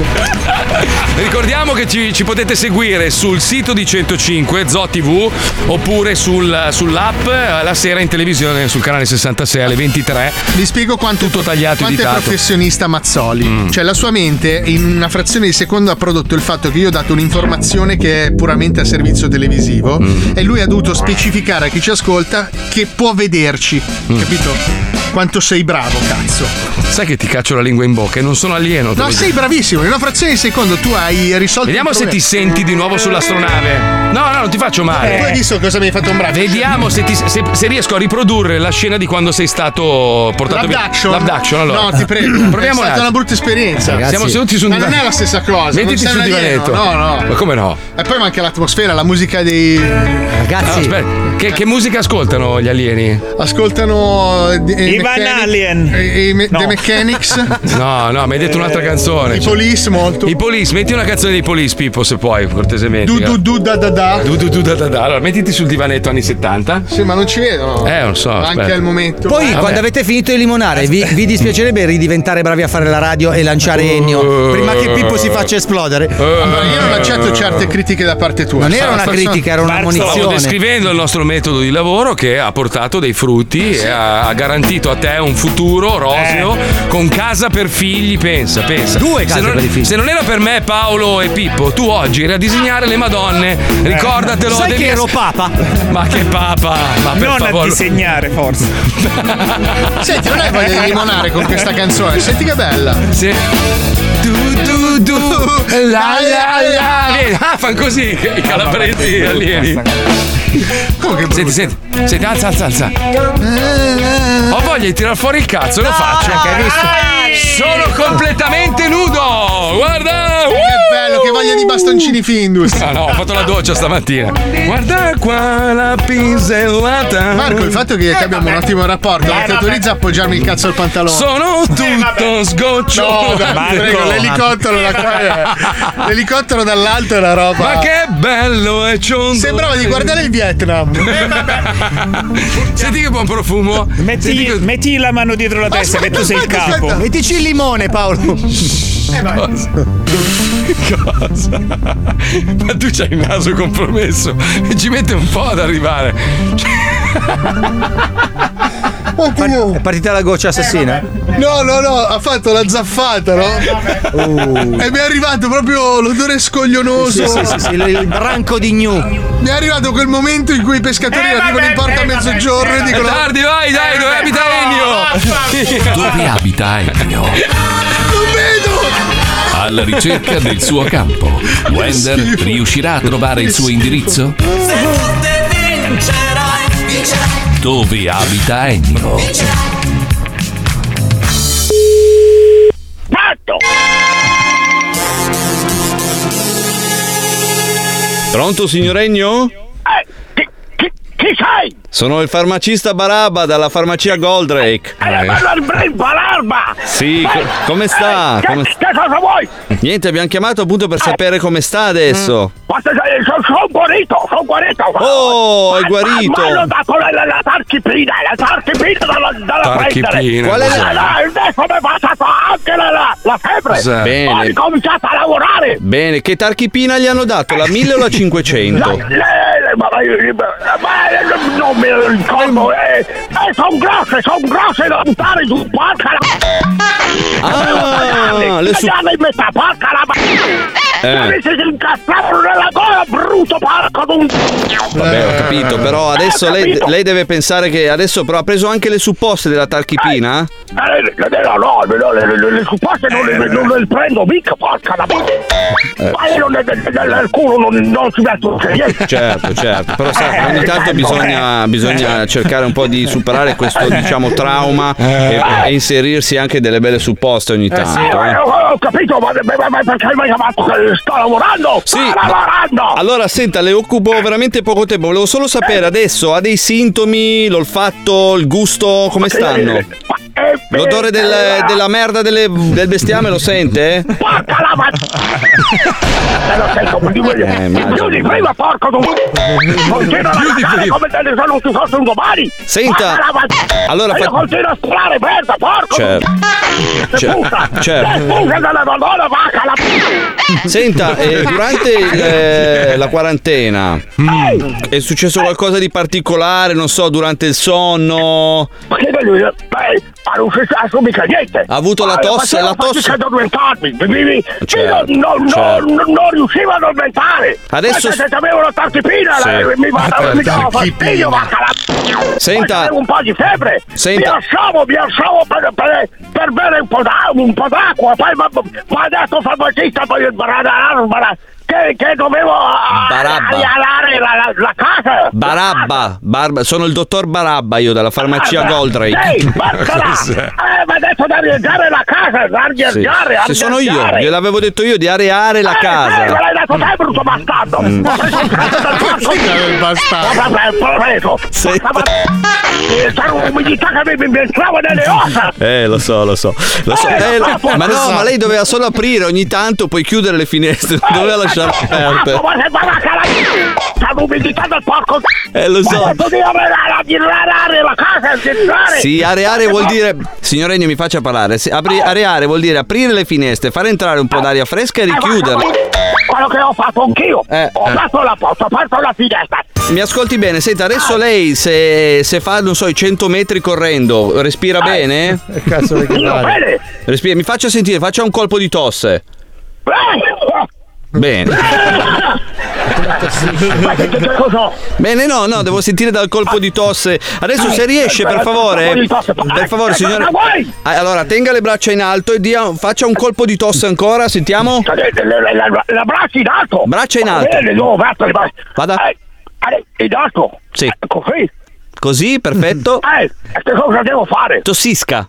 Ricordiamo che ci, ci potete seguire sul sito di centocinque Zoo T V oppure sul, sull'app la sera in televisione sul canale sessantasei alle ventitré. Vi spiego quanto, tutto tagliato quanto è editato. professionista Mazzoli. Mm. Cioè la sua mente in una frazione di secondo ha prodotto il fatto che io ho dato un'informazione che è puramente a servizio televisivo Mm. e lui ha dovuto specificare a chi ci ascolta che può vederci. Mm. Capito? Quanto sei bravo, cazzo. Sai che ti caccio la lingua in bocca e non sono alieno. te No, lo sei dico. bravissimo. In una frazione di secondo tu hai risolto Vediamo il se ti problema. senti di nuovo sull'astronave. No, no, non ti faccio male. Eh, tu hai visto cosa mi hai fatto un braccio? Vediamo se, ti- se- se riesco a riprodurre la scena di quando sei stato portato via. L'abduction? L'abduction, allora. No, ti prego. Proviamo È un stata attimo. una brutta esperienza. Ragazzi, siamo seduti su un Ma non divano. è la stessa cosa. Mettiti non sei sul un alieno. divanetto. No, no. Ma come no? E poi manca l'atmosfera, la musica dei. Ragazzi, No, aspetta, che, che musica ascoltano gli alieni? Ascoltano eh, I Mechanic- Van Alien. eh, i me- No. The Mechanics. No, no, mi hai detto un'altra canzone. I Police molto. I Police, metti una canzone dei Police, Pippo, se puoi, cortesemente. Du du du da da da. Du du du da da da. Allora, mettiti sul divanetto anni settanta. Sì, ma non ci vedono. Eh, non so. Anche aspetta. al momento. Poi, Vabbè. quando avete finito di limonare, vi, vi dispiacerebbe ridiventare bravi a fare la radio e lanciare Ennio prima che Pippo si faccia esplodere? Allora, io non accetto certe critiche da parte tua. Non era una Stavo- critica, era una Stavo munizione. descrivendo il nostro metodo di lavoro che ha portato dei frutti e ha, ha garantito a te un futuro roseo con casa per figli, pensa, pensa. Due case se non, per i figli. Se non era per me, Paolo e Pippo, tu oggi eri a disegnare le Madonne. Ricordatelo. Sai devi che ero ess- papa? Ma che papa? Ma per Non a favore. disegnare, forse. Senti, non hai voglia di limonare con questa canzone? Senti che bella. Sì. Du du du la la la. Vedi, ah, fan così i calabresi alieni. Come che Senti, senti, senti, alza, alza, alza. Ho voglia di tirar fuori il cazzo, lo faccio. che hai visto? Sono completamente nudo. Guarda. Che bello, che voglia di bastoncini Findus. Ah no, ho fatto la doccia stamattina. Guarda qua la pisellata. Marco, il fatto che abbiamo un ottimo rapporto non ti autorizza a appoggiarmi il cazzo al pantalone. Sono tutto sgoccio. No, dai, prego, l'elicottero da qua è- l'elicottero dall'alto è una roba. Ma che bello è ciondo. Sembrava di guardare il Vietnam. Senti che buon profumo. Metti, Senti che- metti la mano dietro la testa che tu sei il aspetta, capo. aspetta. Mettici il limone, Paolo. Cosa? Cosa? Ma tu c'hai il naso compromesso e ci mette un po' ad arrivare. È partita la goccia assassina? No, no, no, ha fatto la zaffata, no? Uh. E mi è arrivato proprio l'odore scoglionoso. Sì, sì, sì, sì, il branco di gnu. Mi è arrivato quel momento in cui i pescatori arrivano in porto a mezzogiorno e È dicono: tardi, vai, dai, dove abita Ennio? Dove abita Ennio? non vedo! Alla ricerca del suo campo. Wender riuscirà a trovare il suo indirizzo? Dove abita Ennio? Pronto, signor Ennio? Chi, chi, chi sei? Sono il farmacista Barabba dalla farmacia Goldrake. Eh, ma il Brain Balarba! Sì, co- come sta? Eh, Come- Che, che cosa vuoi? Niente, abbiamo chiamato appunto per sapere come sta adesso. Guarda, sono son guarito, sono guarito. Oh, è Ma- guarito. Ma hanno dato la, la, la tarchipina, la tarchipina dalla, dalla Tarchipina, prendere. Qual è la- Eh, no, adesso mi è passata anche la, la, la febbre. Cos'è? Bene. Ho ricominciato a lavorare. Bene, che tarchipina gli hanno dato? La mille o la cinquecento? La- le- le- ma, ma, ma- non me lo ricordo. Eh, eh, sono grosse, sono grosse da buttare giù. Porca la... Ah, le su- in metà, porca la... Eh. Ma mi si incazzavano nella gola, brutto porco d'un... Vabbè, ho capito, però adesso lei, lei deve pensare che adesso però ha preso anche le supposte della talchipina? Eh, no, no, no, le, le, le supposte non le, non le prendo mica, porca la Eh. ma io nel, nel, nel culo non, non si metto niente. Certo, certo, però sa, ogni tanto bisogna, bisogna cercare un po' di superare questo, diciamo, trauma e, e inserirsi anche delle belle supposte ogni tanto. Eh, eh. ho capito, ma, ma, ma perché mi hai chiamato? Sto lavorando! Sì, sto lavorando! Allora, senta, le occupo veramente poco tempo. Volevo solo sapere adesso, ha dei sintomi, l'olfatto, il gusto, come stanno? L'odore del- della merda delle- del bestiame lo sente? Porca la ma... Eh, lo sento, di Eh, immagino. più di prima, porco d'un... Continua a lavorare come se ne non ci fosse un domani! Senta, Porca la ma... allora Ma io fa- continuo a sparare merda, porco Certo. d'un... Cer- Scusa! certo. Scusa dalla madonna, vacca la... Senta, eh, durante il, eh, la quarantena è successo qualcosa di particolare, non so, durante il sonno? Ma che bello, beh, ma non successo mica niente. Ha avuto la Ma tosse- facevo la tosse- fatica ad addormentarmi, mi- mi- mi- Certo, io non, certo. non, non riuscivo ad addormentare. Adesso- Ma se avevo la tartipina, Sì. la- mi, va- mi dava fastidio, ma cala... Senta- Poi avevo un po' di febbre. Senta- Mi alzavo, mi alzavo per, per, per bere un po' d'acqua, un po' d'acqua. Poi mi ha detto il farmacista, poi il barada- barada- che, che dovevo ah, Barabba. rialare la, la, la casa. Barabba, Barba, sono il dottor Barabba io della farmacia Ah, Goldrake. Ehi, porcala! Eh, mi ha detto di arieggiare la casa, di Sì. arieggiare, Se sono io, arieggiare. gliel'avevo detto io di areare la Eh, casa. me l'hai detto te, brutto bastardo! Mm. Ho preso il cazzo dal parco! il bastardo? Vabbè, l'ho preso! Eh, C'era un'umidità che mi, mi entrava nelle ossa! Eh, lo so, lo so. Lo so. Eh, Eh, lo so, ma lo no, so. ma lei doveva solo aprire ogni tanto, poi chiudere le finestre, non doveva lasciarle aperte. Ma se va a cala... C'è l'umidità del porco! Eh, lo so. Ma ho detto di areare di areare la casa, di areare! Sì, areare vuol dire. Signor Regno, mi faccia parlare. Se- apri- areare vuol dire aprire le finestre, fare entrare un po' d'aria fresca e richiuderle. Quello che ho fatto anch'io! Eh, Ho eh. aperto la porta, ho aperto la finestra! Mi ascolti bene, senta, adesso lei se, se fa, non so, i cento metri correndo, respira bene? Cazzo, io bene! Respira, mi faccia sentire, faccia un colpo di tosse. Bene. Ma che, che, che cosa? Bene, no, no, devo sentire dal colpo di tosse. Adesso se riesce, per favore. Per favore, signore. Ah, allora, tenga le braccia in alto e dia, faccia un colpo di tosse ancora, sentiamo. La, la, la, la braccia in alto! Braccia in alto. Bene, no, verso le braccia. Vada. Eh, eh, in alto! Sì. Eh, così! Così, perfetto. Eh, che cosa devo fare? Tossisca.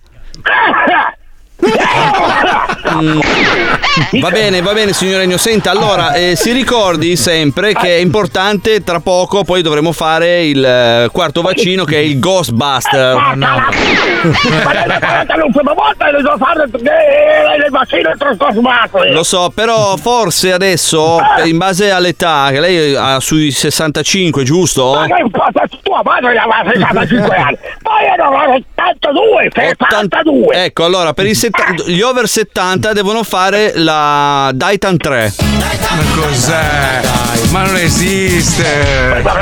Mm. Va bene, va bene, signor Regno. Senta, allora, eh, si ricordi sempre che è importante, tra poco poi dovremo fare il eh, quarto vaccino che è il Ghostbuster. Ma l'hai fatta l'ultima volta e le devo fare le vaccine trasformate! Lo so, però forse adesso, in base all'età, che lei ha sui sessantacinque, giusto? Ma che importa, tua madre aveva sessantacinque anni, poi io avevo settantadue, settantadue! Ecco, allora, per i setta- gli over settanta devono fare la Daitan tre. Ma cos'è? Ma non esiste! Ma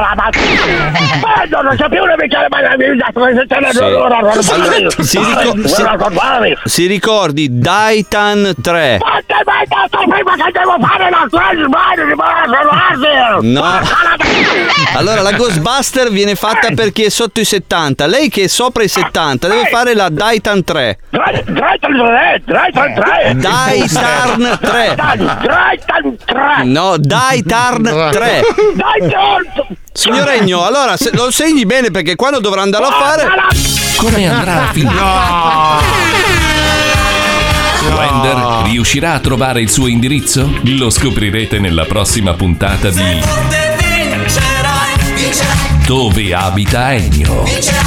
non c'è più una vecchia ma la mia Sì. Si, rico- si- si ricordi Daitan tre. Ma che mi hai detto prima che devo fare la trasformate? No. Allora la Ghostbuster viene fatta per chi è sotto i settanta. Lei che è sopra i settanta deve fare la Daitan tre. Daitan tre! Daitan tre. Daitan tre! No, Daitan tre. Daitan! Signor Regno, allora se lo segni bene perché quando dovrà andarlo a fare. Come andrà a finire? Wender riuscirà a trovare il suo indirizzo? Lo scoprirete nella prossima puntata di Dove abita Ennio?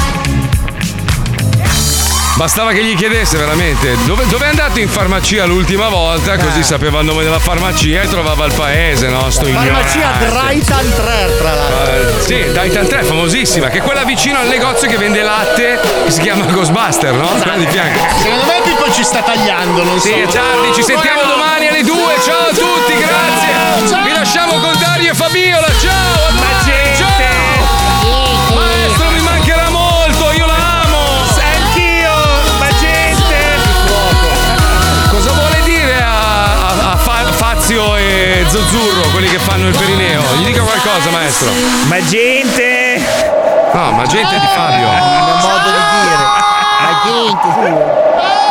Bastava che gli chiedesse veramente dove, dove è andato in farmacia l'ultima volta, così sapeva il nome della farmacia e trovava il paese, no? Sto Farmacia ignorante. Draitan tre, tra l'altro. Eh, sì, Daitan tre, famosissima, che è quella vicino al negozio che vende latte, che si chiama Ghostbuster, no? Quella di fianco. Secondo me Pippo ci sta tagliando, non Sì, so. è tardi, ci sentiamo domani alle due. Ciao a tutti, grazie. Vi lasciamo con Dario e Fabiola. Ciao, a domani. Ciao. Maestro, mi mancherà molto, io la amo. Anch'io, ma gente. Cosa vuole dire a, a, a Fa- Fazio e mezzo azzurro, quelli che fanno il perineo. Gli dica qualcosa, maestro. Ma gente! No, ma gente di Fabio. Un modo di dire. Ma gente, sì.